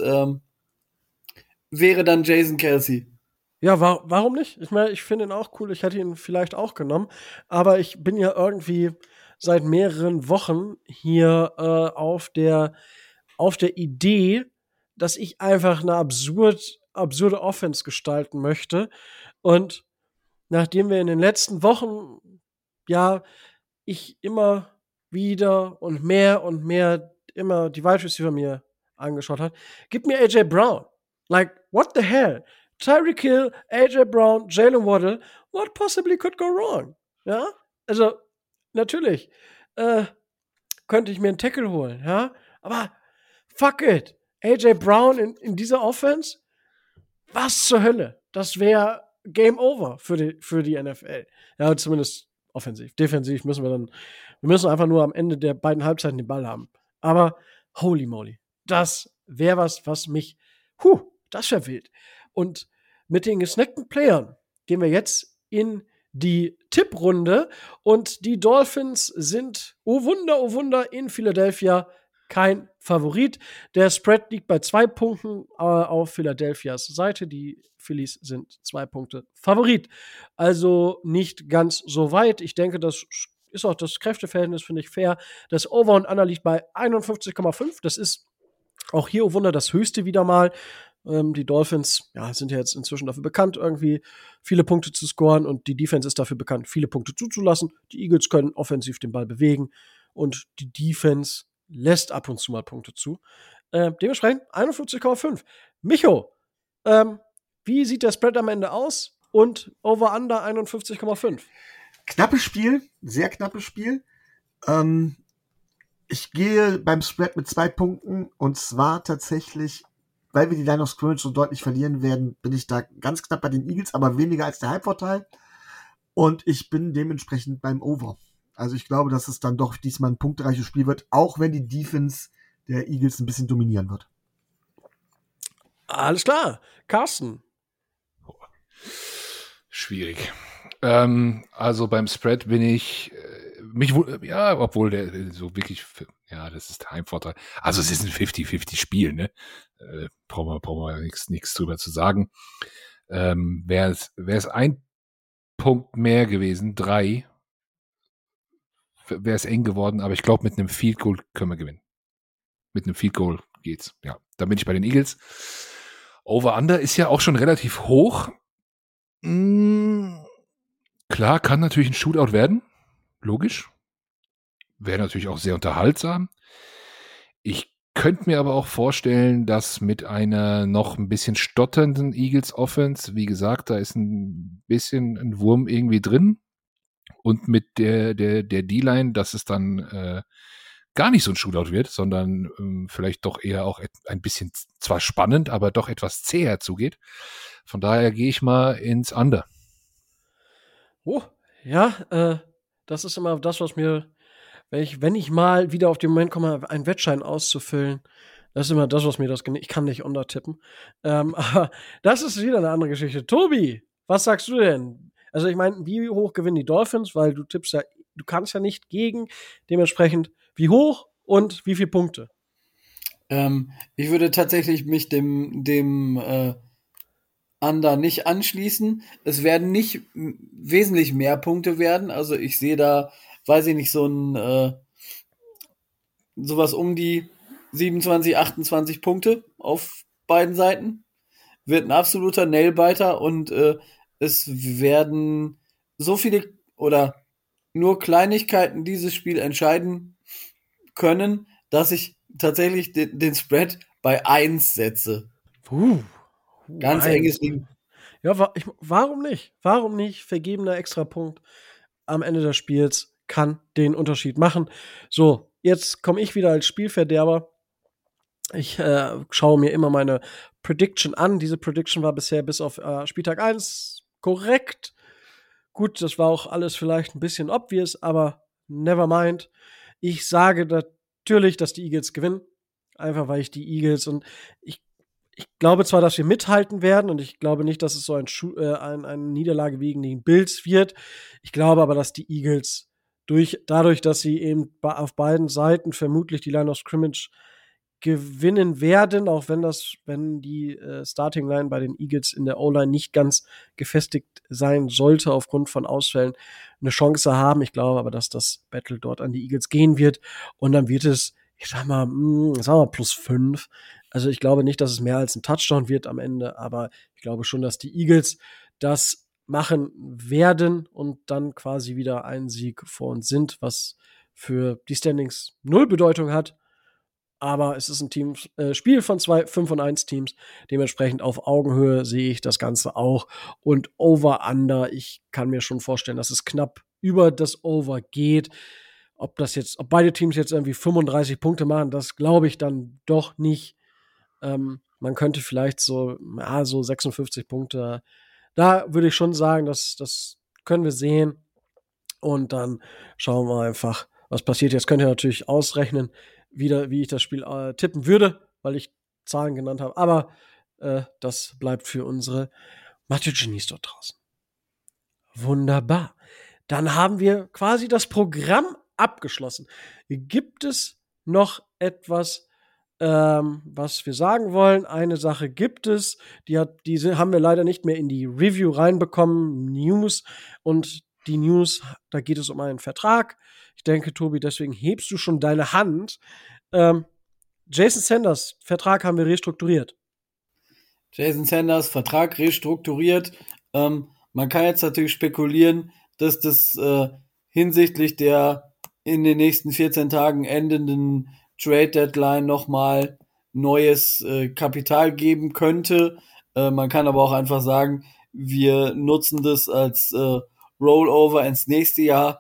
wäre dann Jason Kelce. Ja, warum nicht? Ich meine, ich finde ihn auch cool. Ich hätte ihn vielleicht auch genommen. Aber ich bin ja irgendwie seit mehreren Wochen hier auf der Idee, dass ich einfach eine absurde Offense gestalten möchte. Und nachdem wir in den letzten Wochen, ja, ich immer wieder und mehr immer die Wide Receiver mir angeschaut hat, gib mir AJ Brown. Like, what the hell? Tyreek Hill, AJ Brown, Jalen Waddle, what possibly could go wrong? Ja, also natürlich könnte ich mir einen Tackle holen, ja, aber fuck it. AJ Brown in dieser Offense? Was zur Hölle? Das wäre Game Over für die NFL. Ja, zumindest offensiv. Defensiv wir müssen einfach nur am Ende der beiden Halbzeiten den Ball haben. Aber holy moly, das wäre was mich, das wäre wild. Und mit den gesnackten Playern gehen wir jetzt in die Tipprunde und die Dolphins sind, oh Wunder, in Philadelphia kein Favorit. Der Spread liegt bei 2 Punkten auf Philadelphias Seite. Die Phillies sind 2 Punkte Favorit. Also nicht ganz so weit. Ich denke, das ist auch das Kräfteverhältnis, finde ich, fair. Das Over und Under liegt bei 51,5. Das ist auch hier, oh Wunder, das höchste wieder mal. Die Dolphins sind ja jetzt inzwischen dafür bekannt, irgendwie viele Punkte zu scoren und die Defense ist dafür bekannt, viele Punkte zuzulassen. Die Eagles können offensiv den Ball bewegen und die Defense lässt ab und zu mal Punkte zu. Dementsprechend 51,5. Micho, wie sieht der Spread am Ende aus? Und Over-Under 51,5. Knappes Spiel, sehr knappes Spiel. Ich gehe beim Spread mit 2 Punkten und zwar tatsächlich, weil wir die Line of Scrimmage so deutlich verlieren werden, bin ich da ganz knapp bei den Eagles, aber weniger als der Halbvorteil. Und ich bin dementsprechend beim Over. Also ich glaube, dass es dann doch diesmal ein punktreiches Spiel wird, auch wenn die Defense der Eagles ein bisschen dominieren wird. Alles klar. Carsten. Schwierig. Also beim Spread bin ich obwohl der so wirklich, das ist der Heimvorteil. Also es ist ein 50-50 Spiel, ne? Brauchen wir nichts drüber zu sagen. Wäre es ein Punkt mehr gewesen, 3, wäre es eng geworden, aber ich glaube, mit einem Field Goal können wir gewinnen. Mit einem Field Goal geht's. Ja, da bin ich bei den Eagles. Over-Under ist ja auch schon relativ hoch. Klar, kann natürlich ein Shootout werden. Logisch. Wäre natürlich auch sehr unterhaltsam. Ich könnte mir aber auch vorstellen, dass mit einer noch ein bisschen stotternden Eagles Offense, wie gesagt, da ist ein bisschen ein Wurm irgendwie drin. Und mit der D-Line, dass es dann gar nicht so ein Shootout wird, sondern vielleicht doch eher auch ein bisschen zwar spannend, aber doch etwas zäher zugeht. Von daher gehe ich mal ins Under. Oh, ja, das ist immer das, was mir, wenn ich mal wieder auf den Moment komme, einen Wettschein auszufüllen, das ist immer das, was mir ich kann nicht Under tippen. Aber das ist wieder eine andere Geschichte. Tobi, was sagst du denn? Also ich meine, wie hoch gewinnen die Dolphins? Weil du tippst ja, du kannst ja nicht gegen. Dementsprechend, wie hoch und wie viele Punkte? Ich würde tatsächlich mich dem Under nicht anschließen. Es werden nicht wesentlich mehr Punkte werden. Also ich sehe da, weiß ich nicht, sowas um die 27, 28 Punkte auf beiden Seiten. Wird ein absoluter Nailbiter und es werden so viele oder nur Kleinigkeiten dieses Spiel entscheiden können, dass ich tatsächlich den Spread bei 1 setze. Ganz enges Ding. Ja, warum nicht? Warum nicht? Vergebener Extrapunkt am Ende des Spiels kann den Unterschied machen. So, jetzt komme ich wieder als Spielverderber. Ich schaue mir immer meine Prediction an. Diese Prediction war bisher bis auf Spieltag 1 korrekt. Gut, das war auch alles vielleicht ein bisschen obvious, aber never mind. Ich sage natürlich, dass die Eagles gewinnen. Einfach weil ich die Eagles und ich glaube zwar, dass wir mithalten werden und ich glaube nicht, dass es so eine Niederlage gegen die Bills wird. Ich glaube aber, dass die Eagles dadurch, dass sie eben auf beiden Seiten vermutlich die Line of Scrimmage gewinnen werden, auch wenn die Starting Line bei den Eagles in der O-Line nicht ganz gefestigt sein sollte aufgrund von Ausfällen, eine Chance haben. Ich glaube aber, dass das Battle dort an die Eagles gehen wird und dann wird es, ich sag mal +5. Also ich glaube nicht, dass es mehr als ein Touchdown wird am Ende, aber ich glaube schon, dass die Eagles das machen werden und dann quasi wieder einen Sieg vor uns sind, was für die Standings 0 Bedeutung hat. Aber es ist ein Spiel von 2 5-1 Teams. Dementsprechend auf Augenhöhe sehe ich das Ganze auch. Und Over-Under, ich kann mir schon vorstellen, dass es knapp über das Over geht. Ob beide Teams jetzt irgendwie 35 Punkte machen, das glaube ich dann doch nicht. Man könnte vielleicht so 56 Punkte. Da würde ich schon sagen, das können wir sehen. Und dann schauen wir einfach, was passiert. Jetzt könnt ihr natürlich ausrechnen, wie ich das Spiel tippen würde, weil ich Zahlen genannt habe. Aber das bleibt für unsere Mathe-Genies dort draußen. Wunderbar. Dann haben wir quasi das Programm abgeschlossen. Gibt es noch etwas, was wir sagen wollen? Eine Sache gibt es, diese haben wir leider nicht mehr in die Review reinbekommen, News. Und die News, da geht es um einen Vertrag. Ich denke, Tobi, deswegen hebst du schon deine Hand. Jason Sanders, Vertrag haben wir restrukturiert. Jason Sanders, Vertrag restrukturiert. Man kann jetzt natürlich spekulieren, dass das hinsichtlich der in den nächsten 14 Tagen endenden Trade-Deadline nochmal neues Kapital geben könnte. Man kann aber auch einfach sagen, wir nutzen das als Rollover ins nächste Jahr.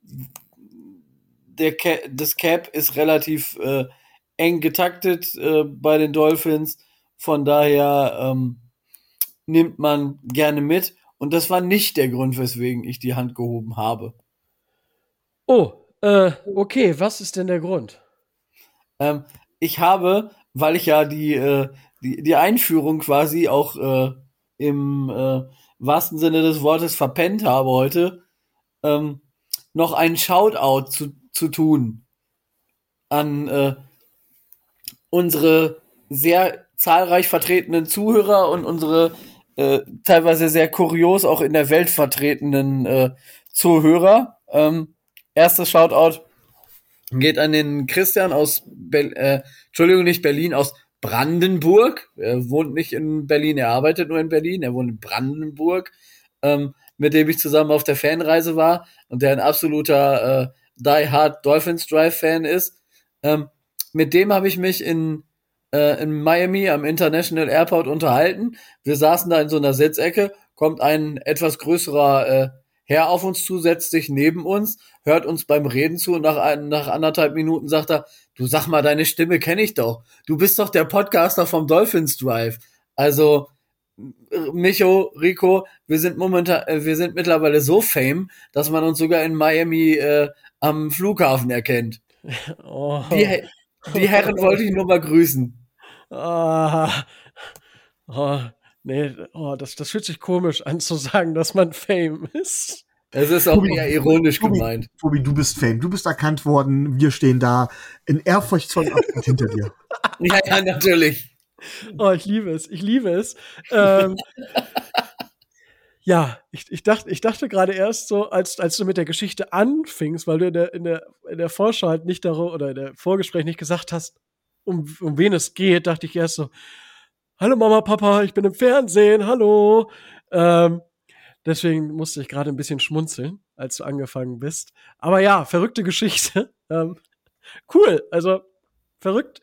Das Cap ist relativ eng getaktet bei den Dolphins. Von daher nimmt man gerne mit. Und das war nicht der Grund, weswegen ich die Hand gehoben habe. Oh, okay, was ist denn der Grund? Ich habe, weil ich ja die Einführung quasi auch im wahrsten Sinne des Wortes verpennt habe heute, noch einen Shoutout zu tun an unsere sehr zahlreich vertretenen Zuhörer und unsere teilweise sehr kurios auch in der Welt vertretenen Zuhörer. Erstes Shoutout geht an den Christian aus Entschuldigung, nicht Berlin, aus Brandenburg. Er wohnt nicht in Berlin, er arbeitet nur in Berlin, er wohnt in Brandenburg, mit dem ich zusammen auf der Fanreise war und der ein absoluter Die Hard Dolphins Drive Fan ist. Mit dem habe ich mich in Miami am International Airport unterhalten. Wir saßen da in so einer Sitzecke, kommt ein etwas größerer Herr auf uns zu, setzt sich neben uns, hört uns beim Reden zu und nach 1,5 Minuten sagt er, du sag mal, deine Stimme kenne ich doch. Du bist doch der Podcaster vom Dolphins Drive. Also, Micho, Rico, wir sind mittlerweile so fame, dass man uns sogar in Miami am Flughafen erkennt. Oh. Die Herren wollte ich nur mal grüßen. Das fühlt sich komisch an zu sagen, dass man Fame ist. Es ist auch eher ironisch gemeint. Tobi, du bist Fame. Du bist erkannt worden. Wir stehen da in ehrfurchtsvollem Abstand hinter dir. Ja, natürlich. Oh, ich liebe es. Ja, ich dachte gerade erst so, als du mit der Geschichte anfingst, weil du in der Vorschau halt nicht darüber oder in der Vorgespräch nicht gesagt hast, um wen es geht, dachte ich erst so, hallo Mama, Papa, ich bin im Fernsehen, hallo. Deswegen musste ich gerade ein bisschen schmunzeln, als du angefangen bist. Aber ja, verrückte Geschichte. Cool, also verrückt.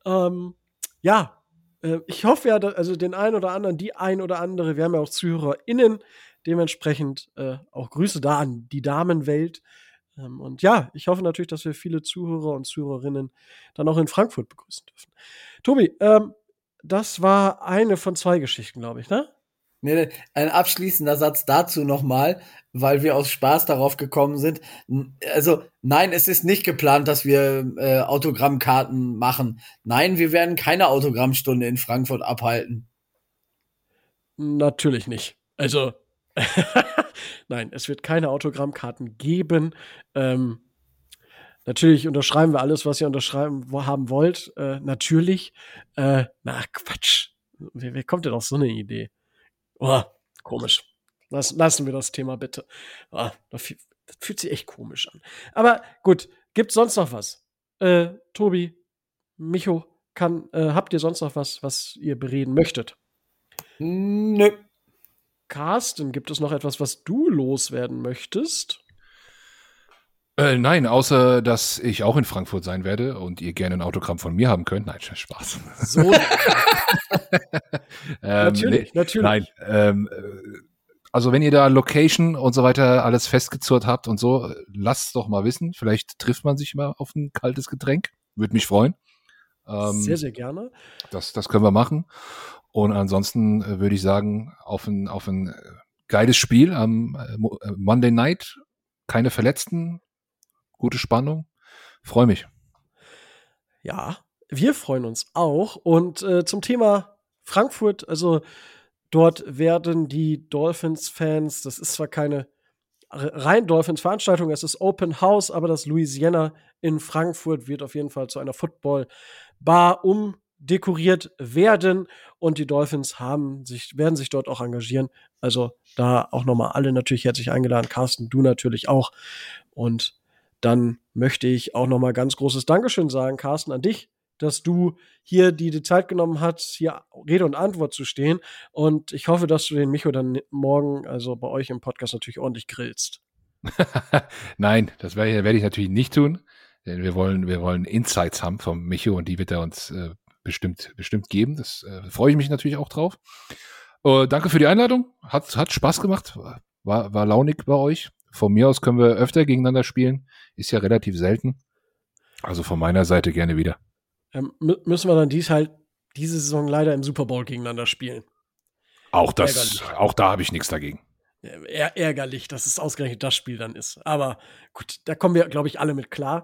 Ich hoffe ja, also den einen oder anderen, die ein oder andere, wir haben ja auch ZuhörerInnen, dementsprechend auch Grüße da an die Damenwelt. Und ja, ich hoffe natürlich, dass wir viele Zuhörer und Zuhörerinnen dann auch in Frankfurt begrüßen dürfen. Tobi, das war eine von 2 Geschichten, glaube ich, ne? Nee, ein abschließender Satz dazu nochmal, weil wir aus Spaß darauf gekommen sind. Also, nein, es ist nicht geplant, dass wir Autogrammkarten machen. Nein, wir werden keine Autogrammstunde in Frankfurt abhalten. Natürlich nicht. Also, nein, es wird keine Autogrammkarten geben. Natürlich unterschreiben wir alles, was ihr unterschreiben haben wollt. Natürlich. Quatsch. Wer kommt denn auf so eine Idee? Oh, komisch. Lassen wir das Thema bitte. Das fühlt sich echt komisch an. Aber gut, gibt's sonst noch was? Tobi, Micho, habt ihr sonst noch was ihr bereden möchtet? Nö. Carsten, gibt es noch etwas, was du loswerden möchtest? Nein, außer, dass ich auch in Frankfurt sein werde und ihr gerne ein Autogramm von mir haben könnt. Nein, Spaß. So. Natürlich. Nein, also wenn ihr da Location und so weiter alles festgezurrt habt und so, lasst es doch mal wissen. Vielleicht trifft man sich mal auf ein kaltes Getränk. Würde mich freuen. Sehr, sehr gerne. Das können wir machen. Und ansonsten würde ich sagen, auf ein geiles Spiel am Monday Night. Keine Verletzten. Gute Spannung. Freue mich. Ja, wir freuen uns auch. Und zum Thema Frankfurt, also dort werden die Dolphins-Fans, das ist zwar keine rein Dolphins-Veranstaltung, es ist Open House, aber das Louisiana in Frankfurt wird auf jeden Fall zu einer Football-Bar umdekoriert werden und die Dolphins werden sich dort auch engagieren. Also da auch nochmal alle natürlich herzlich eingeladen. Carsten, du natürlich auch. Und dann möchte ich auch noch mal ganz großes Dankeschön sagen, Carsten, an dich, dass du hier die Zeit genommen hast, hier Rede und Antwort zu stehen. Und ich hoffe, dass du den Micho dann morgen, also bei euch im Podcast, natürlich ordentlich grillst. Nein, das werde ich natürlich nicht tun, denn wir wollen Insights haben vom Micho und die wird er uns bestimmt geben. Das freue ich mich natürlich auch drauf. Danke für die Einladung. Hat Spaß gemacht. War launig bei euch. Von mir aus können wir öfter gegeneinander spielen. Ist ja relativ selten. Also von meiner Seite gerne wieder. Müssen wir dann diese Saison leider im Super Bowl gegeneinander spielen. Auch da habe ich nichts dagegen. Ärgerlich, dass es ausgerechnet das Spiel dann ist. Aber gut, da kommen wir, glaube ich, alle mit klar.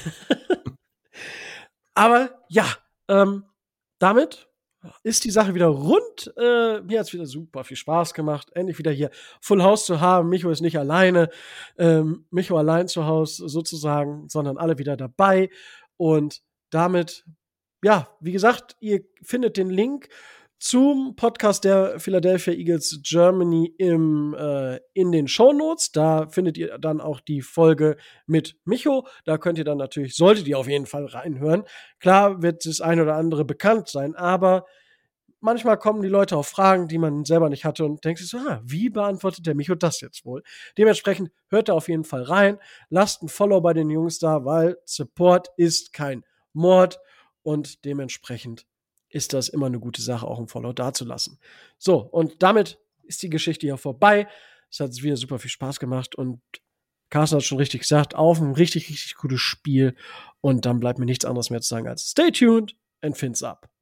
Aber ja, damit ist die Sache wieder rund. Mir hat es wieder super viel Spaß gemacht, endlich wieder hier Full House zu haben. Micho ist nicht alleine, Micho allein zu Hause sozusagen, sondern alle wieder dabei. Und damit, ja, wie gesagt, ihr findet den Link zum Podcast der Philadelphia Eagles Germany in den Shownotes. Da findet ihr dann auch die Folge mit Micho. Da könnt ihr dann natürlich, solltet ihr auf jeden Fall reinhören. Klar wird das ein oder andere bekannt sein, aber manchmal kommen die Leute auf Fragen, die man selber nicht hatte und denkt sich so, wie beantwortet der Micho das jetzt wohl? Dementsprechend hört da auf jeden Fall rein. Lasst ein Follow bei den Jungs da, weil Support ist kein Mord und dementsprechend ist das immer eine gute Sache, auch ein Follow dazulassen. So, und damit ist die Geschichte hier vorbei. Es hat wieder super viel Spaß gemacht und Carsten hat schon richtig gesagt, auf ein richtig, richtig gutes Spiel. Und dann bleibt mir nichts anderes mehr zu sagen als stay tuned and fins up.